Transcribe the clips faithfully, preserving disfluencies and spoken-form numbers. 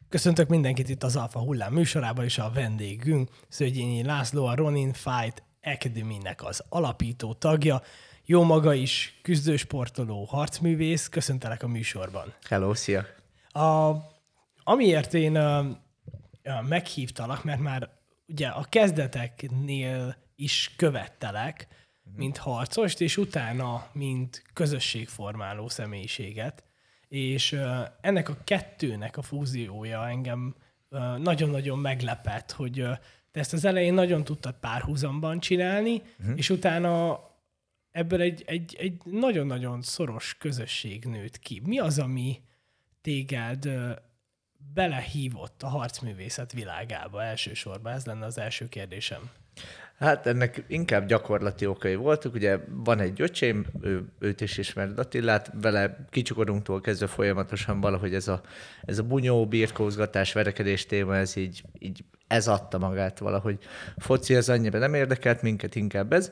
Köszöntök mindenkit itt az Alfa Hullám műsorában, és a vendégünk Szőgyényi László, a Ronin Fight Academy-nek az alapító tagja. Jó maga is, küzdősportoló, harcművész. Köszöntelek a műsorban. Hello, szia! A, amiért én uh, uh, meghívtalak, mert már ugye a kezdeteknél is követtelek, uh-huh. mint harcost, és utána, mint közösségformáló személyiséget. És uh, ennek a kettőnek a fúziója engem uh, nagyon-nagyon meglepett, hogy uh, te ezt az elején nagyon tudtad párhuzamban csinálni, uh-huh. és utána ebből egy, egy, egy nagyon-nagyon szoros közösség nőtt ki. Mi az, ami téged uh, belehívott a harcművészet világába elsősorban? Ez lenne az első kérdésem. Hát ennek inkább gyakorlati okai voltak. Ugye van egy öcsém, ő, őt is ismered, Attilát, vele kicsikorunktól kezdve folyamatosan valahogy ez a, ez a bunyó, birkózgatás, verekedés téma, ez így, így ez adta magát valahogy. Foci az annyira nem érdekelt minket, inkább ez.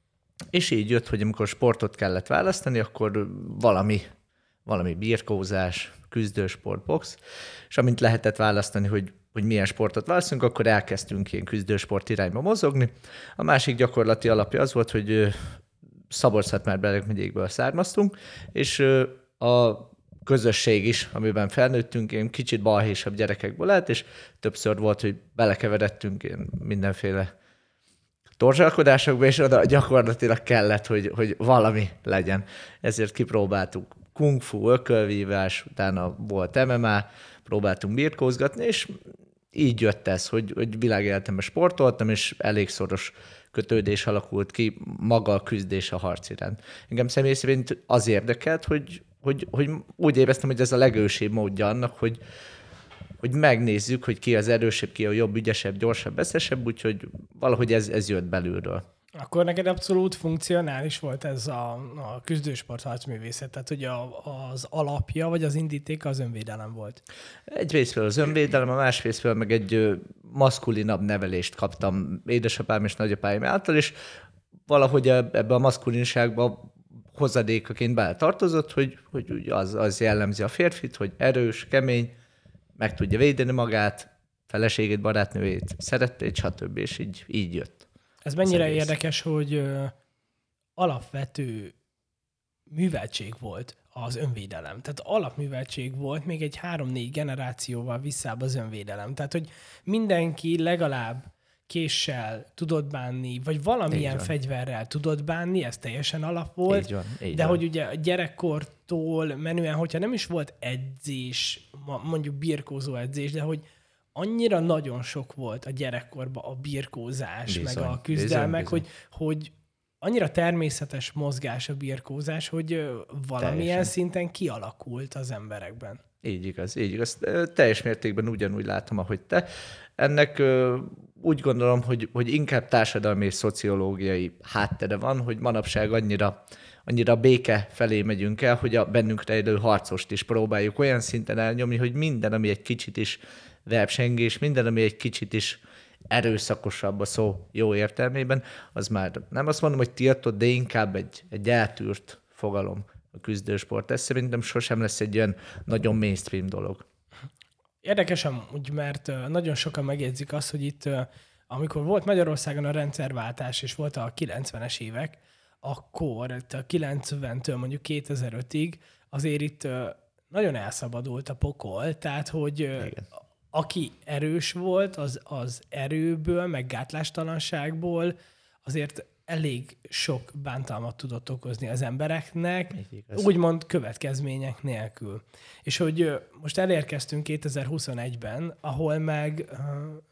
És így jött, hogy amikor sportot kellett választani, akkor valami, valami birkózás, küzdősport, box, és amint lehetett választani, hogy hogy milyen sportot választunk, akkor elkezdtünk ilyen küzdősport irányba mozogni. A másik gyakorlati alapja az volt, hogy Szabolcs-Szatmár-Bereg megyékből származtunk, és a közösség is, amiben felnőttünk, ilyen kicsit balhésabb gyerekekből lett, és többször volt, hogy belekeveredtünk ilyen mindenféle torzsalkodásokba, és oda gyakorlatilag kellett, hogy, hogy valami legyen. Ezért kipróbáltuk kung fu, ökölvívás, utána volt em em á, próbáltunk birkózgatni, és így jött ez, hogy, hogy világéletemben sportoltam, és elég szoros kötődés alakult ki maga a küzdés a harc iránt. Engem személy szerint az érdekelt, hogy, hogy, hogy úgy éreztem, hogy ez a legősibb módja annak, hogy, hogy megnézzük, hogy ki az erősebb, ki a jobb, ügyesebb, gyorsabb, eszesebb, úgyhogy valahogy ez, ez jött belülről. Akkor neked abszolút funkcionális volt ez a, a küzdősport harcművészet, tehát hogy a, az alapja, vagy az indítéka az önvédelem volt? Egyrésztről az önvédelem, a másrésztről meg egy maszkulinabb nevelést kaptam édesapám és nagyapáim által, és valahogy ebbe a maszkulinságba hozadékaként beletartozott, hogy, hogy az, az jellemzi a férfit, hogy erős, kemény, meg tudja védeni magát, feleségét, barátnőjét, szerettét, stb. És így, így jött. Ez mennyire Szerész. Érdekes, hogy ö, alapvető műveltség volt az önvédelem. Tehát alapműveltség volt még egy három-négy generációval visszább az önvédelem. Tehát, hogy mindenki legalább késsel tudott bánni, vagy valamilyen fegyverrel tudott bánni, ez teljesen alap volt. Így van, így de van. hogy ugye a gyerekkortól menően, hogyha nem is volt edzés, mondjuk birkózó edzés, de hogy annyira nagyon sok volt a gyerekkorban a birkózás, bizony, meg a küzdelmek, bizony, bizony. Hogy, hogy annyira természetes mozgás a birkózás, hogy valamilyen teljesen szinten kialakult az emberekben. Így igaz, így igaz. Teljes mértékben ugyanúgy látom, ahogy te. Ennek úgy gondolom, hogy, hogy inkább társadalmi és szociológiai háttere van, hogy manapság annyira, annyira béke felé megyünk el, hogy a bennünk rejlő harcost is próbáljuk olyan szinten elnyomni, hogy minden, ami egy kicsit is versengés, minden, ami egy kicsit is erőszakosabb a szó jó értelmében, az már nem azt mondom, hogy tiltott, de inkább egy, egy eltűrt fogalom a küzdősport. Ez szerintem sosem lesz egy olyan nagyon mainstream dolog. Érdekesen úgy, mert nagyon sokan megjegyzik azt, hogy itt, amikor volt Magyarországon a rendszerváltás, és volt a kilencvenes évek, akkor a kilencventől mondjuk kétezer-ötig azért itt nagyon elszabadult a pokol, tehát hogy igen, aki erős volt, az, az erőből, meg gátlástalanságból azért elég sok bántalmat tudott okozni az embereknek, úgymond következmények nélkül. És hogy most elérkeztünk kétezer-huszonegyben, ahol meg uh,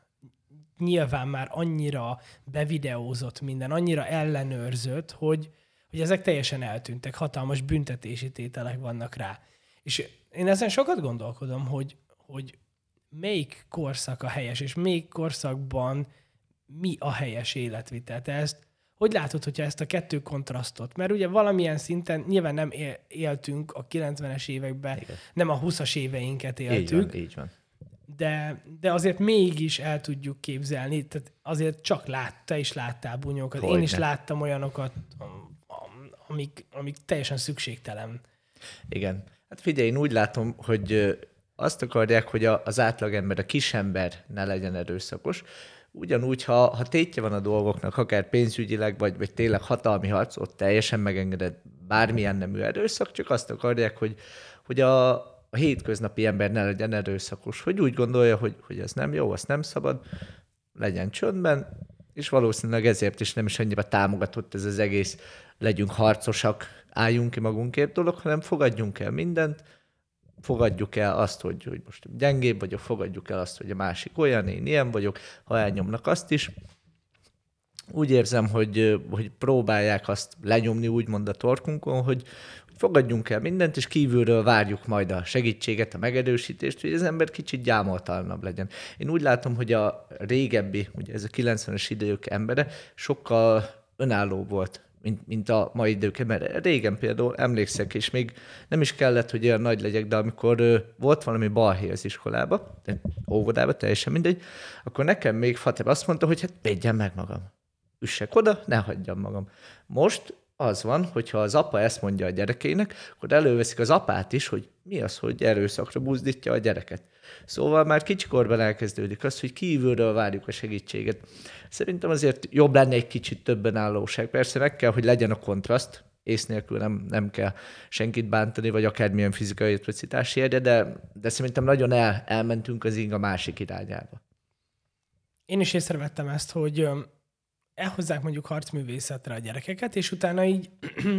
nyilván már annyira bevideózott minden, annyira ellenőrzött, hogy, hogy ezek teljesen eltűntek, hatalmas büntetési tételek vannak rá. És én ezen sokat gondolkodom, hogy, hogy melyik korszak a helyes, és melyik korszakban mi a helyes életvitel. Te ezt hogy látod, hogyha ezt a kettő kontrasztot? Mert ugye valamilyen szinten nyilván nem éltünk a kilencvenes években, igen, nem a huszas éveinket éltük. Így van, így van. De, de azért mégis el tudjuk képzelni, tehát azért csak lát, te is láttál bunyókat, hogy én is ne. láttam olyanokat, amik, amik teljesen szükségtelen. Igen. Hát figyelj, én úgy látom, hogy azt akarják, hogy a, az átlagember, a kisember ne legyen erőszakos. Ugyanúgy, ha, ha tétje van a dolgoknak, akár pénzügyileg, vagy, vagy tényleg hatalmi harc, ott teljesen megengedett bármilyen nemű erőszak, csak azt akarják, hogy, hogy a, a hétköznapi ember ne legyen erőszakos, hogy úgy gondolja, hogy, hogy ez nem jó, azt nem szabad, legyen csöndben, és valószínűleg ezért is nem is annyira támogatott ez az egész legyünk harcosak, álljunk ki magunkért dolog, hanem fogadjunk el mindent, fogadjuk el azt, hogy, hogy most gyengébb vagyok, fogadjuk el azt, hogy a másik olyan, én ilyen vagyok, ha elnyomnak azt is. Úgy érzem, hogy, hogy próbálják azt lenyomni úgymond a torkunkon, hogy fogadjunk el mindent, és kívülről várjuk majd a segítséget, a megerősítést, hogy az ember kicsit gyámoltalanabb legyen. Én úgy látom, hogy a régebbi, ugye ez a kilencvenes idők embere sokkal önálló volt, mint, mint a mai idők, mert régen például emlékszek, és még nem is kellett, hogy olyan nagy legyek, de amikor ö, volt valami balhé az iskolába, óvodába, teljesen mindegy, akkor nekem még Fateb azt mondta, hogy hát védjem meg magam. Üssek oda, ne hagyjam magam. Most az van, hogyha az apa ezt mondja a gyerekének, akkor előveszik az apát is, hogy mi az, hogy erőszakra buzdítja a gyereket. Szóval már kicsikorban elkezdődik az, hogy kívülről várjuk a segítséget. Szerintem azért jobb lenne egy kicsit többen állóság. Persze meg kell, hogy legyen a kontraszt, ész nélkül nem, nem kell senkit bántani, vagy akármilyen fizikai atrocitás érje, de, de szerintem nagyon el, elmentünk az ing a másik irányába. Én is észrevettem ezt, hogy elhozzák mondjuk harcművészetre a gyerekeket, és utána így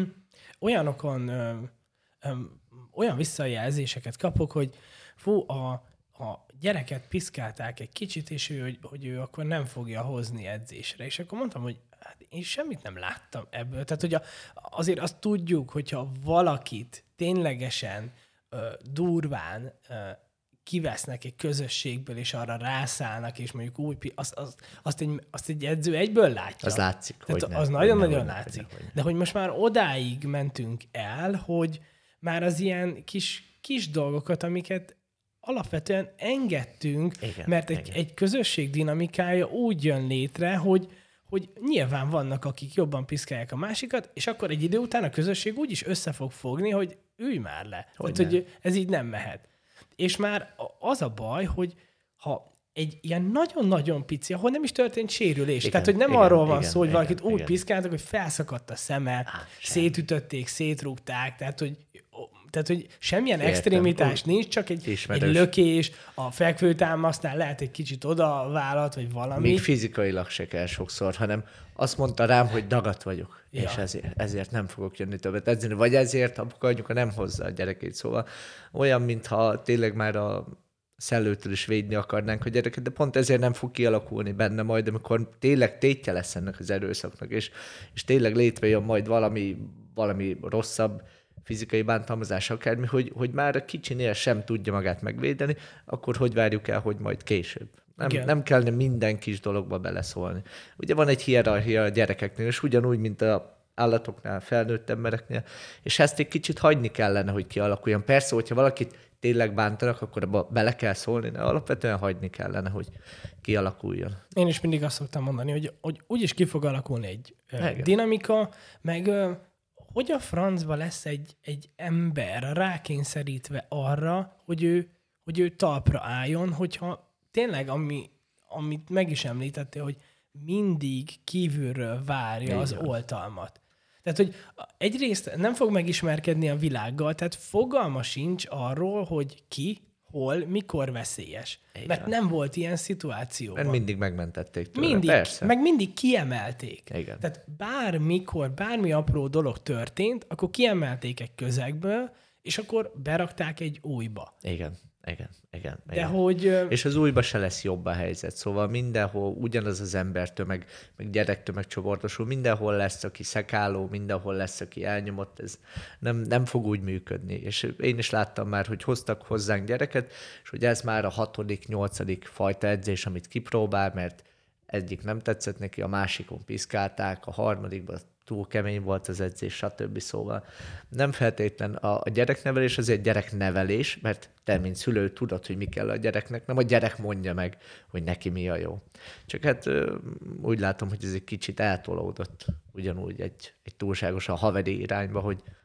olyanokon, ö, ö, olyan visszajelzéseket kapok, hogy fú, a, a gyereket piszkálták egy kicsit, és ő, hogy, hogy ő akkor nem fogja hozni edzésre. És akkor mondtam, hogy hát én semmit nem láttam ebből. Tehát, hogy a, azért azt tudjuk, hogyha valakit ténylegesen ö, durván ö, kivesznek egy közösségből, és arra rászállnak, és mondjuk úgy, azt, azt, azt, egy, azt egy edző egyből látja. Az látszik, Tehát hogy az nem. nagyon-nagyon hogy látszik. Hogy nem. De hogy most már odáig mentünk el, hogy már az ilyen kis, kis dolgokat, amiket alapvetően engedtünk, Igen, mert egy, igen. egy közösség dinamikája úgy jön létre, hogy, hogy nyilván vannak, akik jobban piszkálják a másikat, és akkor egy idő után a közösség úgy is össze fog fogni, hogy ülj már le. Hogy Tehát, hogy ez így nem mehet. És már az a baj, hogy ha egy ilyen nagyon-nagyon pici, ahol nem is történt sérülés. Igen, Tehát, hogy nem igen, arról van igen, szó, hogy igen, valakit úgy igen. piszkáltak, hogy felszakadt a szeme, Á, szétütötték, szétrúgták, tehát, hogy, tehát, hogy semmilyen Értem. extrémitás Úgy nincs, csak egy, egy ismerős. lökés, a fekvőtámasztnál lehet egy kicsit oda vállat, vagy valami. Még fizikailag se kell sokszor, hanem azt mondta rám, hogy dagat vagyok, Ja. és ezért, ezért nem fogok jönni többet edzeni, vagy ezért apuka anyuka nem hozza a gyerekét. Szóval olyan, mintha tényleg már a szellőtől is védni akarnánk a gyereket, de pont ezért nem fog kialakulni benne majd, amikor tényleg tétje lesz ennek az erőszaknak, és, és tényleg létrejön majd valami, valami rosszabb fizikai bántalmazás akármi, hogy, hogy már a kicsinél sem tudja magát megvédeni, akkor hogy várjuk el, hogy majd később. Nem, nem kellene minden kis dologba beleszólni. Ugye van egy hierarchia a gyerekeknél, és ugyanúgy, mint a állatoknál, felnőtt embereknél, és ezt egy kicsit hagyni kellene, hogy kialakuljon. Persze, hogyha valakit tényleg bántanak, akkor abba bele kell szólni, de alapvetően hagyni kellene, hogy kialakuljon. Én is mindig azt szoktam mondani, hogy, hogy úgyis ki fog alakulni egy ö, Igen. dinamika, meg ö, hogy a francba lesz egy, egy ember rákényszerítve arra, hogy ő, hogy ő talpra álljon, hogyha tényleg, ami, amit meg is említettél, hogy mindig kívülről várja Így az van. oltalmat. Tehát, hogy egyrészt nem fog megismerkedni a világgal, tehát fogalma sincs arról, hogy ki, hol, mikor veszélyes. Igen. Mert nem volt ilyen szituációban. Mert mindig megmentették tőle. Mindig, Persze. meg mindig kiemelték. Igen. Tehát bármikor, bármi apró dolog történt, akkor kiemelték egy közegből, és akkor berakták egy újba. Igen, igen, igen. De igen. hogy... ö, És az újba se lesz jobb a helyzet, szóval mindenhol ugyanaz az embertömeg, meg gyerektömeg csoportosul, mindenhol lesz, aki szekáló, mindenhol lesz, aki elnyomott, ez nem, nem fog úgy működni. És én is láttam már, hogy hoztak hozzánk gyereket, és hogy ez már a hatodik, nyolcadik fajta edzés, amit kipróbál, mert egyik nem tetszett neki, a másikon piszkálták, a harmadikban túl kemény volt az edzés, stb. Szóval nem feltétlen a, a gyereknevelés azért gyereknevelés, mert te, mint szülő, tudod, hogy mi kell a gyereknek, nem a gyerek mondja meg, hogy neki mi a jó. Csak hát ö, úgy látom, hogy ez egy kicsit eltolódott ugyanúgy egy, egy túlságosan haveri irányba, hogy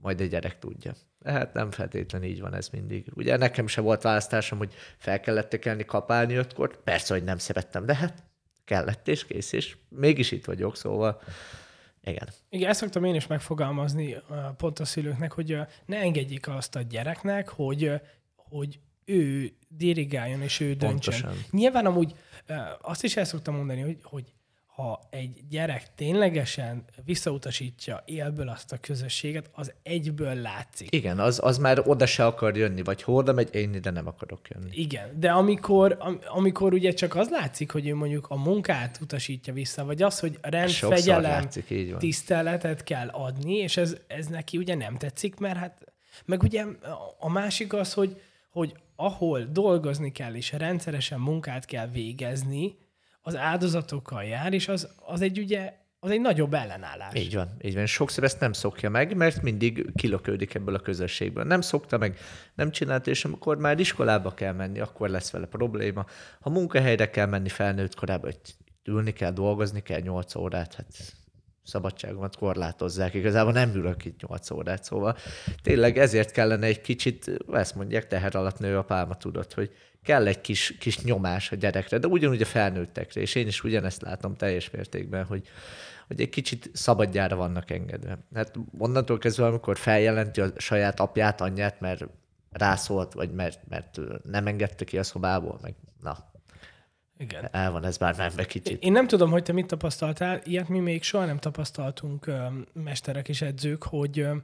majd egy gyerek tudja. Hát nem feltétlenül így van ez mindig. Ugye nekem se volt választásom, hogy fel kellett kelni, kapálni ötkor. Persze, hogy nem szerettem, de hát kellett és kész, és mégis itt vagyok, szóval igen. Igen, ezt szoktam én is megfogalmazni pont a szülőknek, hogy ne engedjék azt a gyereknek, hogy, hogy ő dirigáljon és ő döntsön. Pontosan. Nyilván amúgy azt is el szoktam mondani, hogy, hogy ha egy gyerek ténylegesen visszautasítja élből azt a közösséget, az egyből látszik. Igen, az, az már oda se akar jönni, vagy ha oda megy, én ide nem akarok jönni. Igen, de amikor, am, amikor ugye csak az látszik, hogy ő mondjuk a munkát utasítja vissza, vagy az, hogy rendfegyelem, tiszteletet kell adni, és ez, ez neki ugye nem tetszik, mert hát, meg ugye a másik az, hogy, hogy ahol dolgozni kell, és rendszeresen munkát kell végezni, az áldozatokkal jár, és az, az egy ugye, az egy nagyobb ellenállás. Így van, így van. Sokszor ezt nem szokja meg, mert mindig kilöködik ebből a közösségből. Nem szokta meg, nem csinálta, és amikor már iskolába kell menni, akkor lesz vele probléma. Ha munkahelyre kell menni felnőtt korában, hogy ülni kell, dolgozni kell nyolc órát, hát szabadságomat korlátozzák. Igazából nem ülök itt nyolc órát, szóval tényleg ezért kellene egy kicsit, ezt mondják, teher alatt nő a pálma, tudod, hogy kell egy kis, kis nyomás a gyerekre, de ugyanúgy a felnőttekre, és én is ugyanezt látom teljes mértékben, hogy, hogy egy kicsit szabadjára vannak engedve. Hát onnantól kezdve, amikor feljelenti a saját apját, anyját, mert rászólt, vagy mert, mert nem engedte ki a szobából, meg na, igen. El van ez már menve kicsit. Én nem tudom, hogy te mit tapasztaltál, ilyet mi még soha nem tapasztaltunk ö, mesterek és edzők, hogy ö,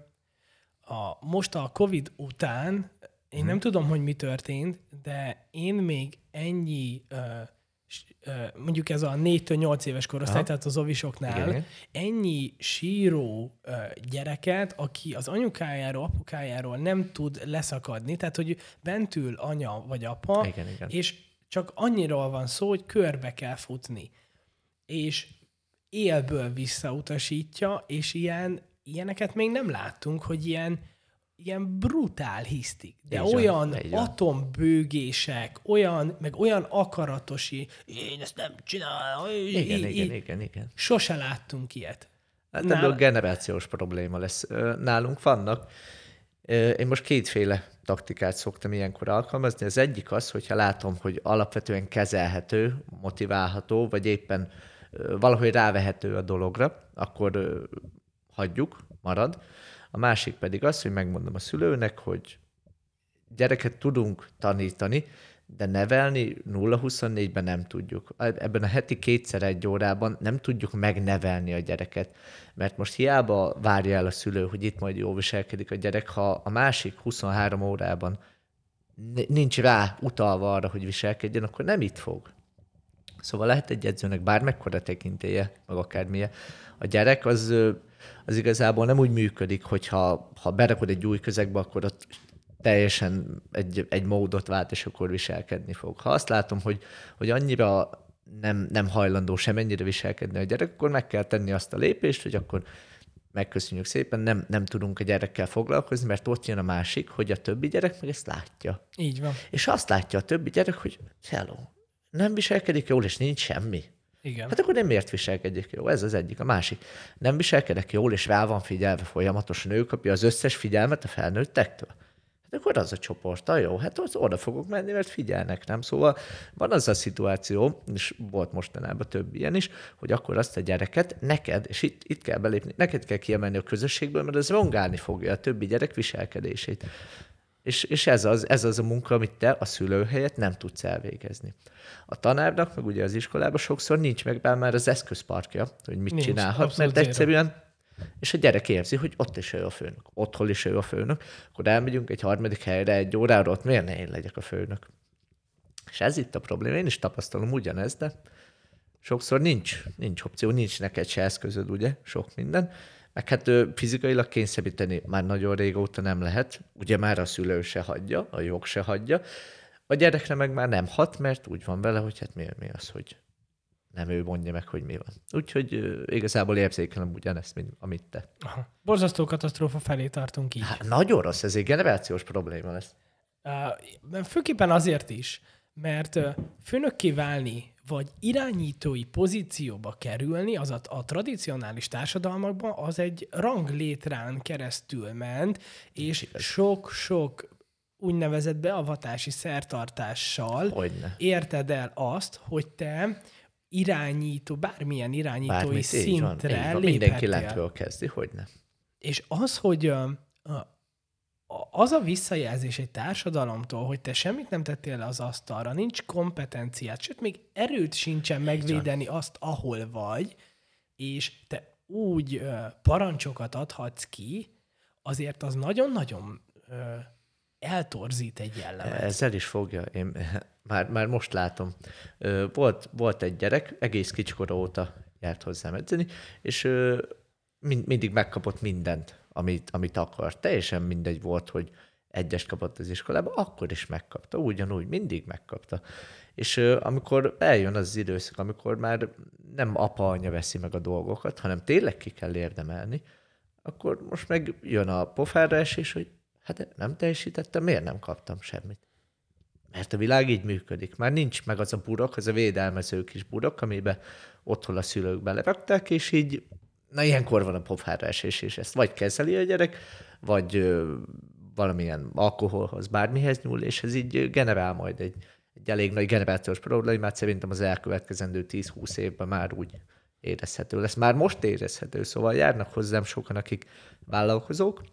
a, most a Covid után, én hmm. nem tudom, hogy mi történt, de én még ennyi, ö, ö, mondjuk ez a négytől nyolc éves korosztály, Aha. tehát az ovisoknál, igen. ennyi síró ö, gyereket, aki az anyukájáról, apukájáról nem tud leszakadni, tehát hogy bent ül anya vagy apa, igen, igen. és csak annyiról van szó, hogy körbe kell futni. És élből visszautasítja, és ilyen, ilyeneket még nem láttunk, hogy ilyen, ilyen brutál hisztik. De így olyan van, atombőgések, olyan, meg olyan akaratosi, én ezt nem csinálom. Igen, í- igen, í- igen, igen. Sose láttunk ilyet. Hát ebből Nál... generációs probléma lesz. Nálunk vannak. Én most kétféle taktikát szoktam ilyenkor alkalmazni. Az egyik az, hogyha látom, hogy alapvetően kezelhető, motiválható, vagy éppen valahogy rávehető a dologra, akkor hagyjuk, marad. A másik pedig az, hogy megmondom a szülőnek, hogy gyereket tudunk tanítani, de nevelni nulla huszonnégyben nem tudjuk. Ebben a heti kétszer egy órában nem tudjuk megnevelni a gyereket, mert most hiába várja el a szülő, hogy itt majd jól viselkedik a gyerek, ha a másik huszonhárom órában nincs rá utalva arra, hogy viselkedjen, akkor nem itt fog. Szóval lehet egy edzőnek bármekkora tekintélye, meg akármilyen. A gyerek az, az igazából nem úgy működik, hogyha ha berakod egy új közegbe, akkor ott teljesen egy, egy módot vált, és akkor viselkedni fog. Ha azt látom, hogy, hogy annyira nem, nem hajlandó semennyire viselkedni a gyerek, akkor meg kell tenni azt a lépést, hogy akkor megköszönjük szépen, nem, nem tudunk a gyerekkel foglalkozni, mert ott jön a másik, hogy a többi gyerek meg ezt látja. Így van. És azt látja a többi gyerek, hogy hello, nem viselkedik jól, és nincs semmi. Igen. Hát akkor nem miért viselkedik jó? Ez az egyik. A másik. Nem viselkedek jól, és rá van figyelve folyamatosan, ő kapja az összes figyelmet a felnőttektől. Hát akkor az a csoport, a jó, hát az oda fogok menni, mert figyelnek, nem? Szóval van az a szituáció, és volt mostanában több ilyen is, hogy akkor azt a gyereket neked, és itt, itt kell belépni, neked kell kiemelni a közösségből, mert ez rongálni fogja a többi gyerek viselkedését. És, és ez, az, ez az a munka, amit te a szülő helyett nem tudsz elvégezni. A tanárnak, meg ugye az iskolában sokszor nincs meg bár már az eszközparkja, hogy mit nincs, csinálhat, mert egyszerűen, és a gyerek érzi, hogy ott is ő a főnök, otthon is ő a főnök, akkor elmegyünk egy harmadik helyre egy órára, ott miért ne én legyek a főnök? És ez itt a probléma, én is tapasztalom ugyanezt, de sokszor nincs, nincs opció, nincs neked se eszközöd, ugye, sok minden. Meg hát fizikailag kényszeríteni már nagyon régóta nem lehet, ugye már a szülő se hagyja, a jog se hagyja, a gyerekre meg már nem hat, mert úgy van vele, hogy hát mi, mi az, hogy nem ő mondja meg, hogy mi van. Úgyhogy uh, igazából érzékelem ugyanezt, mint amit te. Aha. Borzasztó katasztrófa felé tartunk így. Hát, nagyon rossz, ez egy generációs probléma lesz. Uh, főképpen azért is, mert uh, főnökké válni vagy irányítói pozícióba kerülni, az a, a tradicionális társadalmakban az egy ranglétrán keresztül ment, és sok-sok úgynevezett beavatási szertartással Hogyne. érted el azt, hogy te irányító, bármilyen irányítói Bármit, szintre így van, így van. Mindenki lentről kezdi, hogyne. És az, hogy a, a, az a visszajelzés egy társadalomtól, hogy te semmit nem tettél le az asztalra, nincs kompetenciát, sőt, még erőt sincsen megvédeni azt, ahol vagy, és te úgy ö, parancsokat adhatsz ki, azért az nagyon-nagyon ö, eltorzít egy jellemet. Ezzel is fogja. Én már, már most látom. Volt, volt egy gyerek, egész kicsikora óta járt hozzám edzeni, és mind, mindig megkapott mindent, amit, amit akart. Teljesen mindegy volt, hogy egyest kapott az iskolába, akkor is megkapta. Ugyanúgy, mindig megkapta. És amikor eljön az, az időszak, amikor már nem apa-anya veszi meg a dolgokat, hanem tényleg ki kell érdemelni, akkor most meg jön a pofára esés, hogy hát nem teljesítettem, miért nem kaptam semmit? Mert a világ így működik. Már nincs meg az a burok, az a védelmező kis burok, amiben otthon a szülők belerakták, és így, na ilyenkor van a pofára esés, és ezt vagy kezeli a gyerek, vagy ö, valamilyen alkoholhoz, bármihez nyúl, és ez így generál majd egy, egy elég nagy generációs problémát, szerintem az elkövetkezendő tíz-húsz évben már úgy érezhető lesz. Már most érezhető, szóval járnak hozzám sokan, akik vállalkozók,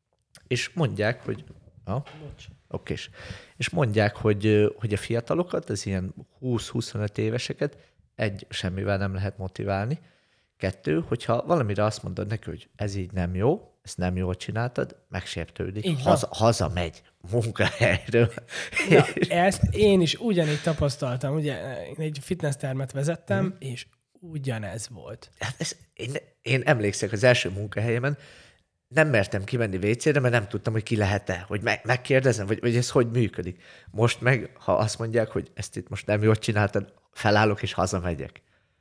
és mondják, hogy... Ah, okés. És mondják, hogy, hogy a fiatalokat, az ilyen húsz-huszonöt éveseket egy, semmivel nem lehet motiválni. Kettő, hogyha valamire azt mondod neki, hogy ez így nem jó, ezt nem jól csináltad, megsértődik. Haza, hazamegy munkahelyről. Ja, ezt én is ugyanígy tapasztaltam. Ugye én egy fitnesstermet vezettem, hmm. és ugyanez volt. Hát ez, én, én emlékszek az első munkahelyemen, nem mertem kimenni vécére, mert nem tudtam, hogy ki lehet-e, hogy meg, megkérdezem, vagy, vagy ez hogy működik. Most meg, ha azt mondják, hogy ezt itt most nem jól csináltad, felállok és hazamegyek.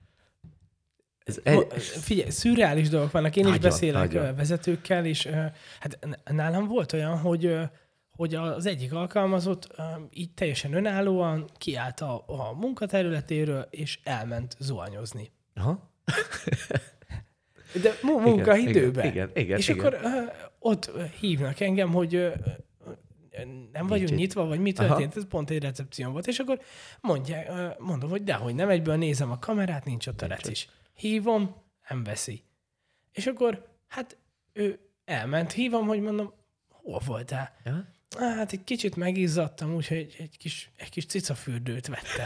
Ez egy... Figyelj, szürreális dolgok vannak. Én nagyon, is beszélek nagyon. vezetőkkel, és hát nálam volt olyan, hogy, hogy az egyik alkalmazott így teljesen önállóan kiállt a, a munkaterületéről, és elment zuhanyozni. Aha. De munkaidőben. Igen, igen, igen, és igen. akkor uh, ott hívnak engem, hogy uh, nem vagyunk Nincs nyitva, vagy mi történt, aha. Ez pont egy recepción volt, és akkor mondják, uh, mondom, hogy dehogy nem, egyből nézem a kamerát, nincs ott a recis. Hívom, nem veszi. És akkor, hát ő elment, hívom, hogy mondom, hol voltál? Ja? Hát egy kicsit megizzadtam, úgyhogy egy, egy kis, egy kis cicafürdőt vettem.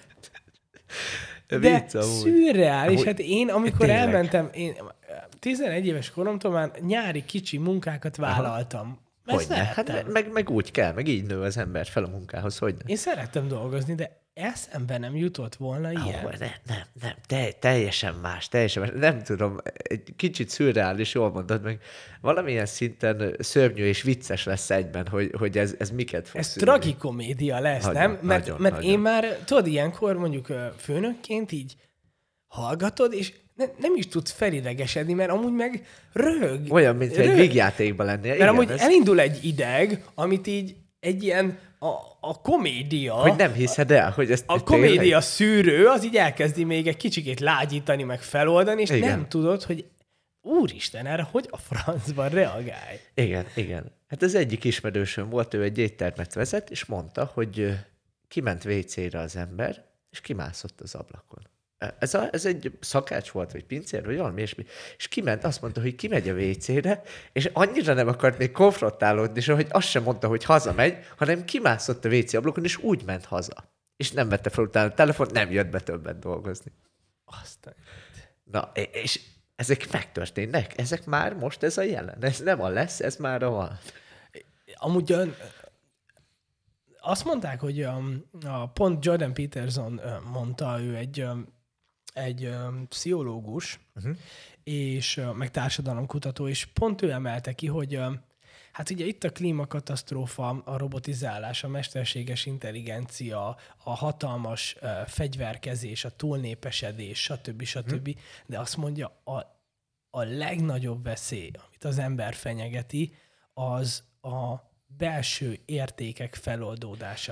De vicc, szürreális. Hát én, amikor tényleg. elmentem, én tizenegy éves koromtól már nyári kicsi munkákat vállaltam. Hogyne? Hát meg, meg úgy kell, meg így nő az ember fel a munkához, hogyne? Én szerettem dolgozni, de eszembe nem jutott volna ilyen. Oh, nem, nem, nem. Te, teljesen más, teljesen más. Nem tudom, egy kicsit szürreális, jól mondod, meg valamilyen szinten szörnyű és vicces lesz egyben, hogy, hogy ez, ez miket fog Ez szűrni. tragikomédia lesz, nagyon, nem? Mert, nagyon, mert nagyon. Én már, tudod, ilyenkor mondjuk főnökként így hallgatod, és ne, nem is tudsz felidegesedni, mert amúgy meg röhög. Olyan, mint röhög. Egy vígjátékban lennél. Mert igen, amúgy ez... elindul egy ideg, amit így egy ilyen a, a komédia... Hogy nem hiszed el, hogy ezt... A komédia tényleg... szűrő, az így elkezdi még egy kicsikét lágyítani, meg feloldani, és igen. nem tudod, hogy úristen, erre hogy a francban reagálj. Igen, igen. Hát az egyik ismerősöm volt, ő egy éttermet vezet, és mondta, hogy kiment vécére az ember, és kimászott az ablakon. Ez, a, ez egy szakács volt, vagy pincér, vagy valami ilyesmi. És kiment, azt mondta, hogy kimegy a vécére, és annyira nem akart még konfrontálódni, és hogy azt sem mondta, hogy hazamegy, hanem kimászott a vécé ablakon, és úgy ment haza. És nem vette fel utána a telefont, nem jött be többet dolgozni. Aztán. Na, és ezek megtörténnek. Ezek már most ez a jelen. Ez nem a lesz, ez már a van. Amúgy a, azt mondták, hogy a, a pont Jordan Peterson mondta, ő egy egy um, pszichológus, uh-huh. és uh, meg társadalomkutató, és pont ő emelte ki, hogy uh, hát ugye itt a klímakatasztrófa, a robotizálás, a mesterséges intelligencia, a hatalmas uh, fegyverkezés, a túlnépesedés, stb. stb. Uh-huh. De azt mondja, a, a legnagyobb veszély, amit az ember fenyegeti, az a belső értékek feloldódása.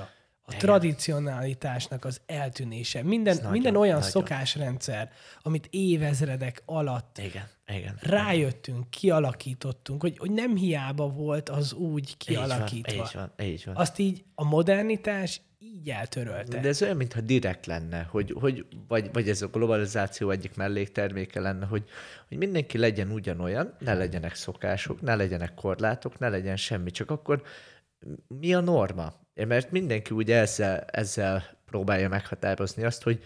a Igen. tradicionalitásnak az eltűnése. Minden, nagyon, minden olyan nagyon. szokásrendszer, amit évezredek alatt Igen, igen. rájöttünk, kialakítottunk, hogy, hogy nem hiába volt az úgy kialakítva. Így van, így van, így van. Azt így a modernitás így eltörölte. De ez olyan, mintha direkt lenne, hogy, hogy vagy, vagy ez a globalizáció egyik mellékterméke lenne, hogy, hogy mindenki legyen ugyanolyan, ne legyenek szokások, ne legyenek korlátok, ne legyen semmi, csak akkor mi a norma? Mert mindenki ugye ezzel, ezzel próbálja meghatározni azt, hogy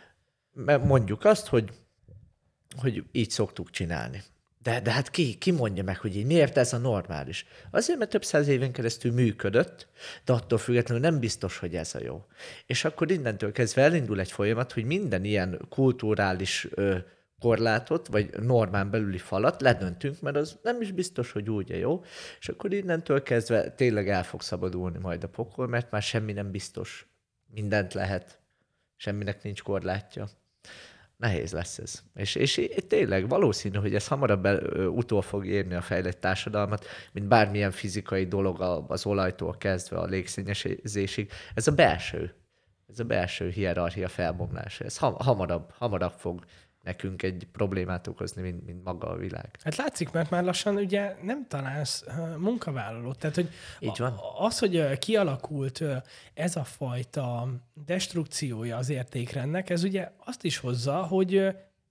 mondjuk azt, hogy, hogy így szoktuk csinálni. De, de hát ki, ki mondja meg, hogy így miért ez a normális? Azért, mert több száz éven keresztül működött, de attól függetlenül nem biztos, hogy ez a jó. És akkor innentől kezdve elindul egy folyamat, hogy minden ilyen kulturális ö, korlátot, vagy normán belüli falat ledöntünk, mert az nem is biztos, hogy úgy a jó, és akkor innentől kezdve tényleg el fog szabadulni majd a pokol, mert már semmi nem biztos. Mindent lehet. Semminek nincs korlátja. Nehéz lesz ez. És, és tényleg valószínű, hogy ez hamarabb el, utol fog érni a fejlett társadalmat, mint bármilyen fizikai dolog az olajtól kezdve a légszennyezésig. Ez a belső, ez a belső hierarchia felbomlása. Ez hamarabb, hamarabb fog nekünk egy problémát okozni, mint, mint maga a világ. Hát látszik, mert már lassan ugye nem találsz munkavállalót. Tehát, hogy Így van. az, hogy kialakult ez a fajta destrukciója az értékrendnek, ez ugye azt is hozza, hogy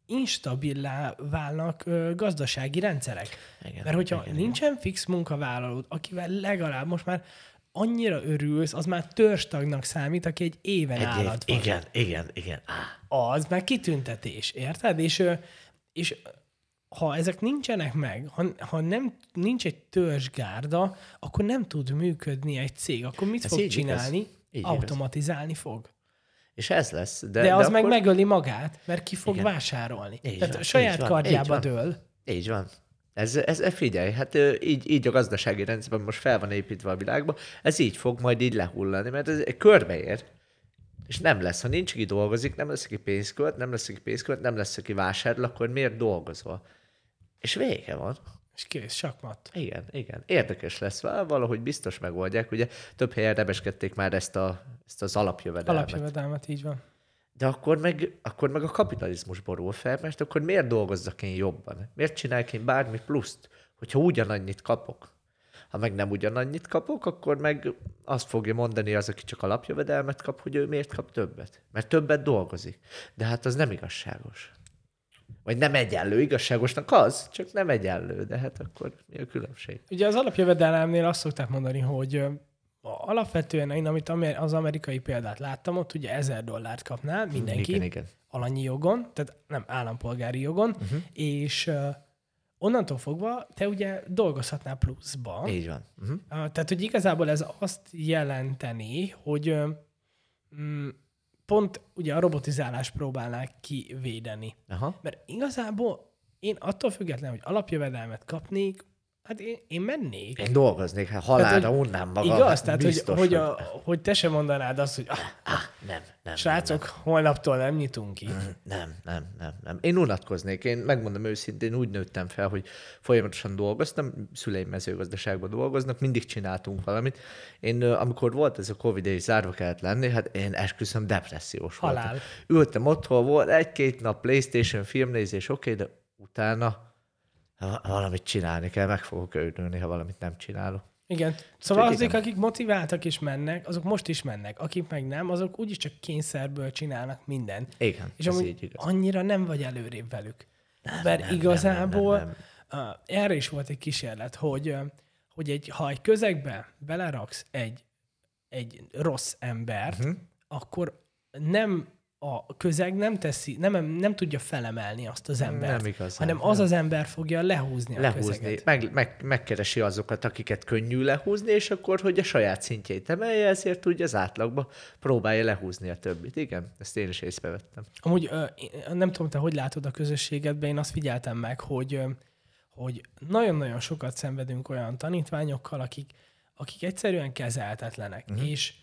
instabilá válnak gazdasági rendszerek. Igen, mert hogyha igen, nincsen igen. fix munkavállalód, akivel legalább most már annyira örülsz, az már törstagnak számít, aki egy éven egy állat év, van. Igen, igen, igen. Ah. Az már kitüntetés, érted? És, és ha ezek nincsenek meg, ha, ha nem, nincs egy törzsgárda, akkor nem tud működni egy cég. Akkor mit ez fog csinálni? Automatizálni igaz. fog. És ez lesz. De, de az de meg akkor... megöli magát, mert ki fog igen. vásárolni. Így Tehát van, a saját van, kardjába így dől. Így van. Ez, ez, figyelj, hát így, így a gazdasági rendszerben most fel van építve a világban, ez így fog majd így lehullani, mert ez körbeér, és nem lesz. Ha nincs, aki dolgozik, nem lesz, aki pénzt költ, nem lesz, aki pénzt költ, nem lesz, aki vásárol, akkor miért dolgozol? És vége van. És kész, sakmat. Igen, igen. Érdekes lesz, valahogy biztos megoldják. Ugye több helyen rebeskedték már ezt, a, ezt az alapjövedelmet. Alapjövedelmet, így van. De akkor meg, akkor meg a kapitalizmus borul fel, mert akkor miért dolgozzak én jobban? Miért csinálják én bármi pluszt, hogyha ugyanannyit kapok? Ha meg nem ugyanannyit kapok, akkor meg azt fogja mondani az, aki csak alapjövedelmet kap, hogy ő miért kap többet. Mert többet dolgozik. De hát az nem igazságos. Vagy nem egyenlő. Igazságosnak az, csak nem egyenlő. De hát akkor mi a különbség? Ugye az alapjövedelemnél azt szokták mondani, hogy alapvetően én, amit az amerikai példát láttam, ott ugye ezer dollárt kapnál mindenki igen, igen. alanyi jogon, tehát nem állampolgári jogon, uh-huh. és uh, onnantól fogva te ugye dolgozhatnál pluszba. Így van. Uh-huh. Uh, tehát, hogy igazából ez azt jelenteni, hogy uh, mm, pont ugye a robotizálást próbálnák kivédeni. Aha. Mert igazából én attól függetlenül, hogy alapjövedelmet kapnék, hát én, én mennék. Én dolgoznék, hát halálra unnám magam. Igaz, tehát biztos, hogy, hogy, hogy... a, hogy te sem mondanád azt, hogy ah, ah, nem, nem, srácok, nem, holnaptól nem nyitunk ki. Nem, nem, nem, nem. Én unatkoznék. Én megmondom őszintén, úgy nőttem fel, hogy folyamatosan dolgoztam, szüleim mezőgazdaságban dolgoznak, mindig csináltunk valamit. Én, amikor volt ez a Covid és zárva kellett lenni, hát én esküszöm depressziós Halál. voltam. Ültem otthon, volt egy-két nap PlayStation filmnézés, oké, okay, de utána ha valamit csinálni kell, meg fogok örülni, ha valamit nem csinálok. Igen. Szóval azok, igen. akik motiváltak és mennek, azok most is mennek. Akik meg nem, azok úgyis csak kényszerből csinálnak mindent. Igen, és amúgy így igaz. Annyira nem vagy előrébb velük. Nem, Mert nem, igazából nem, nem, nem. Uh, erre is volt egy kísérlet, hogy, uh, hogy egy, ha egy közegbe beleraksz egy, egy rossz embert, uh-huh. akkor nem a közeg nem teszi, nem, nem tudja felemelni azt az embert, nem igazán, hanem az az ember fogja lehúzni, lehúzni. a közeget. Meg, meg, megkeresi azokat, akiket könnyű lehúzni, és akkor, hogy a saját szintjét emelje, ezért úgy az átlagba próbálja lehúzni a többit. Igen, ezt én is észrevettem. Amúgy nem tudom, te hogy látod a közösségedben, én azt figyeltem meg, hogy, hogy nagyon-nagyon sokat szenvedünk olyan tanítványokkal, akik, akik egyszerűen kezelhetetlenek, uh-huh. és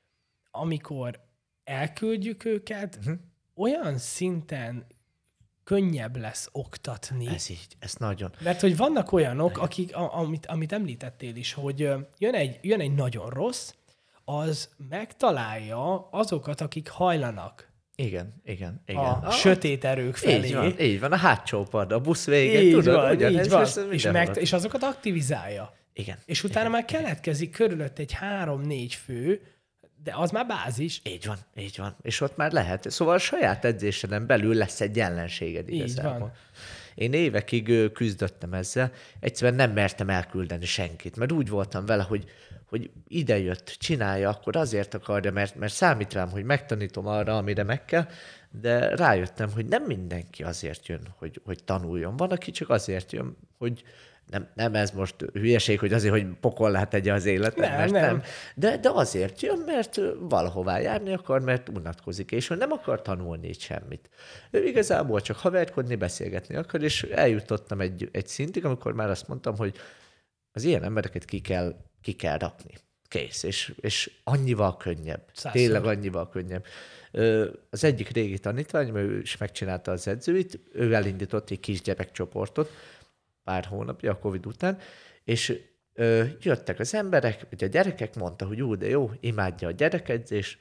amikor elküldjük őket, uh-huh. olyan szinten könnyebb lesz oktatni. Ez így, ez nagyon. Mert hogy vannak olyanok, akik, a, amit, amit említettél is, hogy jön egy, jön egy nagyon rossz, az megtalálja azokat, akik hajlanak Igen, igen, igen. a Ah, sötét erők felé. Így van, így van, a hátsó pad, a busz végén, Így tudod, van, ugyanez, így van. és, És, meg, és azokat aktivizálja. Igen. És utána igen, már keletkezik körülött egy három-négy fő, de az már bázis. Így van, így van. És ott már lehet. Szóval a saját edzéseden belül lesz egy ellenséged Így igazából. van. Én évekig ö, küzdöttem ezzel, egyszerűen nem mertem elküldeni senkit, mert úgy voltam vele, hogy, hogy ide jött, csinálja, akkor azért akarja, mert, mert számít rám, hogy megtanítom arra, amire meg kell, de rájöttem, hogy nem mindenki azért jön, hogy, hogy tanuljon. Van, aki csak azért jön, hogy nem, nem ez most hülyeség, hogy azért, hogy pokollá tegye az életet, Nem, mert nem. nem. De, de azért jön, mert valahová járni akar, mert unatkozik, és ő nem akar tanulni itt semmit. Ő igazából csak haverkodni, beszélgetni akar, és eljutottam egy, egy szintig, amikor már azt mondtam, hogy az ilyen embereket ki kell, ki kell rakni. Kész, és, és annyival könnyebb. Százszor. Tényleg annyival könnyebb. Ö, Az egyik régi tanítványom, ő is megcsinálta az edzőit, ő elindított egy kisgyerekcsoportot, pár hónapja a Covid után, és ö, jöttek az emberek, ugye a gyerekek, mondta, hogy jó, de jó, imádja a gyerekedzés,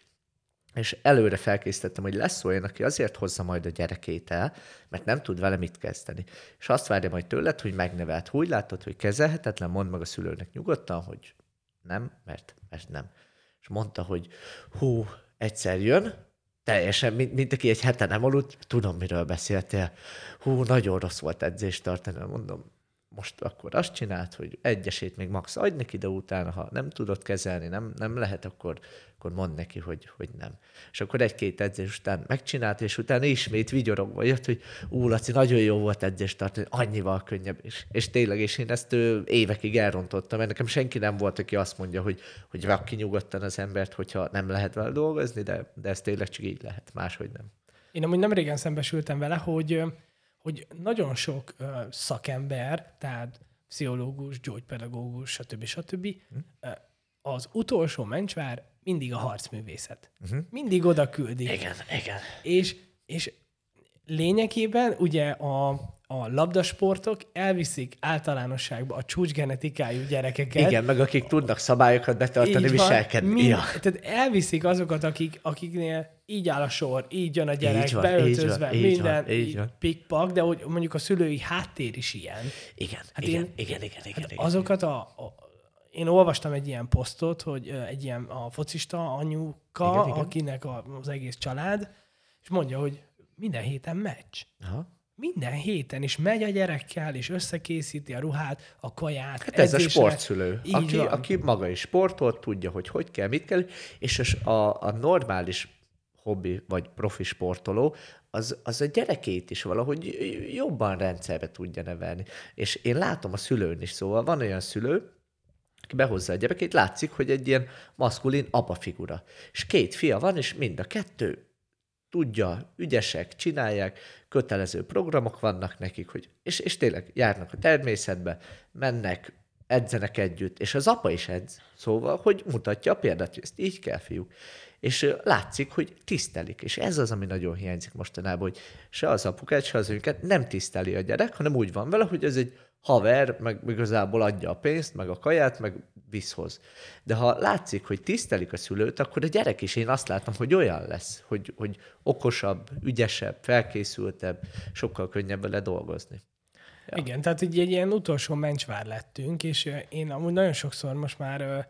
és előre felkészítettem, hogy lesz olyan, aki azért hozza majd a gyerekét el, mert nem tud vele mit kezdeni. És azt várja majd tőled, hogy megnevelt. Úgy látod, hogy kezelhetetlen, mondd meg a szülőnek nyugodtan, hogy nem, mert, mert nem. És mondta, hogy hú, egyszer jön, teljesen, mint, mint aki egy hete nem aludt, tudom, miről beszéltél. Hú, nagyon rossz volt edzést tartani, mondom, most akkor azt csinált, hogy egyesét még max adj neki, de utána, ha nem tudod kezelni, nem, nem lehet, akkor, akkor mondd neki, hogy, hogy nem. És akkor egy-két edzés után megcsinált, és utána ismét vigyorogva jött, hogy ú, Laci, nagyon jó volt edzést tartani, annyival könnyebb. És, és tényleg, és én ezt ő, évekig elrontottam, mert nekem senki nem volt, aki azt mondja, hogy, hogy rak ki nyugodtan az embert, hogyha nem lehet vele dolgozni, de, de ez tényleg csak így lehet, máshogy nem. Én amúgy nem régen szembesültem vele, hogy, hogy nagyon sok uh, szakember, tehát pszichológus, gyógypedagógus, stb. stb. Uh, az utolsó mencsvár mindig a harcművészet. Uh-huh. Mindig oda küldik. Igen, igen. És, és lényegében ugye a, a labdasportok elviszik általánosságba a csúcsgenetikájú gyerekeket. Igen, meg akik tudnak szabályokat betartani, Így van, viselkedni. mind, Ja. Tehát elviszik azokat, akik, akiknél így áll a sor, így jön a gyerek, Így van, beöltözve, így van, így minden van, így van. pikpak, de hogy mondjuk a szülői háttér is ilyen. Igen, Hát igen, én- igen, igen, igen, Hát igen. azokat a, a... Én olvastam egy ilyen posztot, hogy ö, egy ilyen a focista anyuka, Igen, igen. akinek a, az egész család, és mondja, hogy minden héten meccs. Aha. Minden héten, és megy a gyerekkel, és összekészíti a ruhát, a kaját, Hát ez a edzésre. sportszülő, Így aki, van. aki maga is sportolt, tudja, hogy hogy kell, mit kell, és az- a, a normális hobbi vagy profi sportoló, az, az a gyerekét is valahogy jobban rendszerbe tudja nevelni. És én látom a szülőn is, szóval van olyan szülő, aki behozza a gyerekét, látszik, hogy egy ilyen maszkulin apafigura. És két fia van, és mind a kettő tudja, ügyesek, csinálják, kötelező programok vannak nekik, hogy, és, és tényleg járnak a természetbe, mennek, edzenek együtt, és az apa is edz, szóval, hogy mutatja a példát, hogy ezt így kell, fiúk. És ö, látszik, hogy tisztelik, és ez az, ami nagyon hiányzik mostanában, hogy se az apukát, se az őket nem tiszteli a gyerek, hanem úgy van vele, hogy ez egy haver, meg igazából adja a pénzt, meg a kaját, meg viszhoz. De ha látszik, hogy tisztelik a szülőt, akkor a gyerek is, én azt látom, hogy olyan lesz, hogy, hogy okosabb, ügyesebb, felkészültebb, sokkal könnyebb vele dolgozni. Ja. Igen, tehát így egy ilyen utolsó mencsvár lettünk, és ö, én amúgy nagyon sokszor most már, ö,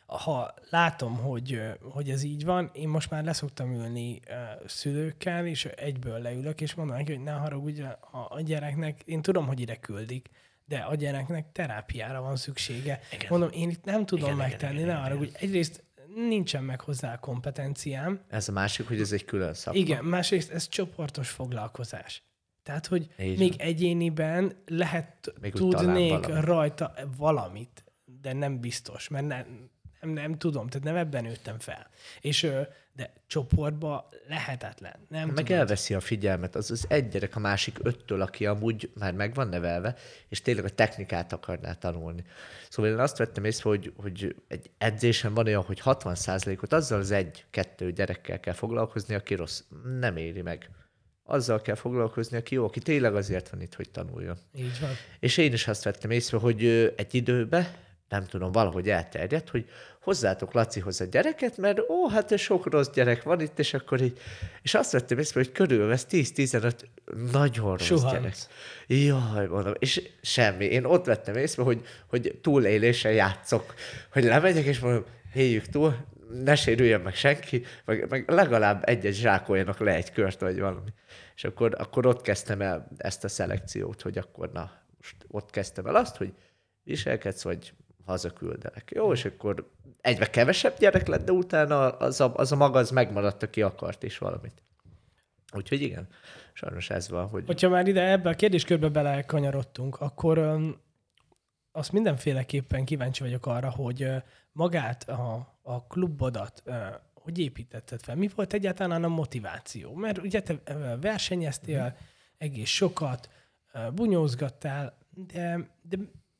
ha látom, hogy, ö, hogy ez így van, én most már leszoktam ülni ö, szülőkkel, és egyből leülök, és mondom neki, hogy ne haragudj, a, a gyereknek, én tudom, hogy ide küldik, de a gyereknek terápiára van szüksége. Igen. Mondom, én itt nem tudom Igen, igen, megtenni, igen, ne igen, haragudj. Egyrészt nincsen meg hozzá a kompetenciám, Ez a másik, hogy ez egy külön szakma. igen, másrészt ez csoportos foglalkozás. Tehát, hogy Így még van. egyéniben lehet, Még úgy talán tudnék valamit. rajta valamit, de nem biztos, mert nem, nem, nem tudom, tehát nem ebben nőttem fel. És, ö, de csoportba lehetetlen. Nem Meg tudom. elveszi a figyelmet, az az egy gyerek a másik öttől, aki amúgy már meg van nevelve, és tényleg a technikát akarná tanulni. Szóval én azt vettem észre, hogy, hogy egy edzésen van olyan, hogy hatvan százalékot azzal az egy-kettő gyerekkel kell foglalkozni, aki rossz, nem éri meg. Azzal kell foglalkozni, aki jó, aki tényleg azért van itt, hogy tanuljon. Így van. És én is azt vettem észre, hogy ö, egy időben nem tudom, valahogy elterjedt, hogy hozzátok Lacihoz a gyereket, mert ó, hát sok rossz gyerek van itt, és akkor így, és azt vettem észre, hogy körülvesz tíz-tizenöt nagyon rossz Suhanc. gyerek. Jaj, mondom, és semmi. Én ott vettem észre, hogy, hogy túléléssel játszok, hogy lemegyek, és mondom, éljük túl, ne sérüljön meg senki, meg, meg legalább egy-egy zsákoljanak le egy kört, vagy valami. És akkor, akkor ott kezdtem el ezt a szelekciót, hogy akkor na, most ott kezdtem el azt, hogy viselkedsz, vagy hazaküldelek. Jó, és akkor egyre kevesebb gyerek lett, de utána az a, az a maga az megmaradt, aki akart is valamit. Úgyhogy igen, sajnos ez van, hogy... Hogyha már ide ebbe a kérdéskörbe belekanyarodtunk, akkor öm, azt mindenféleképpen kíváncsi vagyok arra, hogy ö, magát a, a klubodat ö, hogy építetted fel? Mi volt egyáltalán a motiváció? Mert ugye te ö, versenyeztél mm. egész sokat, ö, bunyózgattál, de, de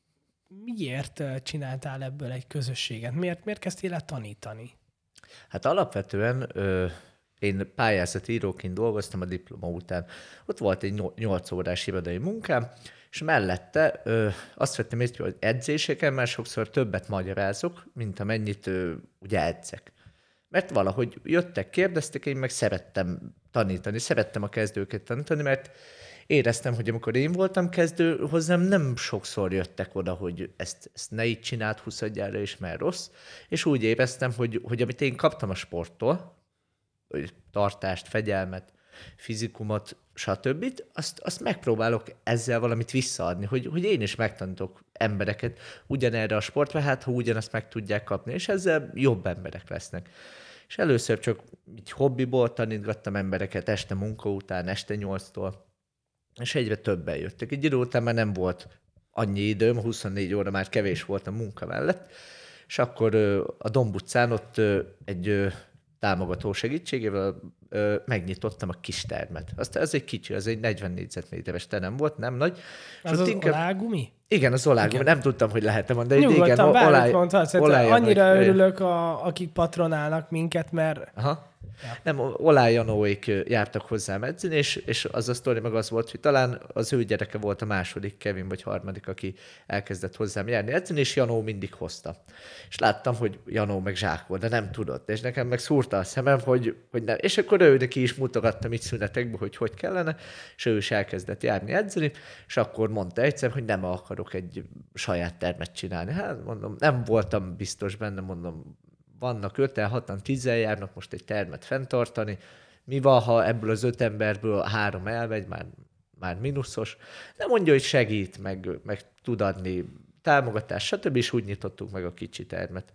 miért csináltál ebből egy közösséget? Miért, miért kezdtél el tanítani? Hát alapvetően ö, én pályázati íróként dolgoztam a diploma után. Ott volt egy nyolc órás irodai munkám, és mellette ö, azt vettem észre, hogy edzéseken már sokszor többet magyarázok, mint amennyit ö, ugye edzek. Mert valahogy jöttek, kérdeztek, én meg szerettem tanítani, szerettem a kezdőket tanítani, mert éreztem, hogy amikor én voltam kezdő, hozzám nem sokszor jöttek oda, hogy ezt, ezt ne így csináld huszadjára is, mert rossz, és úgy éreztem, hogy, hogy amit én kaptam a sporttól, hogy tartást, fegyelmet, fizikumot, stb., azt, azt megpróbálok ezzel valamit visszaadni, hogy, hogy én is megtanítok embereket ugyanerre a sportra, hát ha ugyanazt meg tudják kapni, és ezzel jobb emberek lesznek. És először csak így hobbiból tanítgattam embereket este munka után, este nyolctól, és egyre többen jöttek. Egy idő után már nem volt annyi időm, huszonnégy óra már kevés volt a munka mellett, és akkor a Domb utcán ott egy támogató segítségével megnyitottam a kis termet. Aztán ez egy kicsi, az egy negyven négyzetméteres terem volt, nem nagy. Az az inkább... olágumi? Igen, az olágumi. Nem tudtam, hogy lehet-e mondani. Nyugodtan, igen, bármit olaj... mondhatsz. Annyira vagy... örülök, a, akik patronálnak minket, mert... Aha. Ja. Nem, Olajjanóik jártak hozzám edzeni, és, és az a sztori meg az volt, hogy talán az ő gyereke volt a második, Kevin vagy harmadik, aki elkezdett hozzám járni edzeni, és Janó mindig hozta. És láttam, hogy Janó meg zsákol, de nem tudott, és nekem meg szúrta a szemem, hogy, hogy nem. És akkor ő neki is mutogattam itt szünetekben, hogy hogy kellene, és ő is elkezdett járni edzeni, és akkor mondta egyszer, hogy nem akarok egy saját termet csinálni. Hát mondom, nem voltam biztos benne, mondom, vannak öten, hatan, tízen járnak most egy termet fenntartani. Mi van, ha ebből az öt emberből három elmegy, már, már mínuszos. De mondja, hogy segít, meg, meg tud adni támogatást, stb. És úgy nyitottuk meg a kicsi termet.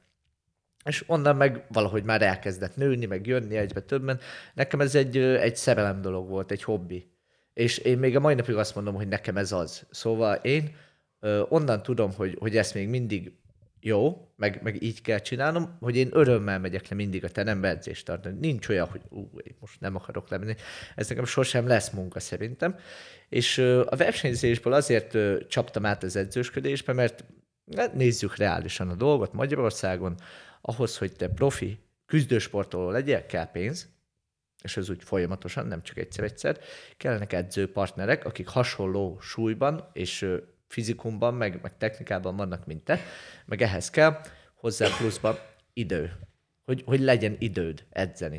És onnan meg valahogy már elkezdett nőni, meg jönni egyre többen. Nekem ez egy, egy szerelem dolog volt, egy hobbi. És én még a mai napig azt mondom, hogy nekem ez az. Szóval én ö, onnan tudom, hogy, hogy ezt még mindig jó, meg, meg így kell csinálnom, hogy én örömmel megyek le mindig a terembe edzést tartani. Nincs olyan, hogy ú, most nem akarok lemenni. Ez nekem sosem lesz munka szerintem. És ö, a versenyzésből azért ö, csaptam át az edzősködésbe, mert hát nézzük reálisan a dolgot Magyarországon, ahhoz, hogy te profi küzdősportoló legyél, kell pénz, és ez úgy folyamatosan, nem csak egyszer-egyszer, kellenek edzőpartnerek, akik hasonló súlyban és fizikumban, meg, meg technikában vannak, mint te, meg ehhez kell hozzá pluszban idő, hogy, hogy legyen időd edzeni.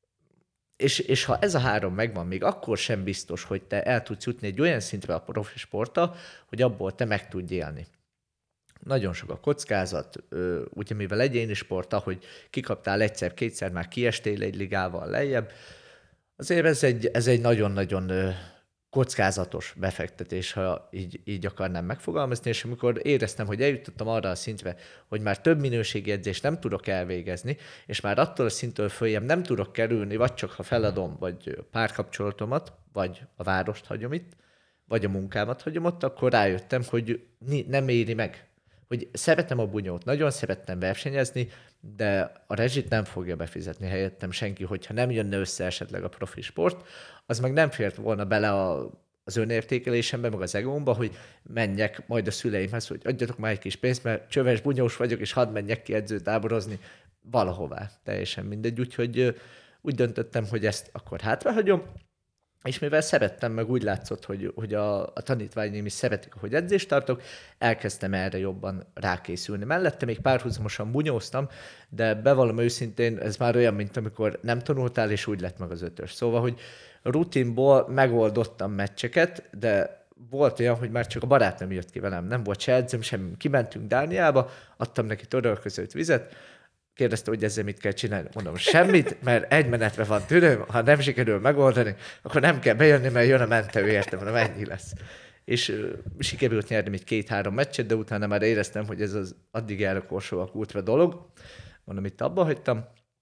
És, és ha ez a három megvan, még akkor sem biztos, hogy te el tudsz jutni egy olyan szintre a profi sporttal, hogy abból te meg tudj élni. Nagyon sok a kockázat, ugye mivel egyéni sport, ahogy kikaptál egyszer-kétszer, már kiestél egy ligával lejjebb, azért ez egy, ez egy nagyon-nagyon kockázatos befektetés, ha így, így akarnám megfogalmazni, és amikor éreztem, hogy eljutottam arra a szintre, hogy már több minőségi edzést nem tudok elvégezni, és már attól a szintől följebb nem tudok kerülni, vagy csak ha feladom, vagy párkapcsolatomat, vagy a várost hagyom itt, vagy a munkámat hagyom ott, akkor rájöttem, hogy nem éri meg. Hogy szeretem a bunyót, nagyon szerettem versenyezni, de a rezsit nem fogja befizetni helyettem senki, hogyha nem jönne össze esetleg a profi sport, az meg nem fért volna bele a, az önértékelésembe, meg az egómba, hogy menjek majd a szüleimhez, hogy adjatok már egy kis pénzt, mert csöves bunyós vagyok, és hadd menjek ki edzőtáborozni valahová. Teljesen mindegy, úgyhogy úgy döntöttem, hogy ezt akkor hátrahagyom, És mivel szerettem, meg úgy látszott, hogy, hogy a, a tanítványaim is szeretik, hogy edzést tartok, elkezdtem erre jobban rákészülni. Mellette még párhuzamosan bunyóztam, de bevallom őszintén, ez már olyan, mint amikor nem tanultál, és úgy lett meg az ötös. Szóval, hogy rutinból megoldottam meccseket, de volt olyan, hogy már csak a barátnőm jött ki velem, nem volt se edzem, sem kimentünk Dániába, adtam neki törölközőt, vizet, kérdezte, hogy ezzel mit kell csinálni. Mondom, semmit, mert egy menetre van tűnöm, ha nem sikerül megoldani, akkor nem kell bejönni, mert jön a mentő érte, mondom, ennyi lesz. És uh, sikerült nyerni még két-három meccset, de utána már éreztem, hogy ez az addig elrakorsóak útra dolog. Mondom, itt abba hagytam.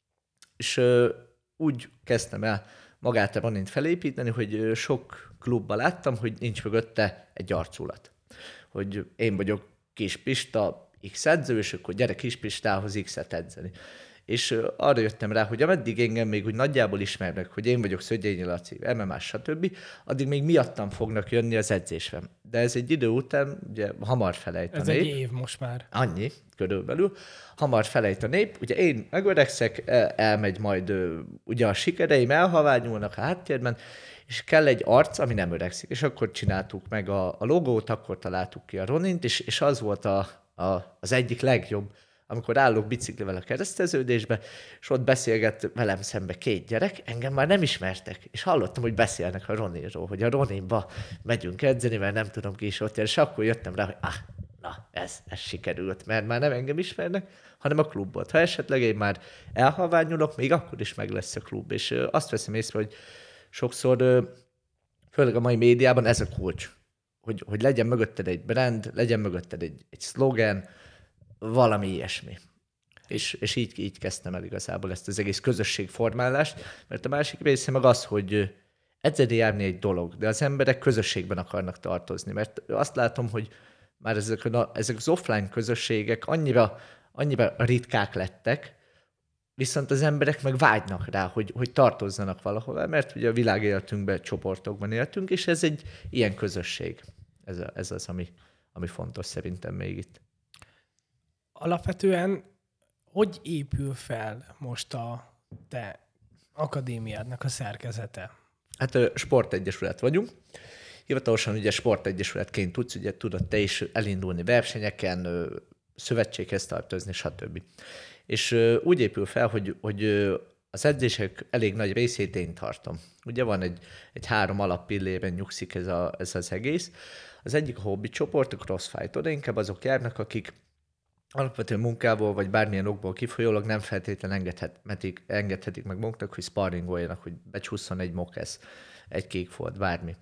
És uh, úgy kezdtem el magát a running felépíteni, hogy uh, sok klubban láttam, hogy nincs mögötte egy arculat. Hogy én vagyok Kis Pista, X edző, és akkor gyere Kispistához X-et edzeni. És uh, arra jöttem rá, hogy ameddig engem még úgy nagyjából ismernek, hogy én vagyok Szögyényi Laci, em em á, stb., addig még miattam fognak jönni az edzésem. De ez egy idő után ugye hamar felejt a Ez nép. egy év most már. Annyi, körülbelül. Hamar felejt a nép. Ugye én megöregszek, elmegy majd ugye a sikereim, elhaványulnak a háttérben, és kell egy arc, ami nem öregszik. És akkor csináltuk meg a, a logót, akkor találtuk ki a Ronint, és, és az volt a, a, az egyik legjobb, amikor állok biciklivel a kereszteződésbe, és ott beszélget velem szembe két gyerek, engem már nem ismertek, és hallottam, hogy beszélnek a Ronirról, hogy a Roninba megyünk edzeni, mert nem tudom ki is ott jön, és akkor jöttem rá, hogy ah, na, ez, ez sikerült, mert már nem engem ismernek, hanem a klubot. Ha esetleg én már elhalványulok, még akkor is meg lesz a klub, és ö, azt veszem észre, hogy sokszor, ö, főleg a mai médiában ez a kulcs, hogy, hogy legyen mögötted egy brand, legyen mögötted egy, egy szlogen, valami ilyesmi. És, és így, így kezdtem el igazából ezt az egész közösségformálást, mert a másik része meg az, hogy edzeni járni egy dolog, de az emberek közösségben akarnak tartozni, mert azt látom, hogy már ezek, a, ezek az offline közösségek annyira, annyira ritkák lettek, viszont az emberek meg vágynak rá, hogy, hogy tartozzanak valahol, mert ugye a világéletünkben csoportokban éltünk, és ez egy ilyen közösség. Ez, a, ez az, ami, ami fontos szerintem még itt. Alapvetően hogy épül fel most a te akadémiádnak a szerkezete? Hát sportegyesület vagyunk. Hivatalosan ugye sportegyesületként tudsz, ugye tudod te is elindulni versenyeken, szövetséghez tartozni, stb. És úgy épül fel, hogy, hogy az edzések elég nagy részét én tartom. Ugye van egy, egy három alappillében nyugszik ez, a, ez az egész. Az egyik a hobbi csoport, a crossfight, oda inkább azok járnak, akik alapvetően munkából, vagy bármilyen okból kifolyólag nem feltétlenül engedhetik, engedhetik meg maguknak, hogy sparringoljanak, hogy becsúszson egy mokesz, egy kékfolt, bármi.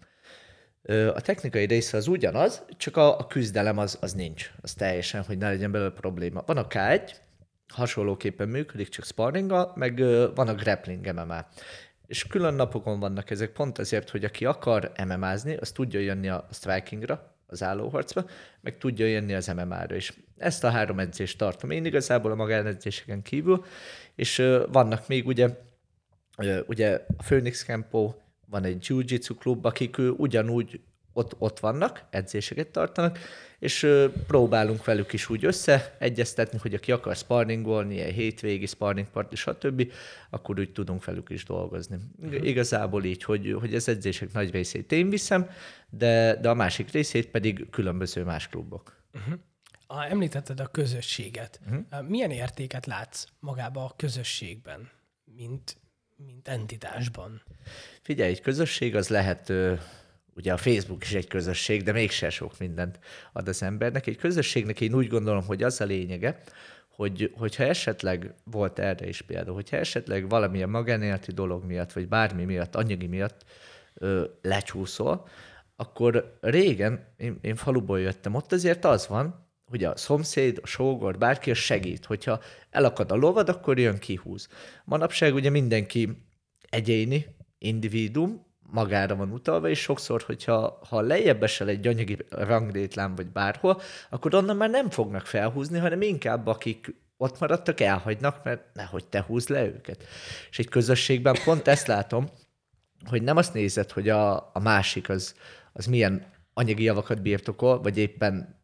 A technikai része az ugyanaz, csak a, a küzdelem az, az nincs. Az teljesen, hogy ne legyen belőle probléma. Van a ká egy, hasonlóképpen működik, csak sparringgal, meg van a grappling em em á. És külön napokon vannak ezek pont azért, hogy aki akar em em á-zni, az tudja jönni a strikingra, az állóharcba, meg tudja jönni az em em á-ra is. Ezt a három edzést tartom én igazából a magánedzéseken kívül, és uh, vannak még ugye, uh, ugye a Phoenix Campo, van egy jiu-jitsu klub, akik uh, ugyanúgy ott, ott vannak, edzéseket tartanak, és uh, próbálunk velük is úgy összeegyeztetni, hogy aki akar sparringolni, egy hétvégi sparringparti, stb., akkor úgy tudunk velük is dolgozni. Uh-huh. Igazából így, hogy, hogy az edzések nagy részét én viszem, de, de a másik részét pedig különböző más klubok. Uh-huh. A, említetted a közösséget. Uh-huh. Milyen értéket látsz magába a közösségben, mint, mint entitásban? Figyelj, egy közösség az lehet... Ugye a Facebook is egy közösség, de mégse sok mindent ad az embernek. Egy közösségnek én úgy gondolom, hogy az a lényege, hogy, hogyha esetleg volt erre is például, hogyha esetleg valamilyen magánéleti dolog miatt, vagy bármi miatt, anyagi miatt ö, lecsúszol, akkor régen, én, én faluból jöttem, ott azért az van, hogy a szomszéd, a sógor, bárki az segít. Hogyha elakad a lovad, akkor jön kihúz. Manapság ugye mindenki egyéni, individuum, magára van utalva, és sokszor, hogyha ha lejjebb esel egy anyagi ranglétlán, vagy bárhol, akkor onnan már nem fognak felhúzni, hanem inkább akik ott maradtak, elhagynak, mert nehogy te húzd le őket. És egy közösségben pont ezt látom, hogy nem azt nézed, hogy a, a másik az, az milyen anyagi javakat birtokol, vagy éppen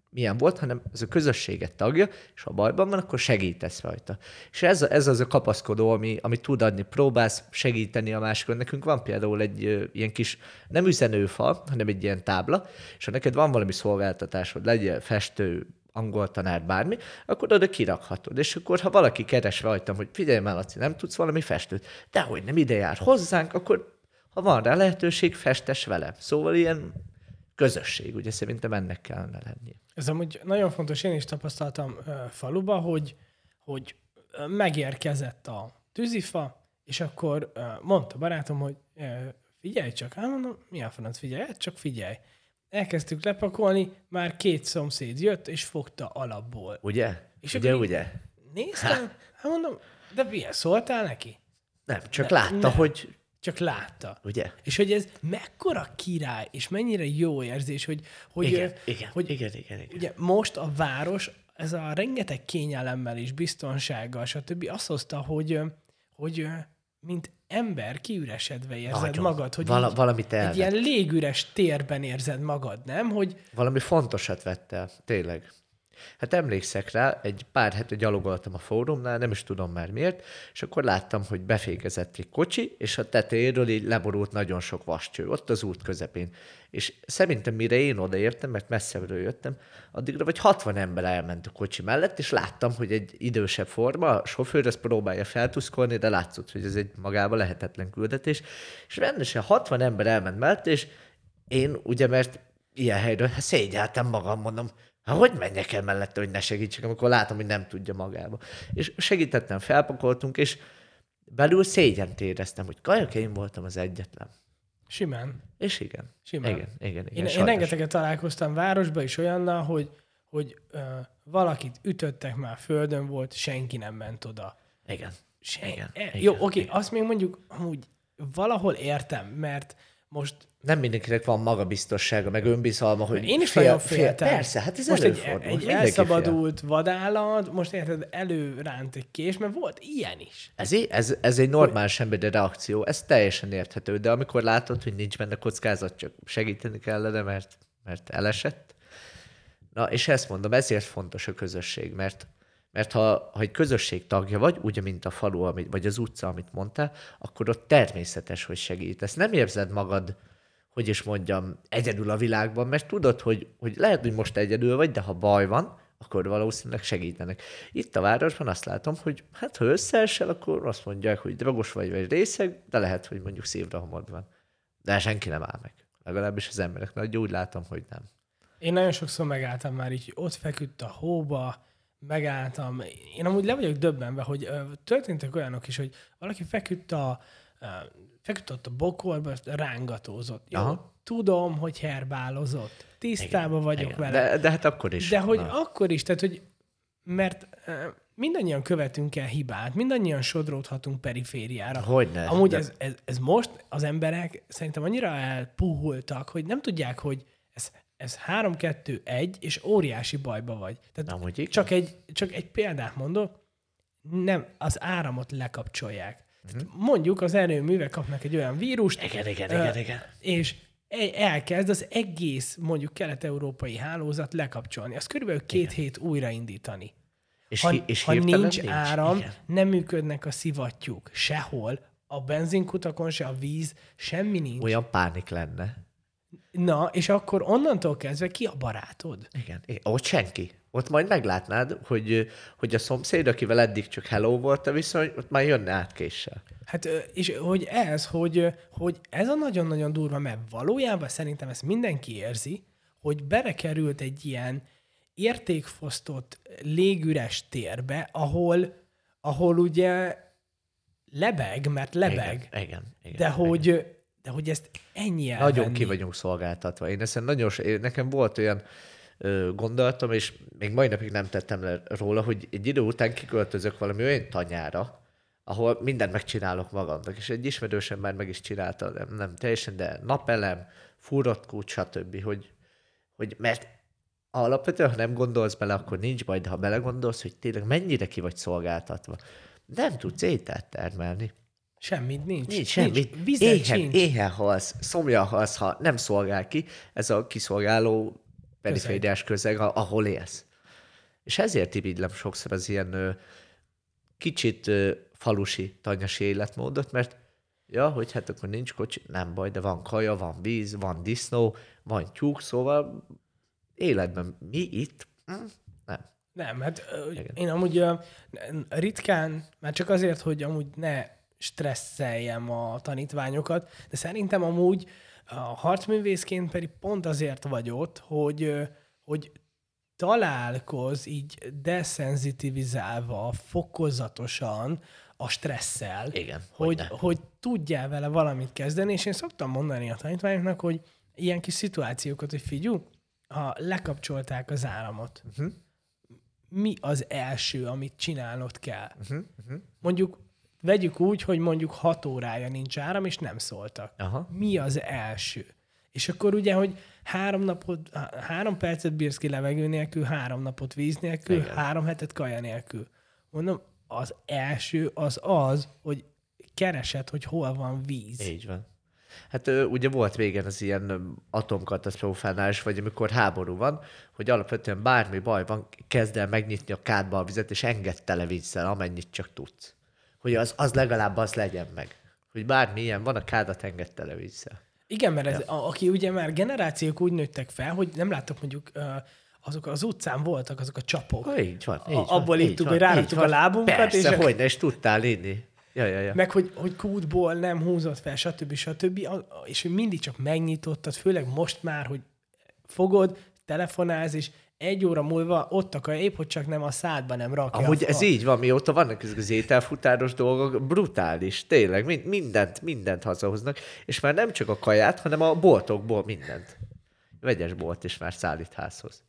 milyen volt, hanem ez a közösséget tagja, és ha bajban van, akkor segítesz rajta. És ez, ez az a kapaszkodó, ami, ami tud adni, próbálsz segíteni a másikon. Nekünk van például egy ö, ilyen kis, nem üzenőfal, hanem egy ilyen tábla, és ha neked van valami szolgáltatásod, legyen festő, angol tanár, bármi, akkor oda kirakhatod. És akkor, ha valaki keres rajtam, hogy figyelj már, Laci, nem tudsz valami festőt, dehogy nem ide jár hozzánk, akkor ha van rá lehetőség, festes velem. Szóval ilyen közösség, ugye szerintem ennek kellene lennie. Ez amúgy nagyon fontos, én is tapasztaltam uh, faluba, hogy, hogy uh, megérkezett a tűzifa, és akkor uh, mondta barátom, hogy uh, figyelj csak, hát mondom, mi a franc, figyelj, hát csak figyelj. Elkezdtük lepakolni, már két szomszéd jött, és fogta alapból. Ugye? És ugye, ugye? Néztem, hát mondom, de milyen szóltál neki? Nem, csak Ne, látta, ne. hogy... Csak látta. Ugye? És hogy ez mekkora király, és mennyire jó érzés, hogy, hogy, Igen, ö, igen, hogy igen, igen, igen. ugye most a város, ez a rengeteg kényelemmel és biztonsággal, stb. Azt hozta, hogy, ö, hogy ö, mint ember kiüresedve érzed Nagyon. magad, hogy Vala, így valamit egy elvett. ilyen légüres térben érzed magad, nem? Hogy Valami fontosat vett el, tényleg. Hát emlékszek rá, egy pár hete gyalogoltam a fórumnál, nem is tudom már miért, és akkor láttam, hogy befékezett egy kocsi, és a tetejéről így leborult nagyon sok vascső, ott az út közepén. És szerintem mire én odaértem, mert messzebbről jöttem, addigra vagy hatvan ember elment a kocsi mellett, és láttam, hogy egy idősebb forma, a sofőr ezt próbálja feltuszkolni, de látszott, hogy ez egy magába lehetetlen küldetés. És rendesen hatvan ember elment mellett, és én ugye, mert ilyen helyről hát szégyeltem magam, mondom, hát hogy menjek el mellette, hogy ne segítsek, amikor látom, hogy nem tudja magába. És segítettem, felpakoltunk, és belül szégyent éreztem, hogy kajak, én voltam az egyetlen. simán. És igen. Simán. Igen, igen, igen. Én, én sajnos. rengeteget találkoztam városba is olyannal, hogy, hogy ö, valakit ütöttek, már földön volt, senki nem ment oda. Igen. Sen... Igen, e, igen, Jó, oké, igen. azt még mondjuk amúgy valahol értem, mert most Nem mindenkinek van magabiztossága, meg önbizalma, hogy én is fél, nagyon fél, féltem. persze, hát ez most egy, előfordul. egy mindenki elszabadult vadállat, most érted, előránt egy kés, mert volt ilyen is. Ez, ez, ez egy normális emberi reakció, ez teljesen érthető, de amikor látod, hogy nincs benne kockázat, csak segíteni kellene, mert, mert elesett. Na, és ezt mondom, ezért fontos a közösség, mert, mert ha, ha egy közösség tagja vagy, ugye, mint a falu, amit, vagy az utca, amit mondtál, akkor ott természetes, hogy segítesz. Nem érzed magad, hogy is mondjam, egyedül a világban, mert tudod, hogy, hogy lehet, hogy most egyedül vagy, de ha baj van, akkor valószínűleg segítenek. Itt a városban azt látom, hogy hát ha összeesel, akkor azt mondják, hogy drogos vagy, vagy részeg, de lehet, hogy mondjuk szívrohamod van. De senki nem áll meg. Legalábbis az emberek. Nagy úgy látom, hogy nem. Én nagyon sokszor megálltam már így, ott feküdt a hóba, megálltam. Én amúgy le vagyok döbbenve, hogy ö, történtek olyanok is, hogy valaki feküdt a ö, feküdt ott a bokorba, rángatózott. Jó, Aha. tudom, hogy herbálozott. Tisztában vagyok Igen. vele. De, de hát akkor is. De hogy Na. akkor is, tehát hogy mert uh, mindannyian követünk el hibát, mindannyian sodródhatunk perifériára. Hogyne. Amúgy De- ez, ez, ez most az emberek szerintem annyira elpuhultak, hogy nem tudják, hogy ez, ez három kettő egy, és óriási bajba vagy. Tehát Amúgy igen. csak egy, csak egy példát mondok, nem, az áramot lekapcsolják. Tehát mondjuk az erőművek kapnak egy olyan vírust, Igen, igen, ö, igen, igen. és e- elkezd az egész mondjuk kelet-európai hálózat lekapcsolni. Az körülbelül két igen. hét újraindítani. És, Ha, hi- és ha hirtelen nincs, nincs áram, Igen. nem működnek a szivattyúk sehol, a benzinkutakon se, a víz, semmi nincs. Olyan pánik lenne. Na, és akkor onnantól kezdve ki a barátod? Igen. Igen. Ott senki. Ott majd meglátnád, hogy, hogy a szomszéd, akivel eddig csak hello volt a viszony, ott már jönne át késsel. Hát, ö, és hogy ez, hogy, ö, hogy ez a nagyon-nagyon durva, mert valójában szerintem ezt mindenki érzi, hogy belekerült egy ilyen értékfosztott, légüres térbe, ahol, ahol ugye lebeg, mert lebeg, Igen, igen, igen, de, igen. hogy, de hogy ezt ennyi elvenni. Nagyon ki vagyunk szolgáltatva. Én ezen nagyon, én, nekem volt olyan ö, gondolatom, és még mai napig nem tettem le róla, hogy egy idő után kiköltözök valami olyan tanyára, ahol mindent megcsinálok magamnak, és egy ismerősem már meg is csinálta, nem, nem teljesen, de napelem, fúrott kút, stb., hogy, hogy mert alapvetően, ha nem gondolsz bele, akkor nincs baj, de ha belegondolsz, hogy tényleg mennyire ki vagy szolgáltatva, nem tudsz ételt termelni. Semmit nincs. Nincs semmi. Nincs. Vizet Éhen, sincs. éhen halsz, szomjan halsz, ha nem szolgál ki. Ez a kiszolgáló perifériás közeg, ahol élsz. És ezért irigylem sokszor az ilyen ö, kicsit ö, falusi, tanyasi életmódot, mert ja, hogy hát akkor nincs kocsi, nem baj, de van kaja, van víz, van disznó, van tyúk, szóval életben mi itt? Hm, nem. Nem, hát ö, Igen. én amúgy ö, ritkán, már csak azért, hogy amúgy ne stresszeljem a tanítványokat, de szerintem amúgy a harcművészként pedig pont azért vagy ott, hogy, ö, hogy találkozz így deszenzitivizálva, fokozatosan a stresszel, Igen, hogy, hogyne. hogy tudjál vele valamit kezdeni, és én szoktam mondani a tanítványoknak, hogy ilyen kis szituációkat, hogy figyelj, ha lekapcsolták az áramot, Uh-huh. mi az első, amit csinálnod kell? Uh-huh. Uh-huh. Mondjuk vegyük úgy, hogy mondjuk hat órája nincs áram, és nem szóltak. Aha. Mi az első? És akkor ugye, hogy három napot, három percet bírsz ki levegő nélkül, három napot víz nélkül, Igen. három hetet kaja nélkül. Mondom, az első az az, hogy keresed, hogy hol van víz. Így van. Hát ö, ugye volt régen az ilyen ö, atomkatasztrófánál is, vagy amikor háború van, hogy alapvetően bármi baj van, kezd el megnyitni a kádba a vizet, és engedd tele vízzel, amennyit csak tudsz. Hogy az, az legalább az legyen meg. Hogy bármi ilyen van, a kádat engedd tele vízzel. Igen, mert ez, a, aki ugye már generációk úgy nőttek fel, hogy nem láttak mondjuk ö, azok az utcán voltak azok a csapok. Ha, így van, így A- van, abból így ittuk, van, hogy ráraktuk így a van. lábunkat, Persze, és a- hogyne, és tudtál inni. Ja, ja, ja. Meg hogy, hogy kútból nem húzott fel, stb. stb. A- És hogy mindig csak megnyitottad, főleg most már, hogy fogod, telefonálsz, és egy óra múlva ott akarja, épp hogy csak nem a szádba nem rakja. Amúgy a- ez így van, mióta vannak ezek az ételfutáros dolgok, brutális, tényleg, mind, mindent, mindent hazahoznak, és már nem csak a kaját, hanem a boltokból mindent. Vegyes bolt is már szállít házhoz.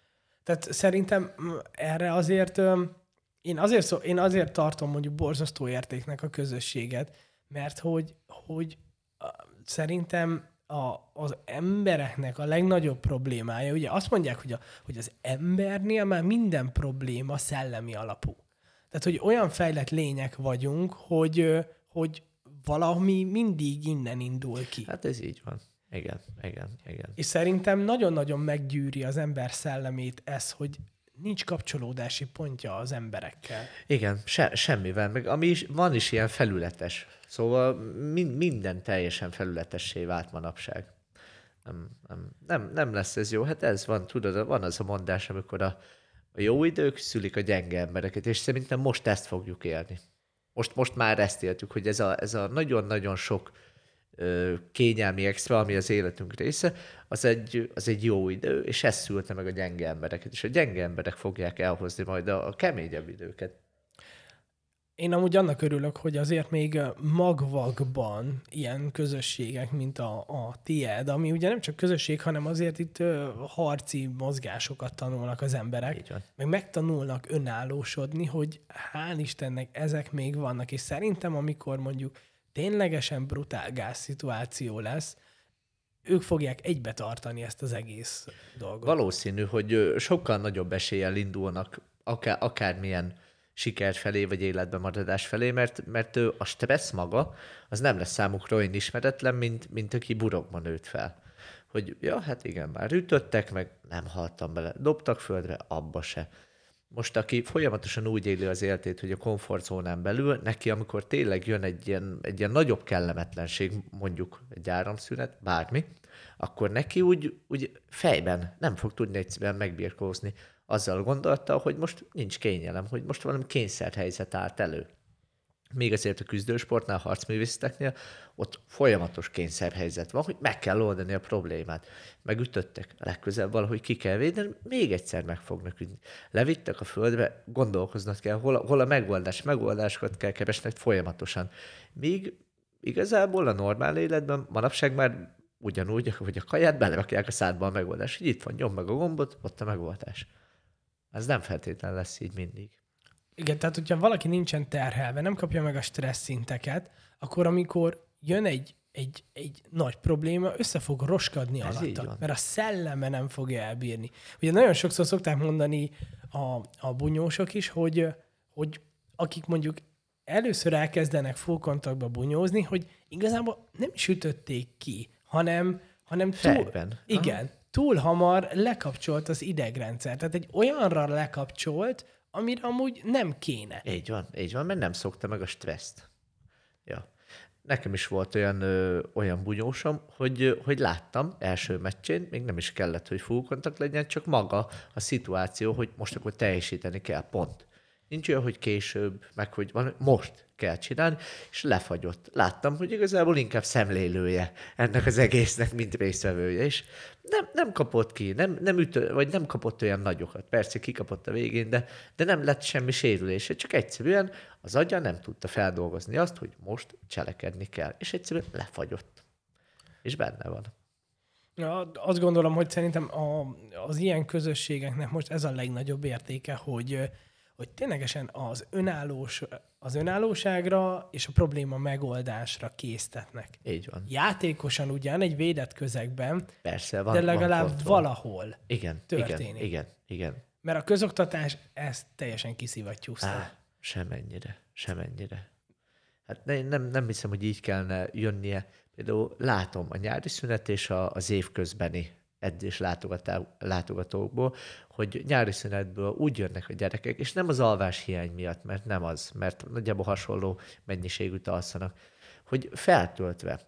Tehát szerintem mm, erre azért, öm, én azért, szó, én azért tartom mondjuk borzasztó értéknek a közösséget, mert hogy, hogy a, szerintem a, az embereknek a legnagyobb problémája, ugye azt mondják, hogy, a, hogy az embernél már minden probléma szellemi alapú. Tehát, hogy olyan fejlett lények vagyunk, hogy, ö, hogy valami mindig innen indul ki. Hát ez így van. Igen, igen, igen. És szerintem nagyon-nagyon meggyűri az ember szellemét ez, hogy nincs kapcsolódási pontja az emberekkel. Igen, se, semmivel, meg ami is, van is ilyen felületes. Szóval min, minden teljesen felületessé vált manapság. Nem, nem, nem, nem lesz ez jó. Hát ez van, tudod, van az a mondás, amikor a, a jó idők szülik a gyenge embereket, és szerintem most ezt fogjuk élni. Most, most már ezt éltük, hogy ez a, ez a nagyon-nagyon sok ö, kényelmi extra, ami az életünk része, az egy, az egy jó idő, és ez szülte meg a gyenge embereket, és a gyenge emberek fogják elhozni majd a, a keményebb időket. Én amúgy annak örülök, hogy azért még magvakban ilyen közösségek, mint a, a tied, ami ugye nem csak közösség, hanem azért itt ö, harci mozgásokat tanulnak az emberek, Így van. meg megtanulnak önállósodni, hogy hál' Istennek ezek még vannak, és szerintem amikor mondjuk ténylegesen brutál gázszituáció lesz, ők fogják egybe tartani ezt az egész dolgot. Valószínű, hogy ö, sokkal nagyobb eséllyel indulnak akár, akármilyen siker felé, vagy életben maradás felé, mert, mert ő, a stressz maga, az nem lesz számukra olyan ismeretlen, mint, mint aki burokban nőtt fel. Hogy ja, hát igen, már ütöttek, meg nem haltam bele, dobtak földre, abba se. Most, aki folyamatosan úgy éli az életét, hogy a komfortzónán belül, neki amikor tényleg jön egy ilyen, egy ilyen nagyobb kellemetlenség, mondjuk egy áramszünet, bármi, akkor neki úgy, úgy fejben nem fog tudni egyszerűen megbirkózni azzal gondolta, hogy most nincs kényelem, hogy most valami kényszerhelyzet állt elő. Még azért a küzdősportnál, harcművészeteknél ott folyamatos kényszerhelyzet van, hogy meg kell oldani a problémát. Megütöttek, legközelebb valahogy ki kell védeni, még egyszer meg fognak ütni. Levittek a földre, gondolkoznod kell, hol a, hol a megoldás, megoldásokat kell keresned folyamatosan. Míg igazából a normál életben manapság már ugyanúgy, hogy a kaját belerakják a szádba a megoldás, hogy itt van, nyom meg a gombot, ott a megoldás. Ez nem feltétlenül lesz így mindig. Igen, tehát hogyha valaki nincsen terhelve, nem kapja meg a stressz szinteket, akkor amikor jön egy, egy, egy nagy probléma, össze fog roskadni Ez így alatta, van. mert a szelleme nem fogja elbírni. Ugye nagyon sokszor szokták mondani a, a bunyósok is, hogy, hogy akik mondjuk először elkezdenek full kontaktba bunyózni, hogy igazából nem is ütötték ki, hanem, hanem túl, Fejben. igen, túl hamar lekapcsolt az idegrendszer. Tehát egy olyanra lekapcsolt, amire amúgy nem kéne. Így van, így van, mert nem szokta meg a stresszt. Ja. Nekem is volt olyan, ö, olyan bunyósom, hogy, hogy láttam első meccsén, még nem is kellett, hogy full kontakt legyen, csak maga a szituáció, hogy most akkor teljesíteni kell, pont. Nincs olyan, hogy később, meg hogy van, most kell csinálni, és lefagyott. Láttam, hogy igazából inkább szemlélője ennek az egésznek, mint résztvevője, és nem, nem kapott ki, nem, nem ütö, vagy nem kapott olyan nagyokat. Persze kikapott a végén, de, de nem lett semmi sérülése, csak egyszerűen az agya nem tudta feldolgozni azt, hogy most cselekedni kell, és egyszerűen lefagyott. És benne van. Ja, azt gondolom, hogy szerintem a, az ilyen közösségeknek most ez a legnagyobb értéke, hogy hogy ténylegesen az, önállós, az önállóságra és a probléma megoldásra késztetnek. Így van. Játékosan ugyan, egy védett közegben, Persze, van, de legalább van valahol igen, történik. Igen, igen, igen. Mert a közoktatás ezt teljesen kiszivattyúzta. Á, semennyire, semennyire. Hát ne, nem, nem hiszem, hogy így kellene jönnie. Például látom a nyári szünet és a, az évközbeni edzés látogatókból, hogy nyári szünetből úgy jönnek a gyerekek, és nem az alvás hiány miatt, mert nem az, mert nagyjából hasonló mennyiségűt alszanak, hogy feltöltve,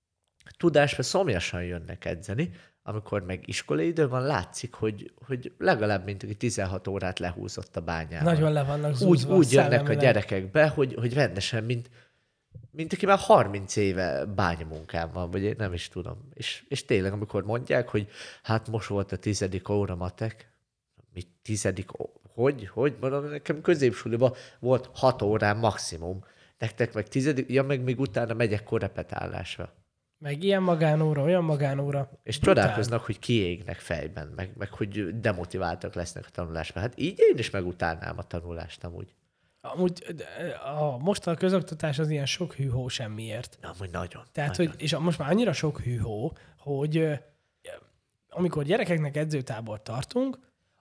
tudásra szomjasan jönnek edzeni, amikor meg iskolai idő van, látszik, hogy, hogy legalább mint tizenhat órát lehúzott a bányában. Nagyon le vannak Úgy, zúzva. úgy jönnek szellemileg. a gyerekek be, hogy, hogy rendesen, mint, mint aki már harminc éve bányamunkán van, vagy én nem is tudom. És, és tényleg, amikor mondják, hogy hát most volt a tizedik óra matek, mit tizedik, ó- hogy, hogy, mondom, nekem középsuliban volt hat órán maximum. Nektek meg tizedik, ja, meg még utána megyek korepetálásra. Meg ilyen magánóra, olyan magánóra. És Brutál. csodálkoznak, hogy kiégnek fejben, meg, meg hogy demotiváltak lesznek a tanulásban. Hát így én is megutálnám a tanulást amúgy. Amúgy a mostani közoktatás az ilyen sok hűhó semmiért. Na, amúgy nagyon. Tehát, nagyon. hogy, és most már annyira sok hűhó, hogy ö, amikor gyerekeknek edzőtábort tartunk,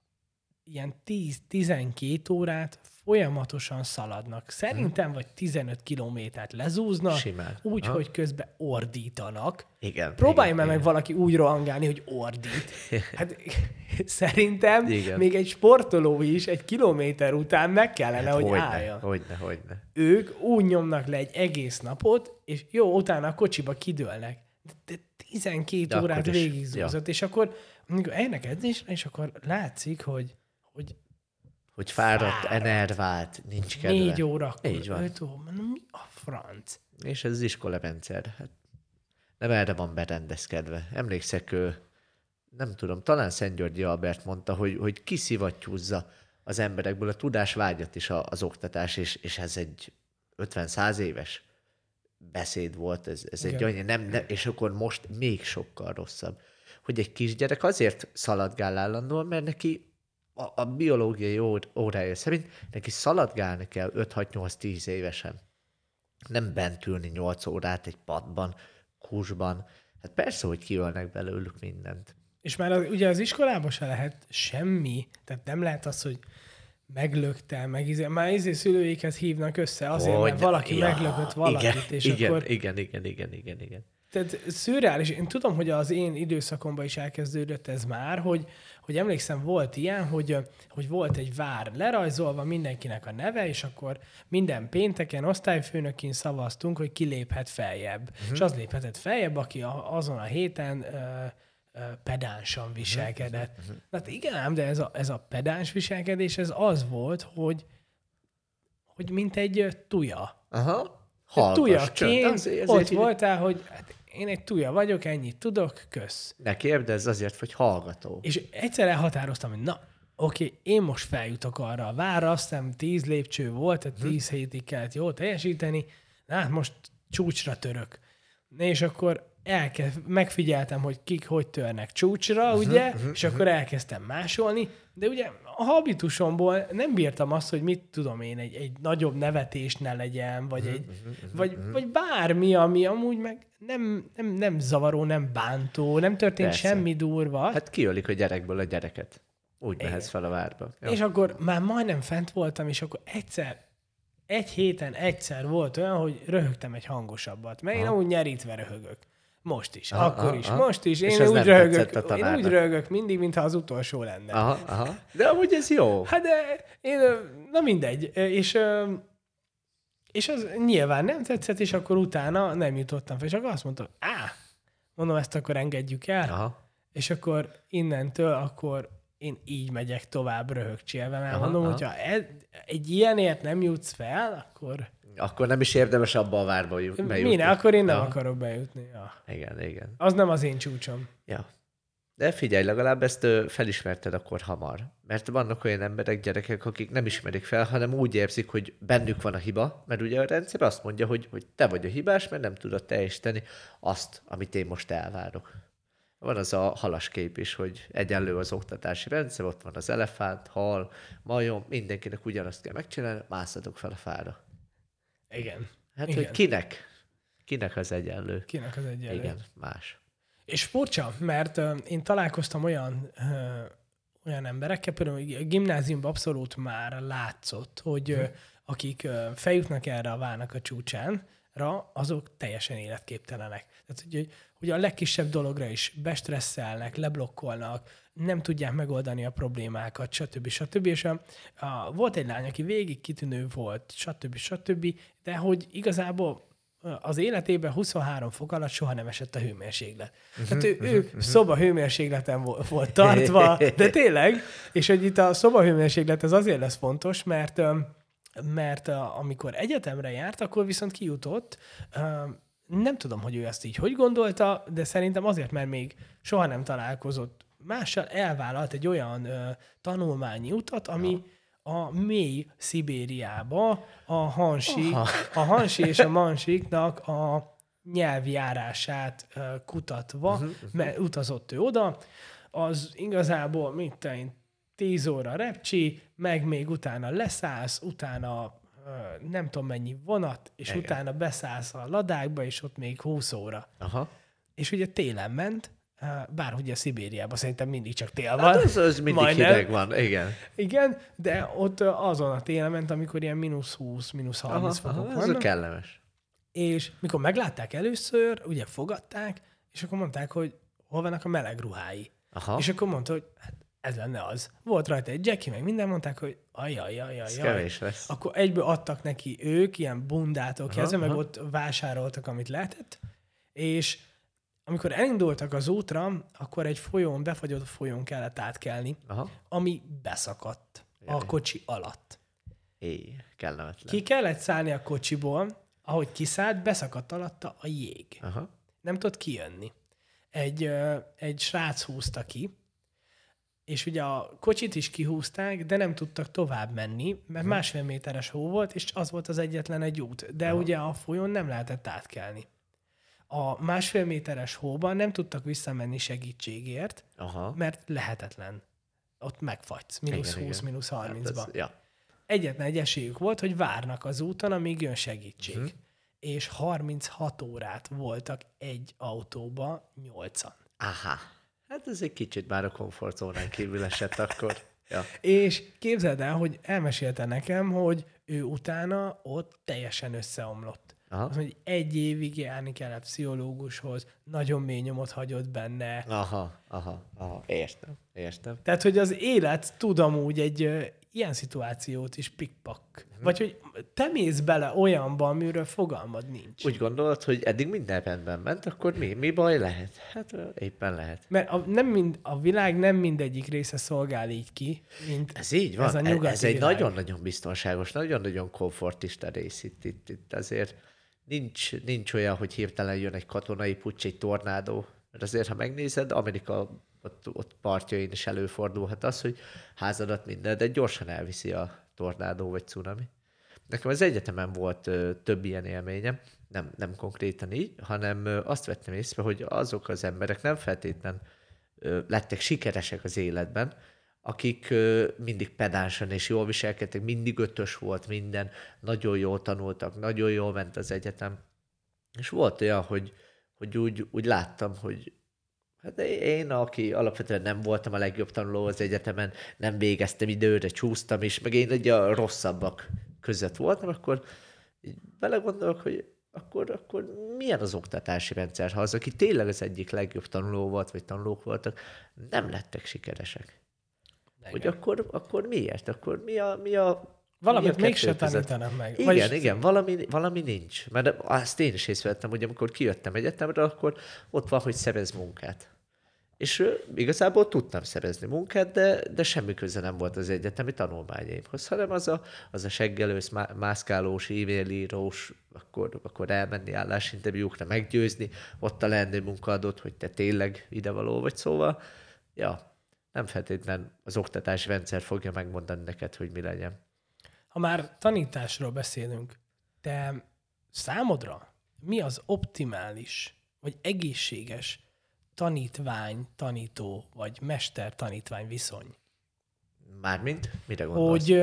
ilyen tíz-tizenkét órát folyamatosan szaladnak. Szerintem vagy tizenöt kilométert lezúznak, Simán. úgy, Ha? hogy közben ordítanak. Igen. Próbálj igen, már meg igen. valaki úgy rohangálni, hogy ordít. Hát szerintem Igen. még egy sportoló is egy kilométer után meg kellene, Hát hogy hogyne, álljon. Hogyne, hogyne. Ők úgy nyomnak le egy egész napot, és jó, utána a kocsiba kidőlnek. De tizenkét De órát akkor is, végigzúzott, és akkor amikor eljönnek edzésre, és akkor látszik, hogy, hogy Hogy fáradt, Fáradt. enervált, nincs kedve. négy órakor, Így van. öt óra, mondom, mi a franc? És ez az iskolarendszer. Hát nem erre van berendezkedve. Emlékszek, ő, nem tudom, talán Szent Györgyi Albert mondta, hogy, hogy kiszivattyúzza az emberekből a tudásvágyat is a- az oktatás, és, és ez egy ötven-száz éves beszéd volt, ez, ez egy Igen. annyi, nem, nem, és akkor most még sokkal rosszabb. Hogy egy kisgyerek azért szaladgál állandóan, mert neki a, a biológiai ó- órája szerint neki szaladgálni kell öt-hat-nyolc-tíz évesen. Nem bent ülni nyolc órát egy padban, kusban. Hát persze, hogy kiölnek belőlük mindent. És már az, ugye az iskolában se lehet semmi, tehát nem lehet az, hogy meglökte, meg izé, már izé szülőikhez hívnak össze azért, Hogy- mert valaki ja, meglökött valakit, igen, és igen, akkor... igen, igen, igen, igen, igen. Tehát szürreális. Én tudom, hogy az én időszakomban is elkezdődött ez már, hogy, hogy emlékszem, volt ilyen, hogy, hogy volt egy vár lerajzolva, mindenkinek a neve, és akkor minden pénteken osztályfőnökin szavaztunk, hogy ki léphet feljebb. Uh-huh. És az léphetett feljebb, aki a, azon a héten ö, ö, pedánsan viselkedett. Uh-huh. Hát igen ám, de ez a, ez a pedáns viselkedés, ez az volt, hogy, hogy mint egy ö, tuja. Aha. Hallgass, Tujaként csönd. Azért- ott azért így- voltál, hogy hát én egy tuja vagyok, ennyit tudok, kösz. Ne kérdezz azért, hogy hallgató. És egyszer elhatároztam, hogy na, oké, én most feljutok arra a várra, azt hiszem tíz lépcső volt, tehát tíz hétig kellett jól teljesíteni, na hát most csúcsra török. És akkor elkezd, megfigyeltem, hogy kik hogy törnek csúcsra, ugye, és akkor elkezdtem másolni, de ugye a habitusomból nem bírtam azt, hogy mit tudom én, egy, egy nagyobb nevetés ne legyen, vagy, egy, vagy, vagy bármi, ami amúgy meg nem, nem, nem zavaró, nem bántó, nem történt Persze. semmi durva. Hát kiölik a gyerekből a gyereket. Úgy mehetsz fel a várba. Ja. És akkor már majdnem fent voltam, és akkor egyszer, egy héten egyszer volt olyan, hogy röhögtem egy hangosabbat, mert én Aha. amúgy nyerítve röhögök. Most is, aha, akkor aha, is, aha. most is. És Én ez úgy, nem röhögök, tetszett a én tanárnak. úgy röhögök mindig, mintha az utolsó lenne. Aha, aha. De amúgy ez jó. Hát de én, ö, na mindegy. Ö, És, ö, és az nyilván nem tetszett, és akkor utána nem jutottam fel. És akkor azt mondtam, á, mondom, ezt akkor engedjük el. Aha. És akkor innentől akkor én így megyek tovább röhögcsélve, mert Aha, mondom, aha. hogyha ez, egy ilyenért nem jutsz fel, akkor Akkor nem is érdemes abba a várba ju- bejutni. mine, akkor én nem Aha. akarok bejutni. Ja. Igen, igen. Az nem az én csúcsom. Ja. De figyelj, legalább ezt ö, felismerted akkor hamar. Mert vannak olyan emberek, gyerekek, akik nem ismerik fel, hanem úgy érzik, hogy bennük van a hiba, mert ugye a rendszer azt mondja, hogy, hogy te vagy a hibás, mert nem tudod teljesíteni azt, amit én most elvárok. Van az a halaskép is, hogy egyenlő az oktatási rendszer, ott van az elefánt, hal, majom, mindenkinek ugyanazt kell megcsinálni, mászhatok fel a fára. Igen. Hát, Igen. hogy kinek? Kinek az egyenlő? Kinek az egyenlő. Igen, más. És furcsa, mert uh, én találkoztam olyan, uh, olyan emberekkel, például a gimnáziumban abszolút már látszott, hogy uh, akik uh, feljutnak erre a vának a csúcsánra, azok teljesen életképtelenek. Tehát, hogy, hogy a legkisebb dologra is bestresszelnek, leblokkolnak, nem tudják megoldani a problémákat, stb. stb. És a, a, volt egy lány, aki végig kitűnő volt, stb. stb. De hogy igazából az életében huszonhárom fok alatt soha nem esett a hőmérséklet. Uh-huh, Tehát ő, ő uh-huh. szoba hőmérsékleten volt, volt tartva, de tényleg, és hogy itt a szoba hőmérséklet az azért lesz fontos, mert, mert amikor egyetemre járt, akkor viszont kijutott, nem tudom, hogy ő ezt így hogy gondolta, de szerintem azért, mert még soha nem találkozott mással, elvállalt egy olyan tanulmányi utat, ami ja. a mély Szibériába a Hansi, a Hansi és a Mansiknak a nyelvjárását uh, kutatva, uh-huh, uh-huh. mert utazott ő oda, az igazából mit tenni, tíz óra repcsi, meg még utána leszállsz, utána uh, nem tudom mennyi vonat, és igen. utána beszállsz a ladákba, és ott még húsz óra. Aha. És ugye télen ment, bár ugye Szibériában szerintem mindig csak tél van. Hát az, az mindig majdnem. hideg van, igen. Igen, de ott azon a télen ment, amikor ilyen mínusz húsz, mínusz harminc aha, fokok aha, vannak. Ez kellemes. És mikor meglátták először, ugye fogadták, és akkor mondták, hogy hol vannak a meleg ruhái. Aha. És akkor mondta, hogy hát ez lenne az. Volt rajta egy Jackie, meg minden, mondták, hogy ajajajajaj. Ez kevés lesz. Akkor egyből adtak neki ők, ilyen bundától kezdve, meg aha. ott vásároltak, amit lehetett, és amikor elindultak az útra, akkor egy folyón, befagyott folyón kellett átkelni, aha. ami beszakadt Jaj. a kocsi alatt. Éj, kellemetlen. Ki kellett szállni a kocsiból, ahogy kiszállt, beszakadt alatta a jég. Aha. Nem tudott kijönni. Egy, ö, egy srác húzta ki, és ugye a kocsit is kihúzták, de nem tudtak tovább menni, mert aha. másfél méteres hó volt, és az volt az egyetlen egy út. De aha. ugye a folyón nem lehetett átkelni. A másfél méteres hóban nem tudtak visszamenni segítségért, aha. mert lehetetlen. Ott megfagysz, mínusz húsz, mínusz harmincba. Hát ja. Egyetlen egy esélyük volt, hogy várnak az úton, amíg jön segítség. Uh-huh. És harminchat órát voltak egy autóba, nyolcan. Aha. Hát ez egy kicsit már a komfortzónán kívül esett akkor. Ja. És képzeld el, hogy elmesélte nekem, hogy ő utána ott teljesen összeomlott. Aha. Az, hogy egy évig járni kellett pszichológushoz, nagyon mély nyomot hagyott benne. Aha, aha, aha, értem, értem. Tehát, hogy az élet tud amúgy egy ö, ilyen szituációt is pikpak. Hmm. Vagy, hogy te mész bele olyanba, amiről fogalmad nincs. Úgy gondolod, hogy eddig minden rendben ment, akkor mi, mi baj lehet? Hát éppen lehet. Mert a, nem mind, a világ nem mindegyik része szolgál így ki, mint ez így van. Ez, a nyugati ez egy világ. nagyon-nagyon biztonságos, nagyon-nagyon komfortista rész itt, itt, itt azért. Nincs, nincs olyan, hogy hirtelen jön egy katonai puccs, egy tornádó. Mert azért, ha megnézed, Amerika ott, ott partjain is előfordulhat az, hogy házadat minden, de gyorsan elviszi a tornádó vagy cunami. Nekem az egyetemen volt ö, több ilyen élményem, nem, nem konkrétan így, hanem ö, azt vettem észre, hogy azok az emberek nem feltétlen ö, lettek sikeresek az életben, akik ö, mindig pedánsan és jól viselkedtek, mindig ötös volt minden, nagyon jól tanultak, nagyon jól ment az egyetem. És volt olyan, hogy, hogy úgy, úgy láttam, hogy hát én, aki alapvetően nem voltam a legjobb tanuló az egyetemen, nem végeztem időre, csúsztam is, meg én egy a rosszabbak között voltam, akkor így belegondolok, hogy akkor, akkor milyen az oktatási rendszer, ha az, aki tényleg az egyik legjobb tanuló volt, vagy tanulók voltak, nem lettek sikeresek. Igen. Hogy akkor, akkor miért? Akkor mi a, mi a Valamit mégse tanítanak meg. Igen, Vagyis... igen, valami, valami nincs. Mert azt én is észrevettem, hogy amikor kijöttem egyetemre, akkor ott van, hogy szerez munkát. És uh, igazából tudtam szerezni munkát, de, de semmi köze nem volt az egyetemi tanulmányaimhoz, hanem az a, az a seggelős, mászkálós, e-mailírós, akkor, akkor elmenni állásinterjúkra, meggyőzni, ott a leendő munkaadót, hogy te tényleg idevaló vagy, szóval, ja, nem feltétlenül az oktatási rendszer fogja megmondani neked, hogy mi legyen. Ha már tanításról beszélünk, te számodra mi az optimális, vagy egészséges tanítvány-tanító, vagy mester-tanítvány viszony? Mármint? Mire gondolsz? Hogy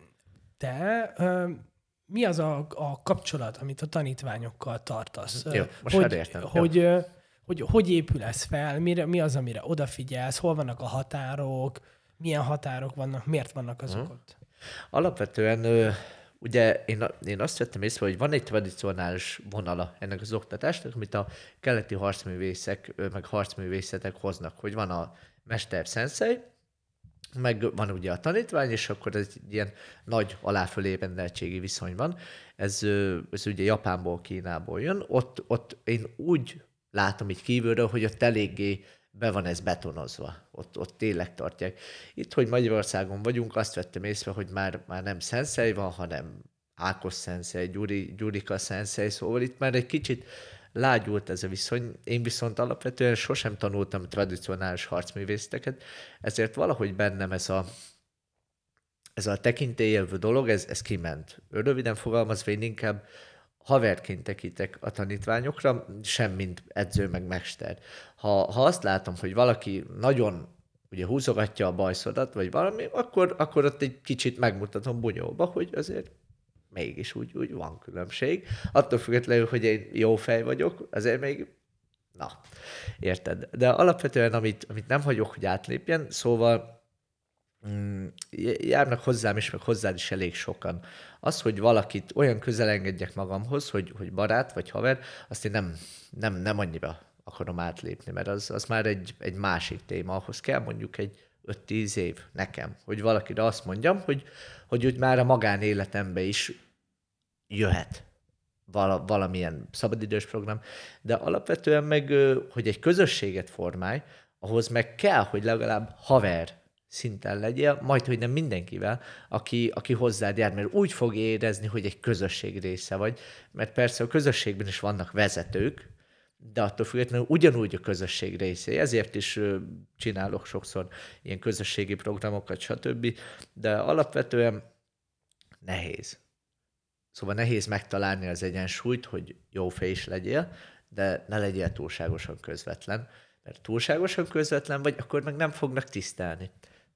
te, mi az a, a kapcsolat, amit a tanítványokkal tartasz? Jó, most hogy, már értem. Hogy, hogy, hogy hogy épül ez fel? Mire, mi az, amire odafigyelsz? Hol vannak a határok? Milyen határok vannak? Miért vannak azok hmm. ott? Alapvetően ugye én, én azt vettem észre, hogy van egy tradicionális vonala ennek az oktatásnak, amit a keleti harcművészek, meg harcművészetek hoznak, hogy van a mester szenszei, meg van ugye a tanítvány, és akkor ez egy ilyen nagy aláfölé rendeltségi viszony van. Ez, ez ugye Japánból, Kínából jön. Ott, ott én úgy látom így kívülről, hogy ott eléggé be van ez betonozva. Ott, ott tényleg tartják. Itt, hogy Magyarországon vagyunk, azt vettem észre, hogy már, már nem szenszei van, hanem Ákos szenszei, Gyuri, Gyurika szenszei, szóval itt már egy kicsit lágyult ez a viszony. Én viszont alapvetően sosem tanultam tradicionális harcművészeteket, ezért valahogy bennem ez a, ez a tekintélyelvű dolog, ez, ez kiment. Röviden fogalmazva, én inkább haverként tekintek a tanítványokra, sem mint edző meg mester. Ha, ha azt látom, hogy valaki nagyon ugye húzogatja a bajszodat, vagy valami, akkor, akkor ott egy kicsit megmutatom bunyóba, hogy azért mégis úgy, úgy van különbség. Attól függetlenül, hogy én jó fej vagyok, azért még, na, érted. De alapvetően, amit, amit nem hagyok, hogy átlépjen, szóval mm, járnak hozzám is, meg hozzád is elég sokan. Az, hogy valakit olyan közel engedjek magamhoz, hogy, hogy barát vagy haver, azt én nem, nem, nem annyira akarom átlépni, mert az, az már egy, egy másik téma. Ahhoz kell mondjuk egy öt-tíz év nekem, hogy valakire azt mondjam, hogy, hogy úgy már a magánéletembe is jöhet vala, valamilyen szabadidős program, de alapvetően meg, hogy egy közösséget formálj, ahhoz meg kell, hogy legalább haver szinten legyél, majd, hogy nem mindenkivel, aki, aki hozzád jár, mert úgy fog érezni, hogy egy közösség része vagy, mert persze a közösségben is vannak vezetők, de attól függetlenül ugyanúgy a közösség részé. Ezért is csinálok sokszor ilyen közösségi programokat, stb. De alapvetően nehéz. Szóval nehéz megtalálni az egyensúlyt, hogy jó fej is legyél, de ne legyél túlságosan közvetlen. Mert túlságosan közvetlen vagy, akkor meg nem fognak tisztelni.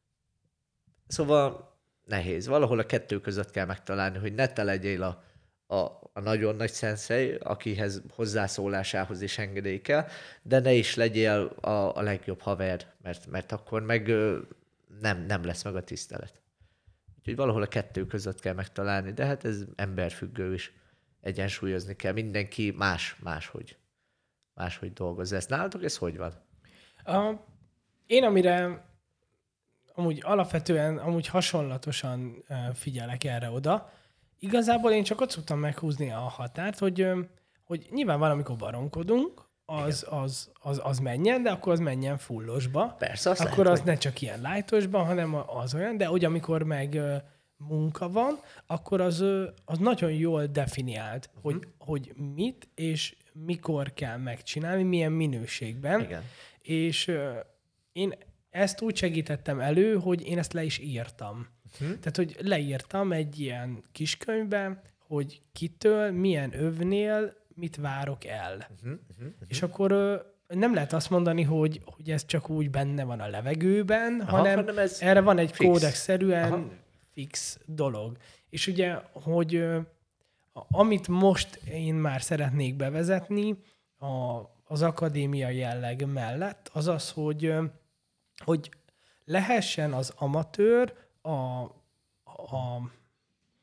Szóval nehéz. Valahol a kettő között kell megtalálni, hogy ne te legyél a A, a nagyon nagy szenszei, akihez hozzászólásához is engedély kell, de ne is legyél a, a legjobb haver, mert, mert akkor meg ö, nem, nem lesz meg a tisztelet. Úgyhogy valahol a kettő között kell megtalálni, de hát ez emberfüggő is. Egyensúlyozni kell. Mindenki más, máshogy, máshogy dolgoz. Ez nálatok, ez hogy van? A, én amire amúgy alapvetően, amúgy hasonlatosan figyelek erre oda, igazából én csak ott szoktam meghúzni a határt, hogy, hogy nyilván valamikor baromkodunk, az, az, az, az menjen, de akkor az menjen fullosba. Persze, azt akkor lehet, az ne csak ilyen lightosban, hanem az olyan, de hogy amikor meg munka van, akkor az, az nagyon jól definiált, uh-huh. hogy, hogy mit és mikor kell megcsinálni, milyen minőségben. Igen. És én ezt úgy segítettem elő, hogy én ezt le is írtam. Uh-huh. Tehát, hogy leírtam egy ilyen kiskönyvben, hogy kitől, milyen övnél mit várok el. Uh-huh. Uh-huh. És akkor nem lehet azt mondani, hogy, hogy ez csak úgy benne van a levegőben, aha, hanem, hanem ez erre van egy kódexszerűen aha. fix dolog. És ugye, hogy amit most én már szeretnék bevezetni a, az akadémiai jelleg mellett, az az, hogy, hogy lehessen az amatőr a, a,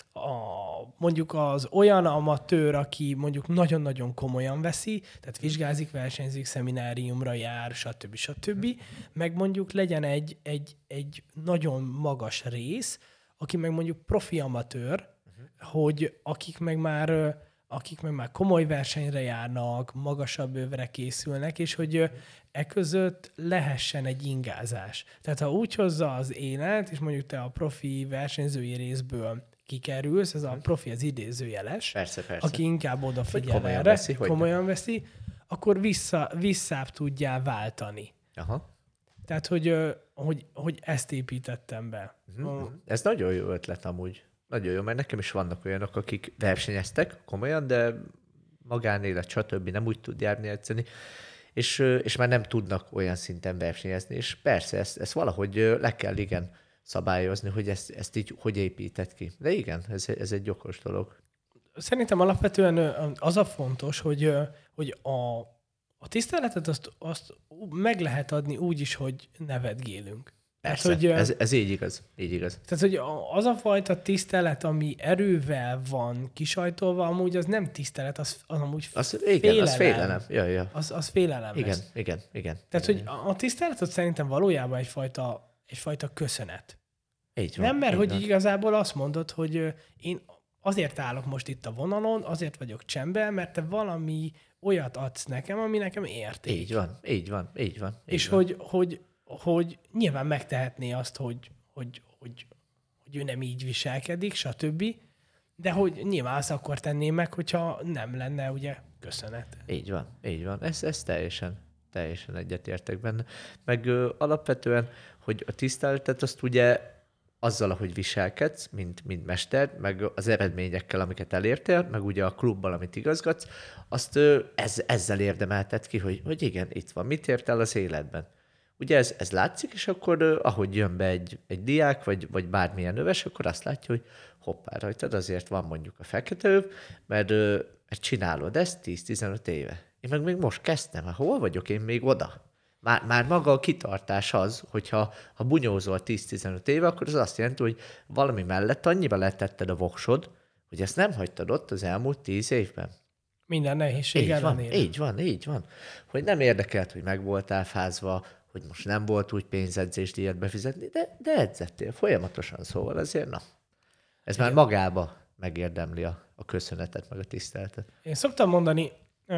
a, mondjuk az olyan amatőr, aki mondjuk nagyon-nagyon komolyan veszi, tehát vizsgázik, versenyzik, szemináriumra jár, stb. stb. Meg mondjuk legyen egy, egy, egy nagyon magas rész, aki meg mondjuk profi amatőr, uh-huh. hogy akik meg már akik meg már komoly versenyre járnak, magasabb övre készülnek, és hogy e között lehessen egy ingázás. Tehát ha úgy hozza az élet, és mondjuk te a profi versenyzői részből kikerülsz, ez a profi az idézőjeles, persze, persze. aki inkább odafigyel komolyan erre, veszi, komolyan veszi, akkor vissza, visszább tudjál váltani. Aha. Tehát, hogy, hogy, hogy ezt építettem be. Uh-huh. Ez nagyon jó ötlet amúgy. Nagyon jó, mert nekem is vannak olyanok, akik versenyeztek komolyan, de magánélet, stb. Nem úgy tud járni edzeni, és, és már nem tudnak olyan szinten versenyezni. És persze, ezt, ezt valahogy le kell igen szabályozni, hogy ezt, ezt így hogy épített ki. De igen, ez, ez egy okos dolog. Szerintem alapvetően az a fontos, hogy, hogy a, a tiszteletet azt, azt meg lehet adni úgy is, hogy nevetgélünk. Persze, tehát, hogy, ez, ez így igaz. Így igaz. Tehát, hogy az a fajta tisztelet, ami erővel van kisajtolva, amúgy az nem tisztelet, az, az amúgy az, félelem. Igen, az félelem. Ja, ja. Az, az félelem igen, lesz. Igen, igen. Tehát, igen. hogy a tiszteletet szerintem valójában egyfajta, egyfajta köszönet. Így van, nem, mert így hogy van. igazából azt mondod, hogy én azért állok most itt a vonalon, azért vagyok csendben, mert te valami olyat adsz nekem, ami nekem érték. Így van, így van, így van. Így és van. Hogy, hogy, hogy nyilván megtehetné azt, hogy, hogy, hogy, hogy ő nem így viselkedik, stb. De hogy nyilván azt akkor tenné meg, hogyha nem lenne ugye köszönet. Így van, így van. Ez, ez teljesen, teljesen egyetértek benne. Meg ö, alapvetően, hogy a tiszteletet azt ugye azzal, ahogy viselkedsz, mint, mint mester, meg az eredményekkel, amiket elértél, meg ugye a klubban, amit igazgatsz, azt ö, ez, ezzel érdemelted ki, hogy, hogy igen, itt van, mit ért el az életben. Ugye ez, ez látszik, és akkor ö, ahogy jön be egy, egy diák, vagy, vagy bármilyen öves, akkor azt látja, hogy hoppá, rajtad azért van mondjuk a fekete öv, mert, ö, mert csinálod ezt tíz-tizenöt éve. Én meg még most kezdtem, hát hol vagyok én még oda? Már, már maga a kitartás az, hogyha ha bunyózol tíz-tizenöt éve, akkor az azt jelenti, hogy valami mellett annyiba letetted a voksod, hogy ezt nem hagytad ott az elmúlt tíz évben. Minden nehézség Így van, ellenére. így van, így van. Hogy nem érdekelt, hogy meg voltál fázva, hogy most nem volt úgy pénzedzésdíjat befizetni, de, de edzettél folyamatosan, szóval azért na. Ez igen. Már magába megérdemli a, a köszönetet, meg a tiszteletet. Én szoktam mondani,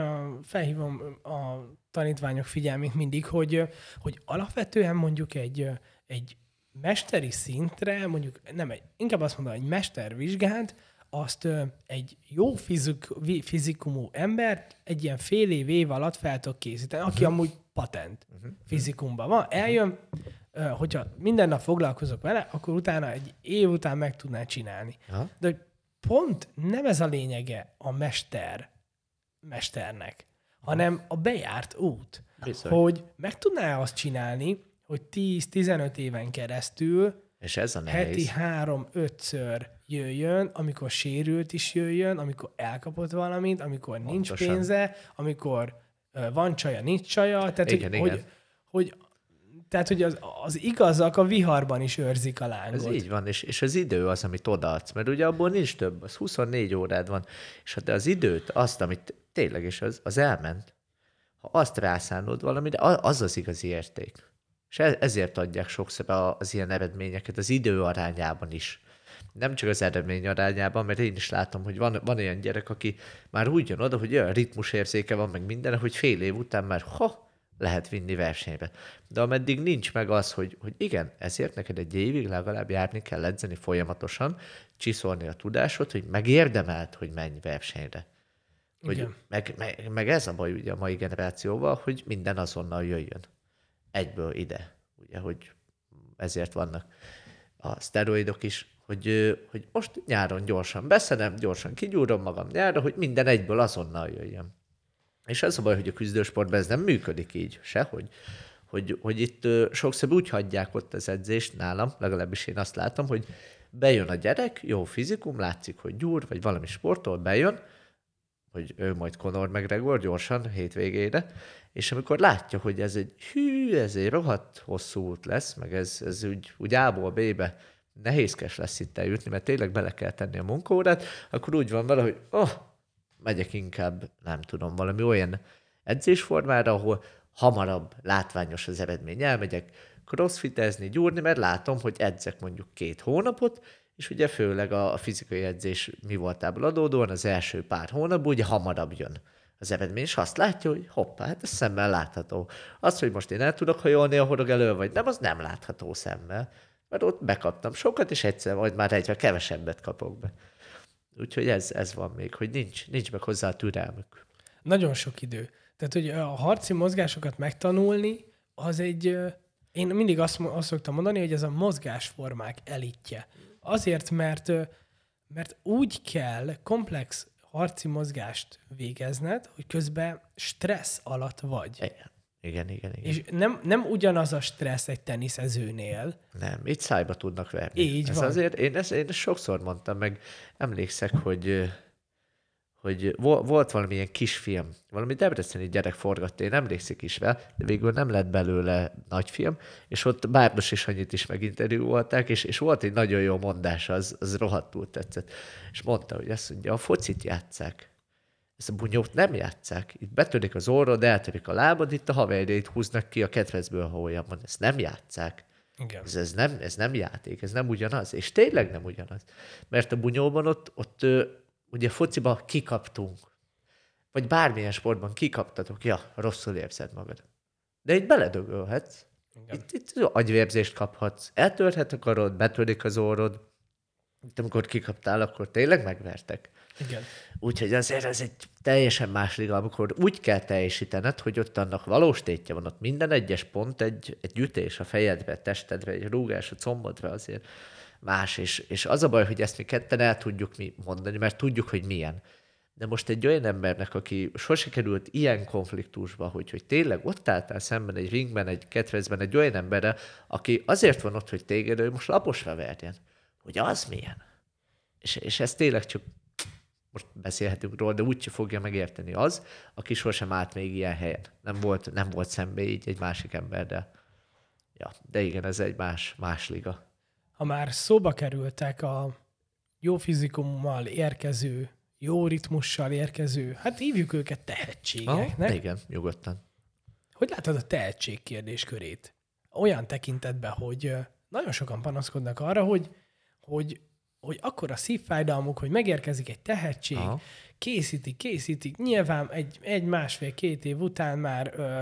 felhívom a tanítványok figyelmét mindig, hogy, hogy alapvetően mondjuk egy, egy mesteri szintre, mondjuk nem egy, inkább azt mondom, egy mestervizsgát, azt egy jó fizik, fizikumú embert egy ilyen fél év, év alatt fel tudok készíteni, aki uh-huh. amúgy patent uh-huh. fizikumban van. Eljön, hogyha minden nap foglalkozok vele, akkor utána egy év után meg tudná csinálni. Uh-huh. De hogy pont nem ez a lényege a mester mesternek, hanem a bejárt út. Bizony. Hogy meg tudná azt csinálni, hogy tíz-tizenöt éven keresztül és ez a heti három-ötször jöjjön, amikor sérült is jöjjön, amikor elkapott valamit, amikor Pontosan. nincs pénze, amikor uh, van csaja, nincs csaja. Tehát, igen, hogy, igen. Hogy, hogy, tehát, hogy az, az igazak a viharban is őrzik a lángot. Ez így van, és, és az idő az, amit odaadsz, mert ugye abból nincs több, az huszonnégy órád van, és ha te az időt, azt, amit tényleg is az, az elment, ha azt rászánod valamire, az az igazi érték. És ezért adják sokszor az ilyen eredményeket az idő arányában is. Nem csak az eredmény arányában, mert én is látom, hogy van, van olyan gyerek, aki már úgy jön oda, hogy olyan ritmusérzéke van meg minden, hogy fél év után már ha lehet vinni versenybe. De ameddig nincs meg az, hogy, hogy igen, ezért neked egy évig legalább járni kell edzeni folyamatosan, csiszolni a tudásod, hogy megérdemelt, hogy menj versenyre. Hogy meg, meg, meg ez a baj ugye a mai generációval, hogy minden azonnal jöjjön. Egyből ide. Ugye, hogy ezért vannak a szteroidok is, hogy, hogy most nyáron gyorsan beszedem, gyorsan kigyúrom magam nyárra, hogy minden egyből azonnal jöjjön. És az a baj, hogy a küzdősportban ez nem működik így sehogy. Hogy, hogy itt sokszor úgy hagyják ott az edzést nálam, legalábbis én azt látom, hogy bejön a gyerek, jó fizikum, látszik, hogy gyúr, vagy valami sportol, bejön, hogy ő majd Conor McGregor gyorsan hétvégére, és amikor látja, hogy ez egy hű, ez egy rohadt hosszú út lesz, meg ez, ez úgy, úgy A-ból B-be nehézkes lesz itt eljutni, mert tényleg bele kell tenni a munkaórát, akkor úgy van vele, hogy oh, megyek inkább, nem tudom, valami olyan edzésformára, ahol hamarabb látványos az eredmény. Elmegyek crossfitezni, gyúrni, mert látom, hogy edzek mondjuk két hónapot, és ugye főleg a fizikai edzés mi voltából adódóan az első pár hónapban ugye hamarabb jön az eredmény, és azt látja, hogy hoppá, hát ez szemmel látható. Az, hogy most én el tudok hajolni a horog elő, vagy nem, az nem látható szemmel. Mert ott bekaptam sokat, és egyszer majd már egyre kevesebbet kapok be. Úgyhogy ez, ez van még, hogy nincs, nincs meg hozzá a türelmük. Nagyon sok idő. Tehát, hogy a harci mozgásokat megtanulni, az egy... Én mindig azt, azt szoktam mondani, hogy ez a mozgásformák elitje. Azért, mert, mert úgy kell komplex harci mozgást végezned, hogy közben stressz alatt vagy. Igen, igen, igen. igen. És nem, nem ugyanaz a stressz egy teniszezőnél. Nem, itt szájba tudnak verni. Így ez van. Azért, én, ezt, én ezt sokszor mondtam, meg emlékszek, hogy, hogy volt valamilyen kisfilm, valami debreceni gyerek forgatta, én emlékszik is vele, de végül nem lett belőle nagyfilm, és ott Bárdos és Hanyit is meginterjúolták, és, és volt egy nagyon jó mondás, az, az rohadtul tetszett. És mondta, hogy azt mondja, a focit játsszák. Ezt a bunyót nem játsszák. Itt betörik az orrod, eltörik a lábad, itt a haverjait húznak ki a kedvezből, ha olyan van. Ezt nem játsszák. Igen. Ez, ez, nem, ez nem játék, ez nem ugyanaz. És tényleg nem ugyanaz. Mert a bunyóban ott, ott ugye fociban kikaptunk. Vagy bármilyen sportban kikaptatok, ja, rosszul érzed magad. De itt beledögölhetsz. Itt, itt agyvérzést kaphatsz. Eltörhet a karod, betörik az orrod. Itt amikor kikaptál, akkor tényleg megvertek. Igen. Úgyhogy azért ez egy teljesen más liga, amikor úgy kell teljesítened, hogy ott annak valós tétje van, ott minden egyes pont egy, egy ütés a fejedbe, testedre, egy rúgás a combodra azért más, és, és az a baj, hogy ezt mi ketten el tudjuk mi mondani, mert tudjuk, hogy milyen. De most egy olyan embernek, aki sose került ilyen konfliktusba, hogy, hogy tényleg ott álltál szemben egy ringben, egy ketrezben, egy olyan emberre, aki azért van ott, hogy téged, hogy most laposra verjen, hogy az milyen. És, és ez tényleg csak most beszélhetünk róla, de úgyse fogja megérteni az, aki sosem állt még ilyen helyen. Nem volt, nem volt szembe így egy másik emberrel. Ja, de igen, ez egy más, más liga. Ha már szóba kerültek a jó fizikummal érkező, jó ritmussal érkező, hát hívjuk őket tehetségeknek. Ah, igen, nyugodtan. Hogy látod a tehetség kérdéskörét? Olyan tekintetben, hogy nagyon sokan panaszkodnak arra, hogy, hogy hogy akkor a szívfájdalmuk, hogy megérkezik egy tehetség, aha, készítik, készítik, nyilván egy, egy másfél-két év után már ö,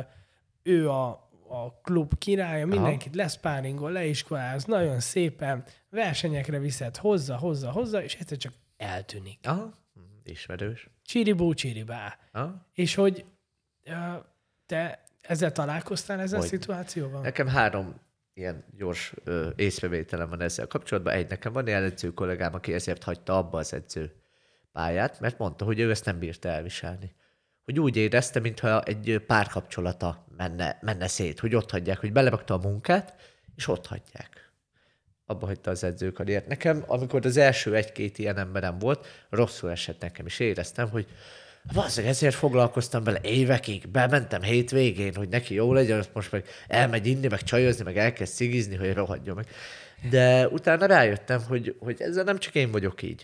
ő a, a klub királya, mindenkit leszpáringol, leiskoláz, nagyon szépen versenyekre viszed, hozza, hozza, hozza, és egyszer csak eltűnik. Aha, ismerős. Csiribú, csiribá. Aha. És hogy ö, te ezzel találkoztál ezzel hogy? A szituációval? Nekem három ilyen gyors ö, észrevételem van ezzel kapcsolatban. Egy, nekem van ilyen edző kollégám, aki ezért hagyta abba az edző pályát, mert mondta, hogy ő ezt nem bírta elviselni. Hogy úgy érezte, mintha egy párkapcsolata menne, menne szét, hogy ott hagyják, hogy belebakta a munkát, és ott hagyják. Abba hagyta az edzőkarriert. Nekem, amikor az első egy-két ilyen emberem volt, rosszul esett nekem, és éreztem, hogy valószínűleg ezért foglalkoztam vele évekig, bementem hétvégén, hogy neki jó legyen, most meg elmegy inni, meg csajozni, meg elkezd cigizni, hogy rohadjon meg. De utána rájöttem, hogy, hogy ezzel nem csak én vagyok így.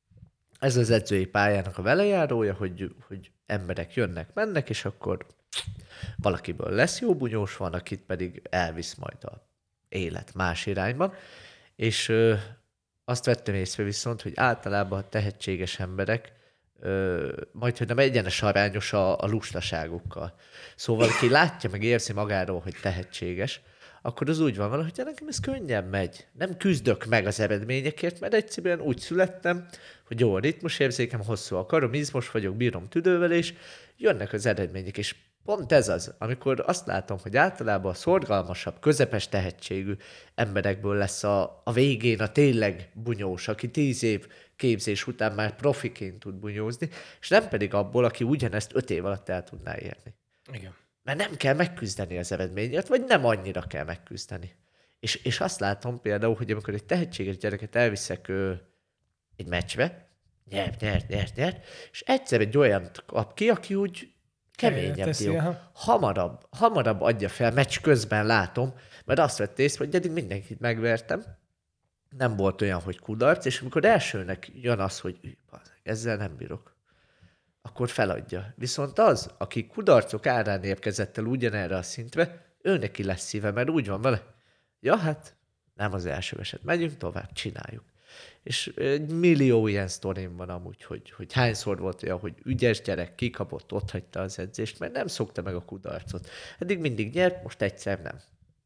Ez az edzői pályának a velejárója, hogy, hogy emberek jönnek, mennek, és akkor valakiből lesz jó bunyós, van, akit pedig elvisz majd a élet más irányban. És ö, azt vettem észre viszont, hogy általában a tehetséges emberek Ö, majd, hogy nem egyenes arányos a, a lustaságukkal. Szóval, aki látja, meg érzi magáról, hogy tehetséges, akkor az úgy van vele, hogy nekem ez könnyen megy. Nem küzdök meg az eredményekért, mert egyszerűen úgy születtem, hogy jó a ritmusérzékem, hosszú a karom, izmos vagyok, bírom tüdővel, és jönnek az eredmények. És pont ez az, amikor azt látom, hogy általában a szorgalmasabb, közepes tehetségű emberekből lesz a, a végén a tényleg bunyós, aki tíz év képzés után már profiként tud bunyózni, és nem pedig abból, aki ugyanezt öt év alatt el tudná érni. Igen. Mert nem kell megküzdeni az eredményért, vagy nem annyira kell megküzdeni. És, és azt látom például, hogy amikor egy tehetséges gyereket elviszek ö, egy meccsbe, nyert, nyert, nyert, nyert, és egyszer egy olyan kap ki, aki úgy keményebb dió. Hamarabb, hamarabb adja fel, meccs közben látom, mert azt vett észre, hogy eddig mindenkit megvertem, nem volt olyan, hogy kudarc, és amikor elsőnek jön az, hogy ezzel nem bírok, akkor feladja. Viszont az, aki kudarcok árán érkezett el ugyanerre a szintre, ő neki lesz szíve, mert úgy van vele. Ja, hát nem az első eset. Megyünk tovább, csináljuk. És egy millió ilyen sztorim van amúgy, hogy, hogy hányszor volt olyan, hogy ügyes gyerek kikapott, ott hagyta az edzést, mert nem szokta meg a kudarcot. Eddig mindig nyert, most egyszer nem.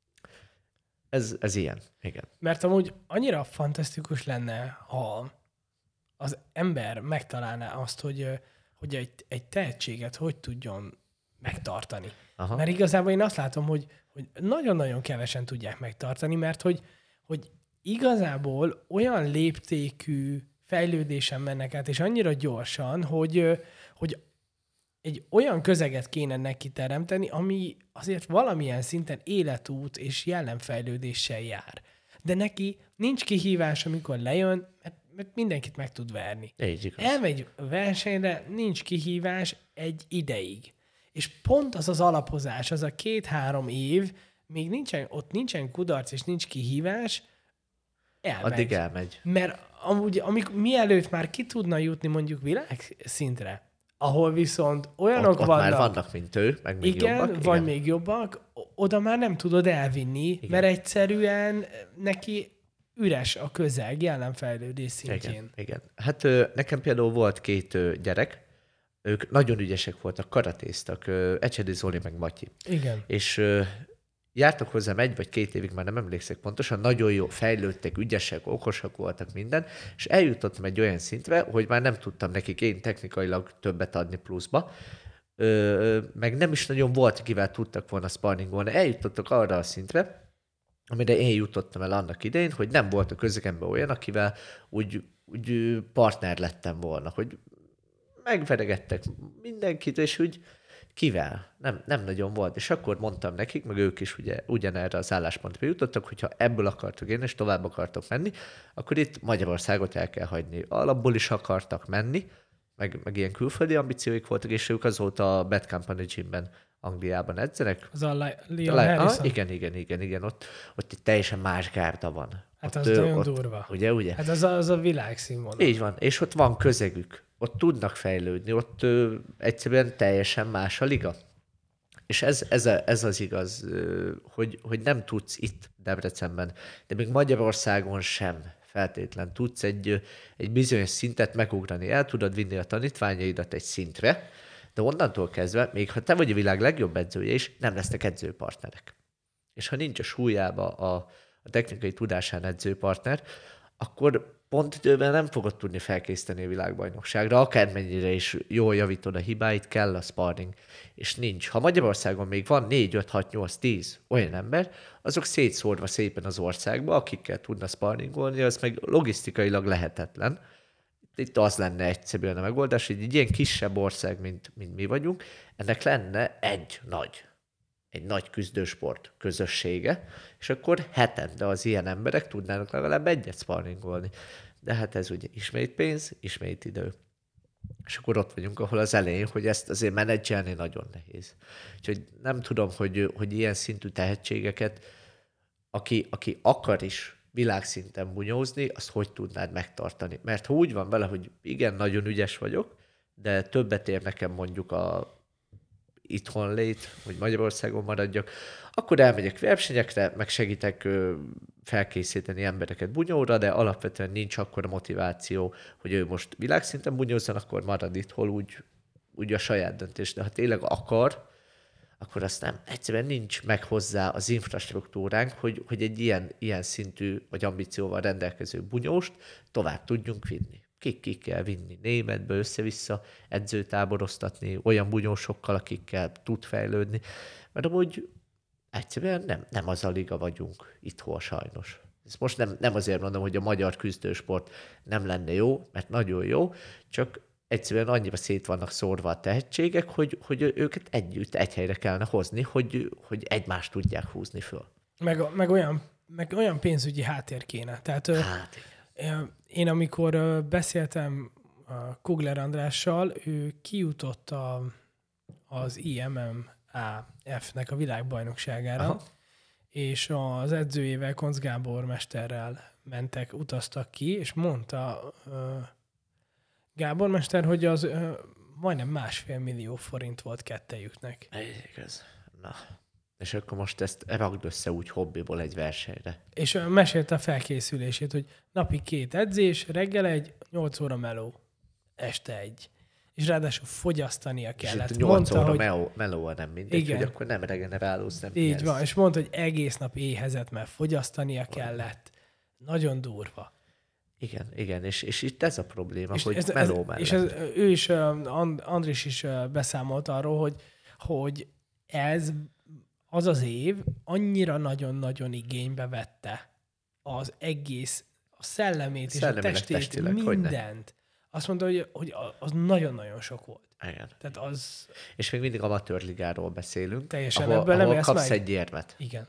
Ez, ez ilyen, igen. Mert amúgy annyira fantasztikus lenne, ha az ember megtalálná azt, hogy, hogy egy, egy tehetséget hogy tudjon megtartani. Aha. Mert igazából én azt látom, hogy, hogy nagyon-nagyon kevesen tudják megtartani, mert hogy, hogy igazából olyan léptékű fejlődésen mennek át, és annyira gyorsan, hogy, hogy egy olyan közeget kéne neki teremteni, ami azért valamilyen szinten életút és jellemfejlődéssel jár. De neki nincs kihívás, amikor lejön, mert, mert mindenkit meg tud verni. Elmegy versenyre, nincs kihívás egy ideig. És pont az az alapozás, az a két-három év, még nincsen, ott nincsen kudarc és nincs kihívás, elmegy. Addig elmegy. Mert amúgy, amik, mielőtt már ki tudna jutni mondjuk világszintre, ahol viszont olyanok ott, ott vannak... már vannak, mint ő, meg még igen, jobbak. vagy Igen, még jobbak, oda már nem tudod elvinni, igen. mert egyszerűen neki üres a közeg jelenfejlődés szintjén. Igen, igen. Hát nekem például volt két gyerek, ők nagyon ügyesek voltak, karatéztak, Ecsedi Zoli meg Matyi. Igen. És jártak hozzám egy vagy két évig, már nem emlékszek pontosan, nagyon jó, fejlődtek, ügyesek, okosak voltak minden, és eljutottam egy olyan szintre, hogy már nem tudtam nekik én technikailag többet adni pluszba, ö, meg nem is nagyon volt, kivel tudtak volna sparringolni. Eljutottak arra a szintre, amire én jutottam el annak idején, hogy nem volt a közegemben olyan, akivel úgy, úgy partner lettem volna, hogy megveregettek mindenkit, és úgy kivel? Nem, nem nagyon volt. És akkor mondtam nekik, meg ők is ugye ugyanerre az álláspontra jutottak, hogyha ebből akartok én, és tovább akartok menni, akkor itt Magyarországot el kell hagyni. Alapból is akartak menni, meg, meg ilyen külföldi ambícióik voltak, és ők azóta a Bad Company Gymben Angliában edzenek. Az a Leon Le- Harrison? Ah, igen, igen, igen, igen. Ott, ott egy teljesen más gárda van. Hát ott, az nagyon ott, durva. Ugye, ugye? Hát az a, az a világszínvonal. Így van, és ott van közegük. Ott tudnak fejlődni, ott ö, egyszerűen teljesen más a liga. És ez, ez, a, ez az igaz, ö, hogy, hogy nem tudsz itt Debrecenben, de még Magyarországon sem feltétlen tudsz egy, egy bizonyos szintet megugrani. El tudod vinni a tanítványaidat egy szintre, de onnantól kezdve, még ha te vagy a világ legjobb edzője is, nem lesznek edzőpartnerek. És ha nincs a súlyába a, a technikai tudásán edzőpartner, akkor pont időben nem fogod tudni felkészíteni a világbajnokságra, akármennyire is jól javítod a hibáit, kell a sparring, és nincs. Ha Magyarországon még van négy, öt, hat, nyolc, tíz olyan ember, azok szétszórva szépen az országba, akikkel tudna sparringolni, az meg logisztikailag lehetetlen. Itt az lenne egyszerűen a megoldás, hogy egy ilyen kisebb ország, mint, mint mi vagyunk, ennek lenne egy nagy egy nagy küzdősport közössége, és akkor hetente az ilyen emberek tudnának legalább egyet sparringolni. De hát ez ugye ismét pénz, ismét idő. És akkor ott vagyunk, ahol az elején, hogy ezt azért menedzselni nagyon nehéz. Úgyhogy nem tudom, hogy, hogy ilyen szintű tehetségeket, aki, aki akar is világszinten bunyózni, azt hogy tudnád megtartani. Mert ha úgy van vele, hogy igen, nagyon ügyes vagyok, de többet ér nekem mondjuk a itthon lét, hogy Magyarországon maradjak, akkor elmegyek versenyekre, meg segítek ö, felkészíteni embereket bunyóra, de alapvetően nincs akkora motiváció, hogy ő most világszinten bunyózzon, akkor marad itthon úgy, úgy a saját döntés. De ha tényleg akar, akkor azt nem. Egyszerűen nincs meg hozzá az infrastruktúránk, hogy, hogy egy ilyen, ilyen szintű vagy ambícióval rendelkező bunyóst tovább tudjunk vinni. Kik-kik kell vinni németbe, össze-vissza edzőtáboroztatni, olyan bunyósokkal, akikkel tud fejlődni. Mert amúgy egyszerűen nem, nem az a liga vagyunk itthon sajnos. Ezt most nem, nem azért mondom, hogy a magyar küzdősport nem lenne jó, mert nagyon jó, csak egyszerűen annyira szét vannak szórva a tehetségek, hogy, hogy őket együtt egy helyre kellene hozni, hogy, hogy egymást tudják húzni föl. Meg, meg, olyan, meg olyan pénzügyi háttér kéne. Tehát, hát igen. Én amikor beszéltem Kugler Andrással, ő kijutott a, az I M M A F-nek a világbajnokságára, aha, és az edzőjével, Koncz Gábor mesterrel mentek, utaztak ki, és mondta uh, Gábor mester, hogy az uh, majdnem másfél millió forint volt kettejüknek. Igaz. Na. És akkor most ezt rakd össze úgy hobbiból egy versenyre. És uh, mesélte a felkészülését, hogy napi két edzés, reggel egy, nyolc óra meló, este egy. És ráadásul fogyasztania kellett. És nyolc mondta, óra hogy... meló, meló nem mindegy, Igen. hogy akkor nem regenerálódsz, nem Így nyersz. van, és mondta, hogy egész nap éhezett, mert fogyasztania kellett. Nagyon durva. Igen, igen, és, és itt ez a probléma, És hogy ez, meló ez, mellett. és ez, ő is, And- Andris is beszámolt arról, hogy, hogy ez az az év annyira nagyon-nagyon igénybe vette az egész, a szellemét és Szellemileg, a testét, testileg, mindent. hogyne. Azt mondta, hogy, hogy az nagyon-nagyon sok volt. Igen. Tehát az... És még mindig amatőrligáról beszélünk, Teljesen, ahol, ebből nem ahol élsz kapsz meg. egy érmet. Igen.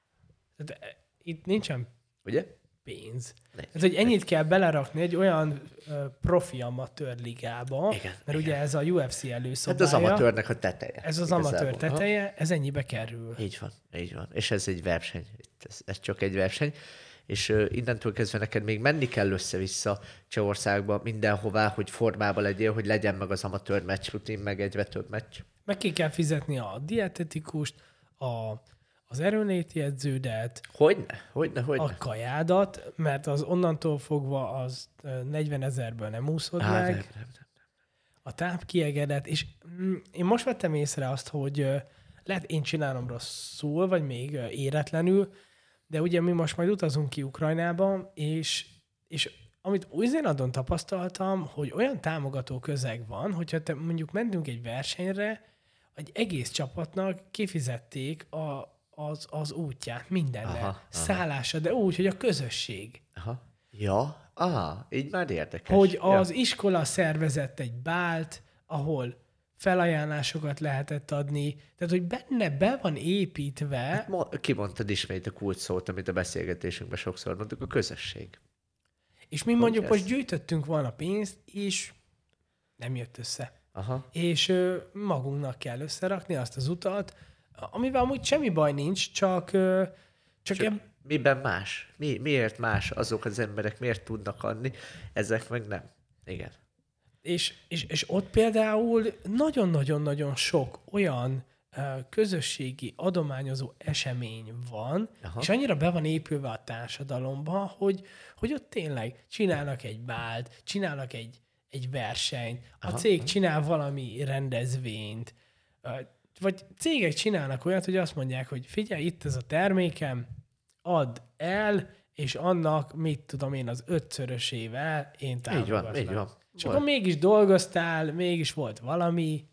Tehát itt nincsen Ugye? pénz. Ne. Tehát, hogy ennyit kell belerakni egy olyan uh, profi amatőr ligába, Igen, mert igen. ugye ez a U F C Hát előszobája, az amatőrnek a teteje. ez az igazából. amatőr teteje, ez ennyibe kerül. Így van, így van. És ez egy verseny. Itt Ez, ez csak egy verseny. És uh, innentől kezdve neked még menni kell össze-vissza Csehországba, mindenhová, hogy formába legyél, hogy legyen meg az amatőr meccs rutin, meg egyre több meccs. Meg ki kell fizetni a dietetikust, a, az erőnléti edződet, Hogyne, hogyne, hogyne. a kajádat, mert az onnantól fogva az ö, negyven ezerből nem úszod Á, meg. nem, nem, nem. A tápkiegedet, és mm, én most vettem észre azt, hogy ö, lehet én csinálom rosszul, vagy még ö, éretlenül, de ugye mi most majd utazunk ki Ukrajnába, és, és amit Új-Zélandon tapasztaltam, hogy olyan támogató közeg van, hogyha te mondjuk mentünk egy versenyre, egy egész csapatnak kifizették a, az, az útját, mindennel, Aha, aha. szállása, de úgy, hogy a közösség. Aha. Ja, ah, így már érdekes. Hogy az ja. iskola szervezett egy bált, ahol felajánlásokat lehetett adni, tehát hogy benne be van építve, Ma, kimondtad ismét a kulcs szót, amit a beszélgetésünkben sokszor mondtuk, a közösség. és mi mondjuk ez? most gyűjtöttünk volna pénzt, és nem jött össze. Aha. És ö, magunknak kell összerakni azt az utat, amivel amúgy semmi baj nincs, csak, ö, csak, Csak eb- miben más? Mi, miért más azok az emberek, miért tudnak adni, ezek meg nem. Igen. és, és, és ott például nagyon-nagyon-nagyon sok olyan ö, közösségi adományozó esemény van, Aha. és annyira be van épülve a társadalomba, hogy, hogy ott tényleg csinálnak egy bált, csinálnak egy, egy versenyt, a Aha. cég csinál valami rendezvényt, ö, vagy cégek csinálnak olyat, hogy azt mondják, hogy figyelj, itt ez a termékem, add el, és annak, mit tudom én, az ötszörösével én Így támogatlak. van, így van. És akkor mégis dolgoztál, mégis volt valami.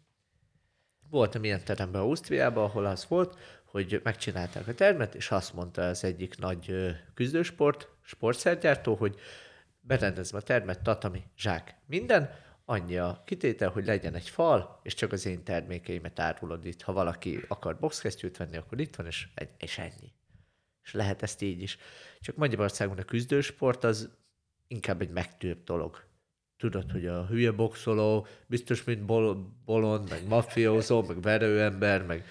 Voltam ilyen teremben Ausztriában, ahol az volt, hogy megcsinálták a termet, és azt mondta az egyik nagy ö, küzdősport, sportszergyártó, hogy berendezem a termet, tatami, zsák, minden, annyi a kitétel, hogy legyen egy fal, és csak az én termékeimet árulod itt. Ha valaki akar boxkesztyűt venni, akkor itt van, és, egy, és ennyi. És lehet ezt így is. Csak Magyarországon a küzdősport az inkább egy megtűrt dolog. Tudod, hogy a hülye boxoló, biztos, mint bol- bolond, meg mafiózó, meg verőember, meg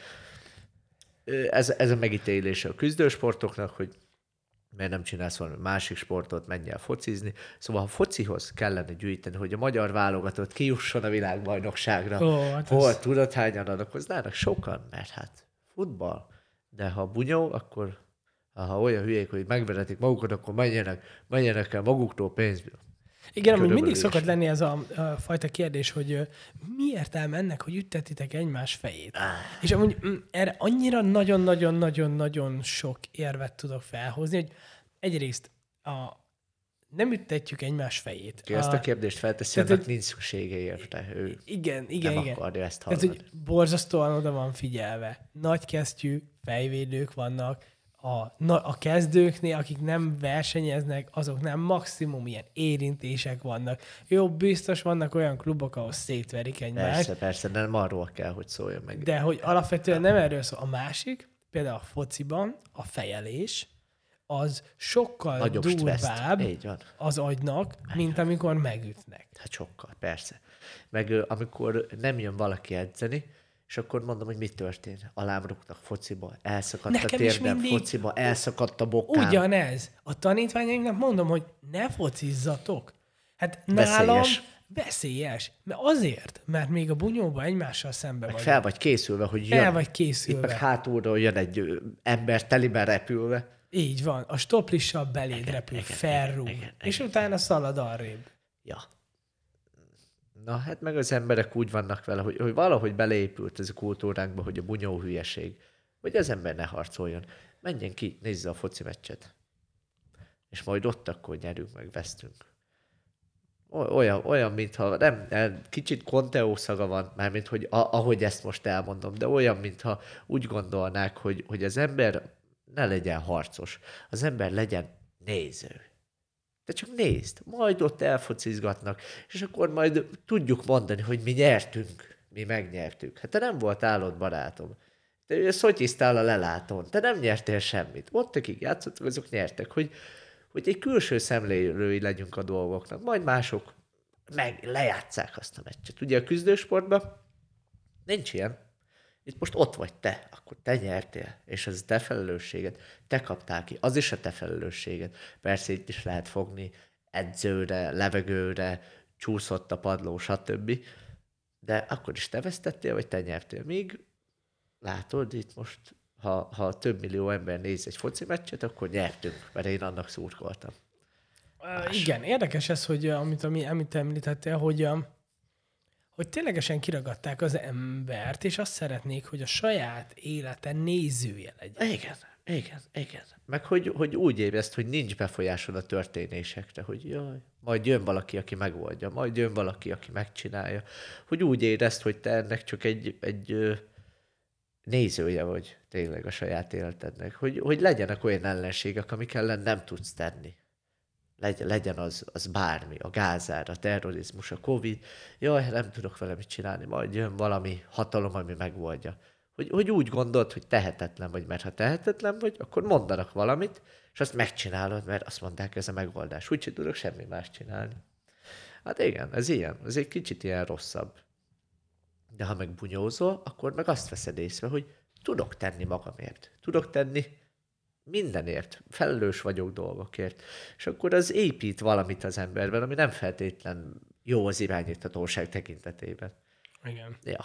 ez, ez a megítélése a küzdősportoknak, hogy mert nem csinálsz valami másik sportot, menj el focizni. Szóval ha focihoz kellene gyűjteni, hogy a magyar válogatott kijusson a világbajnokságra, Ó, hát hol ez- tudod, hányan adakoznának? Sokan, mert hát futball. De ha bunyó, akkor ha olyan hülyék, hogy megveretik magukat, akkor menjenek, menjenek el maguktól pénzből. Igen, amúgy mindig Körülbelül szokott is. lenni ez a, a fajta kérdés, hogy ö, mi értelme ennek, hogy üttetitek egymás fejét. Ah. És amúgy mm, erre annyira nagyon-nagyon-nagyon-nagyon sok érvet tudok felhozni, hogy egyrészt a, nem üttetjük egymás fejét. Ki ezt a kérdést felteszi, tehát, annak hogy- nincs szüksége érte. Ő Igen, igen, nem igen. akarja ezt Tehát, hallani. hogy borzasztóan oda van figyelve. Nagy kesztyű fejvédők vannak, a, na, a kezdőknél, akik nem versenyeznek, azoknál maximum ilyen érintések vannak. Jó, biztos vannak olyan klubok, ahol szétverik egymást, Persze, persze, de nem arról kell, hogy szóljon meg. de hogy alapvetően nem erről szól. A másik, például a fociban a fejelés, az sokkal Nagyobb stresszt. durvább Így van. az agynak, mint amikor megütnek. Hát sokkal, persze. Meg ö, amikor nem jön valaki edzeni, És akkor mondom, hogy mi történt. Alám rúgtak fociba, elszakadt a Nekem is térdem, mindig fociba, elszakadt a bokám. ugyanez. A tanítványaimnak mondom, hogy ne focizzatok. Hát nálam Veszélyes. veszélyes. Mert azért, mert még a bunyóban egymással szembe Meg vagy. fel vagy készülve, hogy Fel jön. vagy Itt készülve. meg hátulról jön egy ö, ember teliben repülve. Így van. A stoplissal beléd Igen, repül, igen, felrúg. igen, igen, És igen. utána szalad arrébb. Ja. Na, hát meg az emberek úgy vannak vele, hogy, hogy valahogy beleépült ez a kultúránkba, hogy a bunyó hülyeség, hogy az ember ne harcoljon. Menjen ki, nézze a foci meccset. És majd ott akkor nyerünk, meg vesztünk. Olyan, olyan mintha nem, nem, kicsit Conteo szaga van, mármint, hogy a, ahogy ezt most elmondom, de olyan, mintha úgy gondolnák, hogy, hogy az ember ne legyen harcos, az ember legyen néző. De csak nézd, majd ott elfocizgatnak, és akkor majd tudjuk mondani, hogy mi nyertünk, mi megnyertük. Hát te nem voltál ott, barátom. Te szotyiztál a lelátón, te nem nyertél semmit. Ott, akik játszottak, azok nyertek, hogy, hogy egy külső szemlélői legyünk a dolgoknak. Majd mások meg lejátsszák azt a meccset. Ugye a küzdősportban nincs ilyen. Itt most ott vagy te, akkor te nyertél, és ez a te felelősséged. Te kaptál ki, az is a te felelősséged. Persze itt is lehet fogni edzőre, levegőre, csúszott a padló, stb. De akkor is te vesztettél, vagy te nyertél. Míg látod, itt most, ha, ha több millió ember néz egy foci meccset, akkor nyertünk, mert én annak szurkoltam. Uh, igen, érdekes ez, hogy uh, amit, ami, amit említettél, hogy, uh, hogy ténylegesen kiragadták az embert, és azt szeretnék, hogy a saját élete nézője legyen. Igen, igen, igen. Meg hogy, hogy úgy érezd, hogy nincs befolyásod a történésekre, hogy jaj, majd jön valaki, aki megoldja, majd jön valaki, aki megcsinálja. Hogy úgy érezd, hogy te ennek csak egy, egy ö, nézője vagy tényleg a saját életednek. Hogy, hogy legyenek olyan ellenségek, amik ellen nem tudsz tenni. Legyen, legyen az, az bármi, a gázár, a terrorizmus, a Covid. Jaj, nem tudok vele mit csinálni, majd jön valami hatalom, ami megoldja. Hogy, hogy úgy gondolod, hogy tehetetlen vagy, mert ha tehetetlen vagy, akkor mondanak valamit, és azt megcsinálod, mert azt mondták, ez a megoldás. Úgyhogy tudok semmi más csinálni. Hát igen, ez ilyen. Ez egy kicsit ilyen rosszabb. De ha meg bunyózol, akkor meg azt veszed észre, hogy tudok tenni magamért. Tudok tenni mindenért. Felelős vagyok dolgokért. És akkor az épít valamit az emberben, ami nem feltétlen jó az irányítatóság tekintetében. Igen. Ja.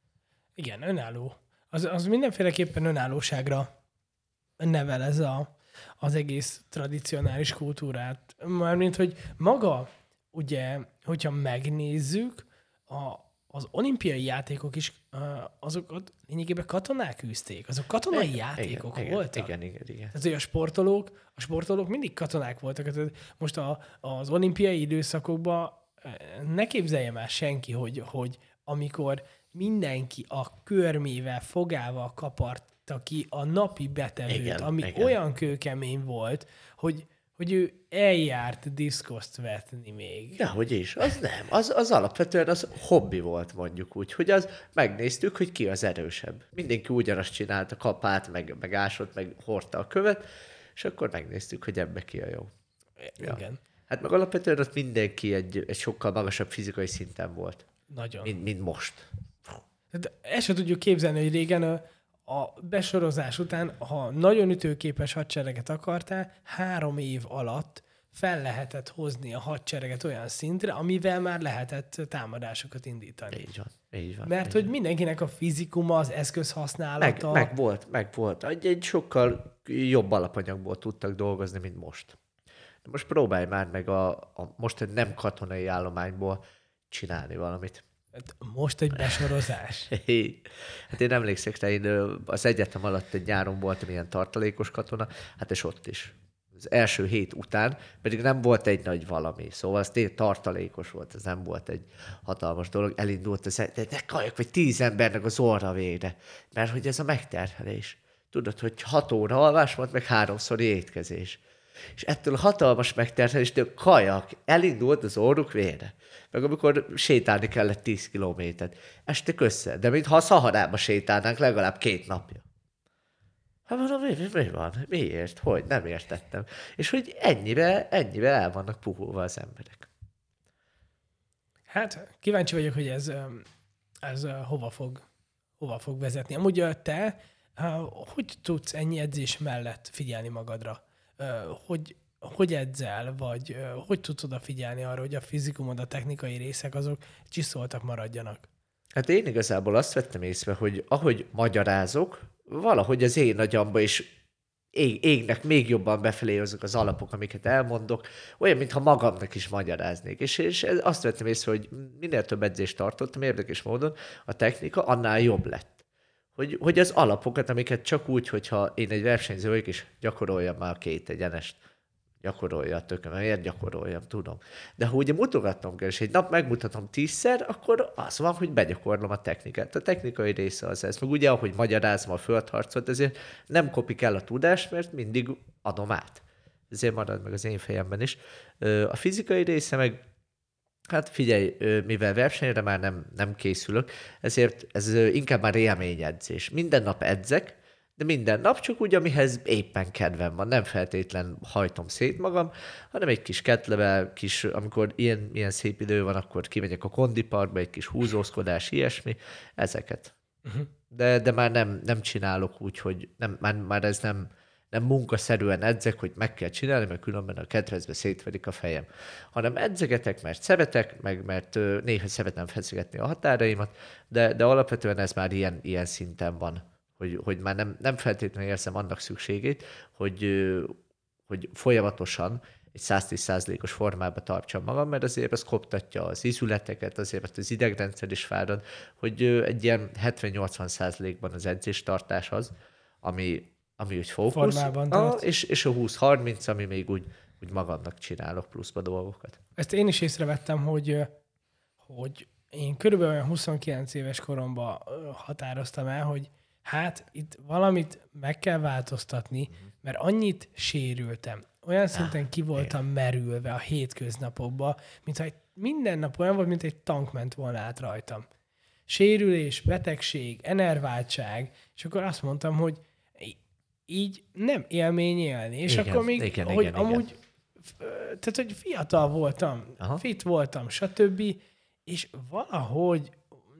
Igen, önálló. Az, az mindenféleképpen önállóságra nevel ez a, az egész tradicionális kultúrát. Mármint, hogy maga, ugye, hogyha megnézzük, a, az olimpiai játékok is uh, azokat lényegében katonák űzték. Azok katonai Igen, játékok igen, voltak. Igen, igen, igen. Tehát, hogy a sportolók, a sportolók mindig katonák voltak. Tehát most a, az olimpiai időszakokban ne képzelje már senki, hogy, hogy amikor mindenki a körmével, fogával kaparta ki a napi betevőt, Igen, ami igen. olyan kőkemény volt, hogy, hogy ő eljárt diszkoszt vetni még. Dehogy is, az nem. Az, az alapvetően az hobbi volt, mondjuk úgy, hogy az megnéztük, hogy ki az erősebb. Mindenki ugyanazt csinálta, kapát, meg, meg ásott, meg hordta a követ, és akkor megnéztük, hogy ebbe ki a jó. Ja. Igen. Hát meg alapvetően ott mindenki egy, egy sokkal magasabb fizikai szinten volt, Nagyon. mint, mint most. Tehát ezt sem tudjuk képzelni, hogy régen a, a besorozás után, ha nagyon ütőképes hadsereget akartál, három év alatt fel lehetett hozni a hadsereget olyan szintre, amivel már lehetett támadásokat indítani. Így van, így van. Mert így hogy van. mindenkinek a fizikuma, az Meg, eszközhasználata... meg volt, meg volt. Egy, egy sokkal jobb alapanyagból tudtak dolgozni, mint most. De most próbálj már meg a, a most egy nem katonai állományból csinálni valamit. Hát most egy besorozás. Hát én emlékszek, te én ö, az egyetem alatt egy nyáron voltam ilyen tartalékos katona, hát és ott is. Az első hét után pedig nem volt egy nagy valami, szóval az tényleg tartalékos volt, ez nem volt egy hatalmas dolog. Elindult az, de, de kajak, vagy tíz embernek az orra végre, mert hogy ez a megterhelés. Tudod, hogy hat óra alvás volt, meg háromszori étkezés. És ettől a hatalmas megterheléstől kajak, elindult az orruk vére. Meg amikor sétálni kellett tíz kilométert. Estek össze, de mintha a Szaharába sétálnánk legalább két napja. Hát mondom, mi, mi, mi van? Miért? Hogy? Nem értettem. És hogy ennyire, ennyire el vannak puhulva az emberek. Hát kíváncsi vagyok, hogy ez, öm, ez ö, hova fog, hova fog vezetni. Amúgy ö, te ö, hogy tudsz ennyi edzés mellett figyelni magadra? Ö, hogy, hogy edzel, vagy ö, hogy tudsz odafigyelni arra, hogy a fizikumod, a technikai részek azok csiszoltak maradjanak? Hát én igazából azt vettem észre, hogy ahogy magyarázok, valahogy az én agyamba is ég, égnek még jobban befelé azok az alapok, amiket elmondok, olyan, mintha magamnak is magyaráznék. És, és azt vettem észre, hogy minél több edzést tartottam, érdekes módon a technika annál jobb lett. Hogy, hogy az alapokat, amiket csak úgy, hogyha én egy versenyző vagyok, és gyakoroljam már a két egyenest, gyakorolja a tököm, miért gyakoroljam, tudom. De ha ugye mutogatnom kell, és egy nap megmutatom tízszer, akkor az van, hogy begyakorlom a technikát. A technikai része az ez. Meg ugye, ahogy magyarázom a földharcot, ezért nem kopik el a tudást, mert mindig adom át. Ezért marad meg az én fejemben is. A fizikai része meg, hát figyelj, mivel versenyre már nem, nem készülök, ezért ez inkább már élményedzés. Minden nap edzek, de minden nap csak úgy, amihez éppen kedvem van. Nem feltétlen hajtom szét magam, hanem egy kis kettlebell, kis, amikor ilyen, ilyen szép idő van, akkor kimegyek a kondiparkba, egy kis húzózkodás, ilyesmi, ezeket. Uh-huh. De, de már nem, nem csinálok úgy, hogy nem, már, már ez nem, nem munkaszerűen edzek, hogy meg kell csinálni, mert különben a ketrecbe szétverik a fejem. Hanem edzegetek, mert szeretek, meg mert néha szeretem feszegetni a határaimat, de, de alapvetően ez már ilyen, ilyen szinten van. Hogy, hogy már nem, nem feltétlenül érzem annak szükségét, hogy, hogy folyamatosan egy száz tíz százalékos formába tartsam magam, mert azért az koptatja az izületeket, azért az idegrendszer is fárad, hogy egy ilyen hetven-nyolcvan százalékban az edzéstartás az, ami, ami úgy fókusz, ah, és, és a húsz-harminc, ami még úgy, úgy magamnak csinálok pluszba dolgokat. Ezt én is észrevettem, hogy, hogy én körülbelül olyan huszonkilenc éves koromban határoztam el, hogy hát itt valamit meg kell változtatni, mert annyit sérültem. Olyan szinten ki voltam merülve a hétköznapokba, mintha minden nap olyan volt, mint egy tank ment volna át rajtam. Sérülés, betegség, enerváltság, és akkor azt mondtam, hogy így nem élmény élni. És igen, akkor még, igen, hogy igen, amúgy, igen. tehát, hogy fiatal voltam, aha, fit voltam, stb., és valahogy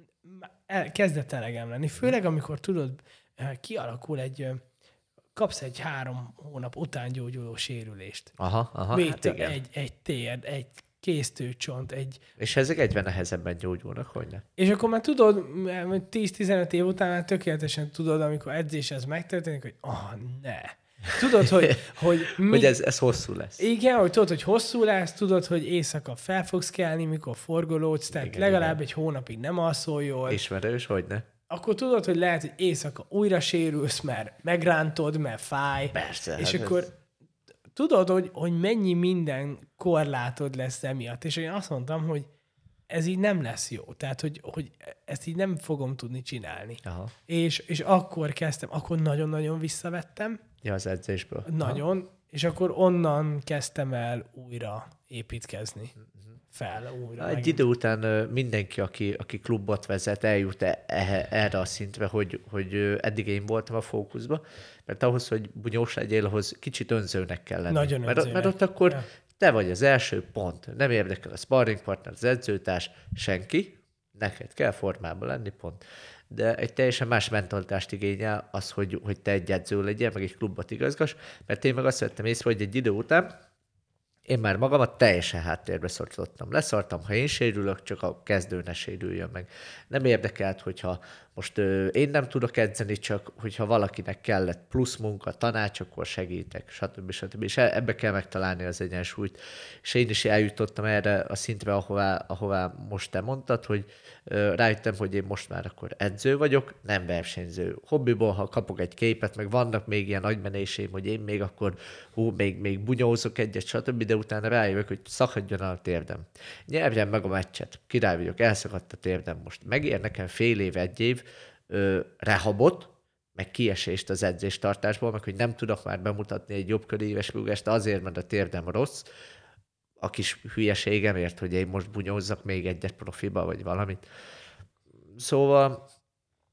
el, kezdett elegem lenni. Főleg, amikor tudod, kialakul egy, kapsz egy három hónap után gyógyuló sérülést. Aha, aha, Mit, hát igen. Egy, egy térd, egy kéztőcsont, egy... És ezek egyben nehezebben gyógyulnak, hogy ne? És akkor már tudod, tíz-tizenöt év után már tökéletesen tudod, amikor edzés ez megtörténik, hogy ah, ne. Tudod, hogy... Hogy, mi... hogy ez, ez hosszú lesz. Igen, hogy tudod, hogy hosszú lesz, tudod, hogy éjszaka fel fogsz kelni, mikor forgolódsz, tehát igen, legalább igen. egy hónapig nem alszol jól. Ismerős, hogy ne. Akkor tudod, hogy lehet, hogy éjszaka újra sérülsz, mert megrántod, mert fáj. Persze. És hát akkor ez... tudod, hogy, hogy mennyi minden korlátod lesz emiatt. És én azt mondtam, hogy ez így nem lesz jó. Tehát, hogy, hogy ezt így nem fogom tudni csinálni. Aha. És, és akkor kezdtem, akkor nagyon-nagyon visszavettem. Ja, az edzésből. Nagyon. Aha. És akkor onnan kezdtem el újra építkezni. Fel újra. Egy idő után mindenki, aki, aki klubot vezet, eljut erre a szintre, hogy, hogy eddig én voltam a fókuszba, mert ahhoz, hogy bunyós legyél, ahhoz kicsit önzőnek kell lenni. Nagyon mert, önzőnek. mert ott akkor ja. te vagy az első pont, nem érdekel a sparring partner, az edzőtárs, senki, neked kell formában lenni, pont. De egy teljesen más mentalitást igényel az, hogy, hogy te egy edző legyél, meg egy klubot igazgass, mert én meg azt vettem észre, hogy egy idő után én már magamat teljesen háttérbe szorítottam. Leszartam, ha én sérülök, csak a kezdő ne sérüljön meg. Nem érdekelt, hogyha most ö, én nem tudok edzeni, csak hogyha valakinek kellett plusz munka, tanács, akkor segítek, stb. stb. És ebbe kell megtalálni az egyensúlyt. És én is eljutottam erre a szintre, ahová, ahová most te mondtad, hogy ö, rájöttem, hogy én most már akkor edző vagyok, nem versenyző. Hobbiból, ha kapok egy képet, meg vannak még ilyen agymenéseim, hogy én még akkor hú, még, még bunyózok egyet, stb., de utána rájövök, hogy szakadjon a térdem. Nyerjem meg a meccset. Király vagyok, elszakadt a térdem most. Megér nekem fél év, egy év ö, rehabot, meg kiesést az edzéstartásból, meg hogy nem tudok már bemutatni egy jobbköri éves rúgást azért, mert a térdem rossz, a kis hülyeségemért, hogy én most bunyózzak még egyet profiba, vagy valamit. Szóval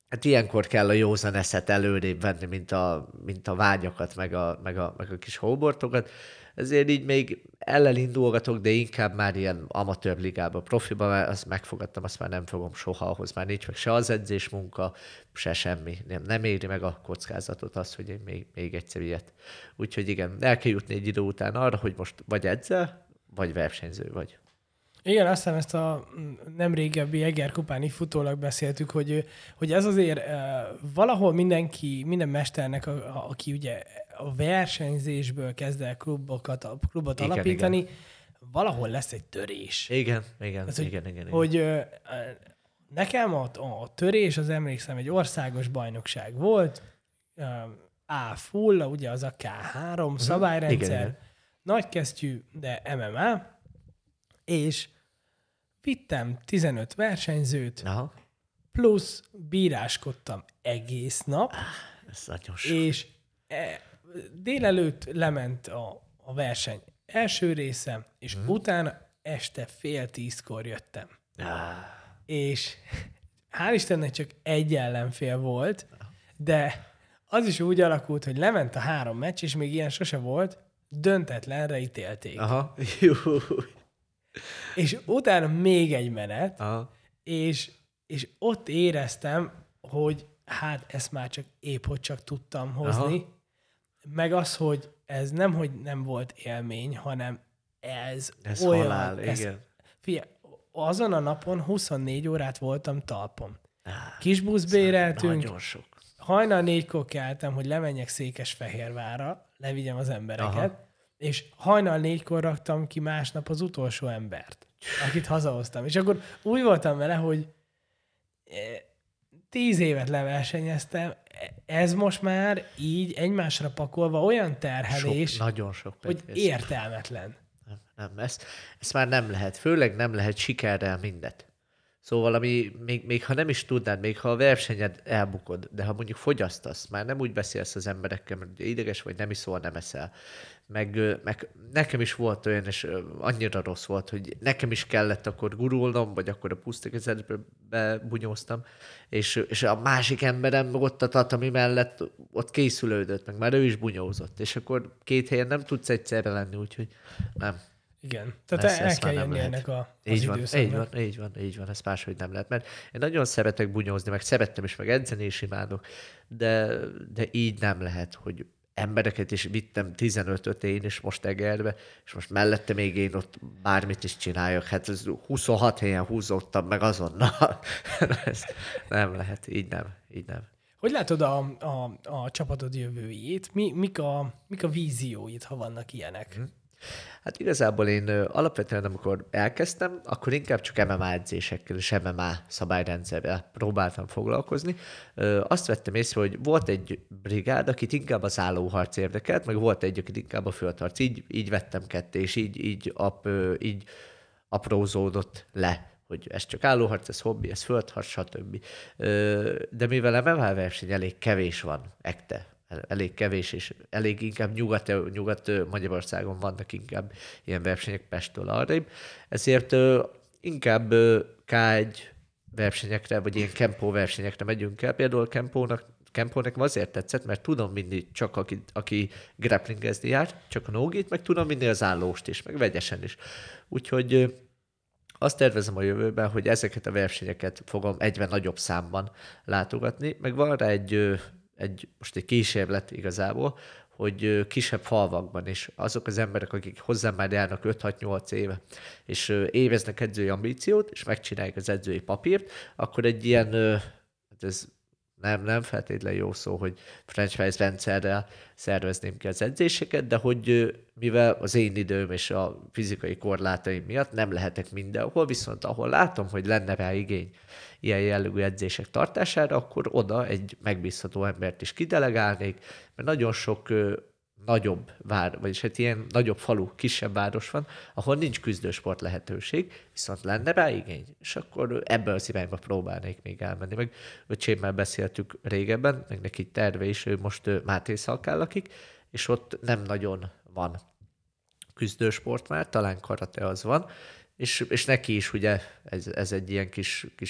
Hát ilyenkor kell a józan eszet előrébb venni, mint a, mint a vágyakat, meg a, meg, a, meg a kis hóbortokat. Ezért így még ellenindulgatok, de inkább már ilyen amatőr ligába, profiba, mert azt megfogadtam, azt már nem fogom soha, ahhoz már nincs meg se az edzés munka, se semmi. Nem, nem éri meg a kockázatot az, hogy én még, még egyszer ilyet. Úgyhogy igen, el kell jutni egy idő után arra, hogy most vagy edzel, vagy versenyző vagy. Igen, aztán ezt a nem régebbi Eger kupáni futólag beszéltük, hogy, hogy ez azért uh, valahol mindenki, minden mesternek, a, a, aki ugye a versenyzésből kezd el klubokat, a klubot igen, alapítani, igen. valahol lesz egy törés. Igen, igen, Tehát, igen, igen, igen. Hogy uh, nekem a, a törés, az emlékszem, egy országos bajnokság volt, uh, A full, ugye az a ká három uh-huh. szabályrendszer, igen, igen. nagy kesztyű, de em em á, és vittem tizenöt versenyzőt, aha. plusz bíráskodtam egész nap, ez nagyon sok. És e, délelőtt lement a, a verseny első része, és hmm. utána este fél tízkor jöttem. Ah. És hál' Istennek csak egy ellenfél volt, de az is úgy alakult, hogy lement a három meccs, és még ilyen sose volt, döntetlenre ítélték. Aha. Jó. És utána még egy menet, aha. és, és ott éreztem, hogy hát ezt már csak épp, hogy csak tudtam hozni. Aha. Meg az, hogy ez nem, hogy nem volt élmény, hanem ez, ez olyan... halál, ez, igen. Figyelj, azon a napon huszonnégy órát voltam talpon. Kis buszt béreltünk. Nagyon sok. Hajnal négykor keltem, hogy lemenjek Székesfehérvárra, levigyem az embereket, aha. és hajnal négykor raktam ki másnap az utolsó embert, akit hazahoztam. És akkor úgy voltam vele, hogy tíz évet leversenyeztem, ez most már így egymásra pakolva olyan terhelés, sok, nagyon sok hogy értelmetlen. Nem, nem ezt, ezt már nem lehet. Főleg nem lehet sikerrel mindet. Szóval, ami, még, még ha nem is tudnád, még ha a versenyed elbukod, de ha mondjuk fogyasztasz, már nem úgy beszélsz az emberekkel, mert ideges vagy, nem iszol, nem eszel. Meg, meg nekem is volt olyan, és annyira rossz volt, hogy nekem is kellett akkor gurulnom, vagy akkor a pusztakezetbe bunyóztam, és, és a másik emberem ott a tatami mellett ott készülődött, meg már ő is bunyózott, és akkor két helyen nem tudsz egyszerre lenni, úgyhogy nem. Igen, tehát ezt, el ezt kell jönni ennek a, az így van, időszakban. így van, így van, így van, ez máshogy nem lehet, mert én nagyon szeretek bunyózni, meg szerettem is, meg edzeni is imádok, de, de így nem lehet, hogy embereket is vittem tizenötöt én is most Egerbe, és most mellette még én ott bármit is csináljak, hát ez huszonhat helyen húzottam meg azonnal. Ez nem lehet, így nem, így nem. Hogy látod a, a, a csapatod jövőjét? Mi, mik, a, mik a vízióid, ha vannak ilyenek? Hmm. Hát igazából én alapvetően, amikor elkezdtem, akkor inkább csak em em á edzésekkel és em em á szabályrendszerrel próbáltam foglalkozni. Azt vettem észre, hogy volt egy brigád, akit inkább az állóharc érdekelt, meg volt egy, akit inkább a földharc. Így, így vettem ketté, és így, így, ap, így aprózódott le, hogy ez csak állóharc, ez hobbi, ez földharc, stb. De mivel em em á verseny elég kevés van, ekte, elég kevés, és elég inkább nyugat, nyugat Magyarországon vannak inkább ilyen versenyek Pesttől arrébb. Ezért uh, inkább uh, ká egy versenyekre, vagy ilyen kempó versenyekre megyünk el. Például kempónak, kempó nekem azért tetszett, mert tudom vinni csak aki, aki grapplingezni jár, csak a nógit, meg tudom vinni az állóst is, meg vegyesen is. Úgyhogy uh, azt tervezem a jövőben, hogy ezeket a versenyeket fogom egyre nagyobb számban látogatni, meg van rá egy uh, egy, most egy kísérlet igazából, hogy kisebb falvakban is azok az emberek, akik hozzám már járnak öt-hat-nyolc éve, és éveznek edzői ambíciót, és megcsinálják az edzői papírt, akkor egy ilyen, hát ez nem, nem feltétlenül jó szó, hogy franchise rendszerrel szervezném ki az edzéseket, de hogy mivel az én időm és a fizikai korlátaim miatt nem lehetek mindenhol, viszont ahol látom, hogy lenne rá igény ilyen jellegű edzések tartására, akkor oda egy megbízható embert is kidelegálnék, mert nagyon sok ö, nagyobb vár, vagyis hát ilyen nagyobb falu, kisebb város van, ahol nincs küzdősport lehetőség, viszont lenne rá igény, és akkor ebben az irányba próbálnék még elmenni. Meg öcsémmel beszéltük régebben, meg neki terve is, ő most ö, Mátészalkán lakik, és ott nem nagyon van küzdősport már, talán karate az van, és, és neki is ugye ez, ez egy ilyen kis, kis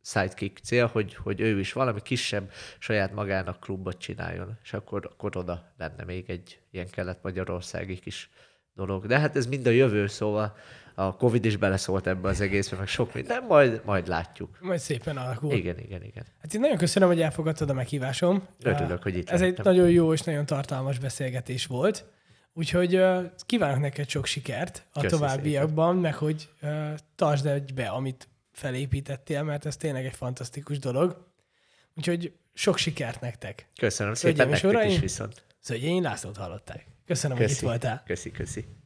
sidekick cél, hogy, hogy ő is valami kisebb saját magának klubot csináljon, és akkor, akkor oda lenne még egy ilyen kelet-magyarországi kis dolog. De hát ez mind a jövő, szóval a Covid is beleszólt ebbe az egészbe, meg sok minden, majd, majd látjuk. Majd szépen alakul. Igen, igen, igen. Hát én nagyon köszönöm, hogy elfogadtad a meghívásom. Örülök, hogy itt Ez lettem. egy nagyon jó és nagyon tartalmas beszélgetés volt. Úgyhogy uh, kívánok neked sok sikert a Köszi továbbiakban, szépen. Meg hogy uh, tartsd egybe, amit felépítettél, mert ez tényleg egy fantasztikus dolog. Úgyhogy sok sikert nektek. Köszönöm szépen, nektek is viszont. Szögyeim Lászlót hallották. Köszönöm, Köszi. hogy itt voltál. Köszi, köszi.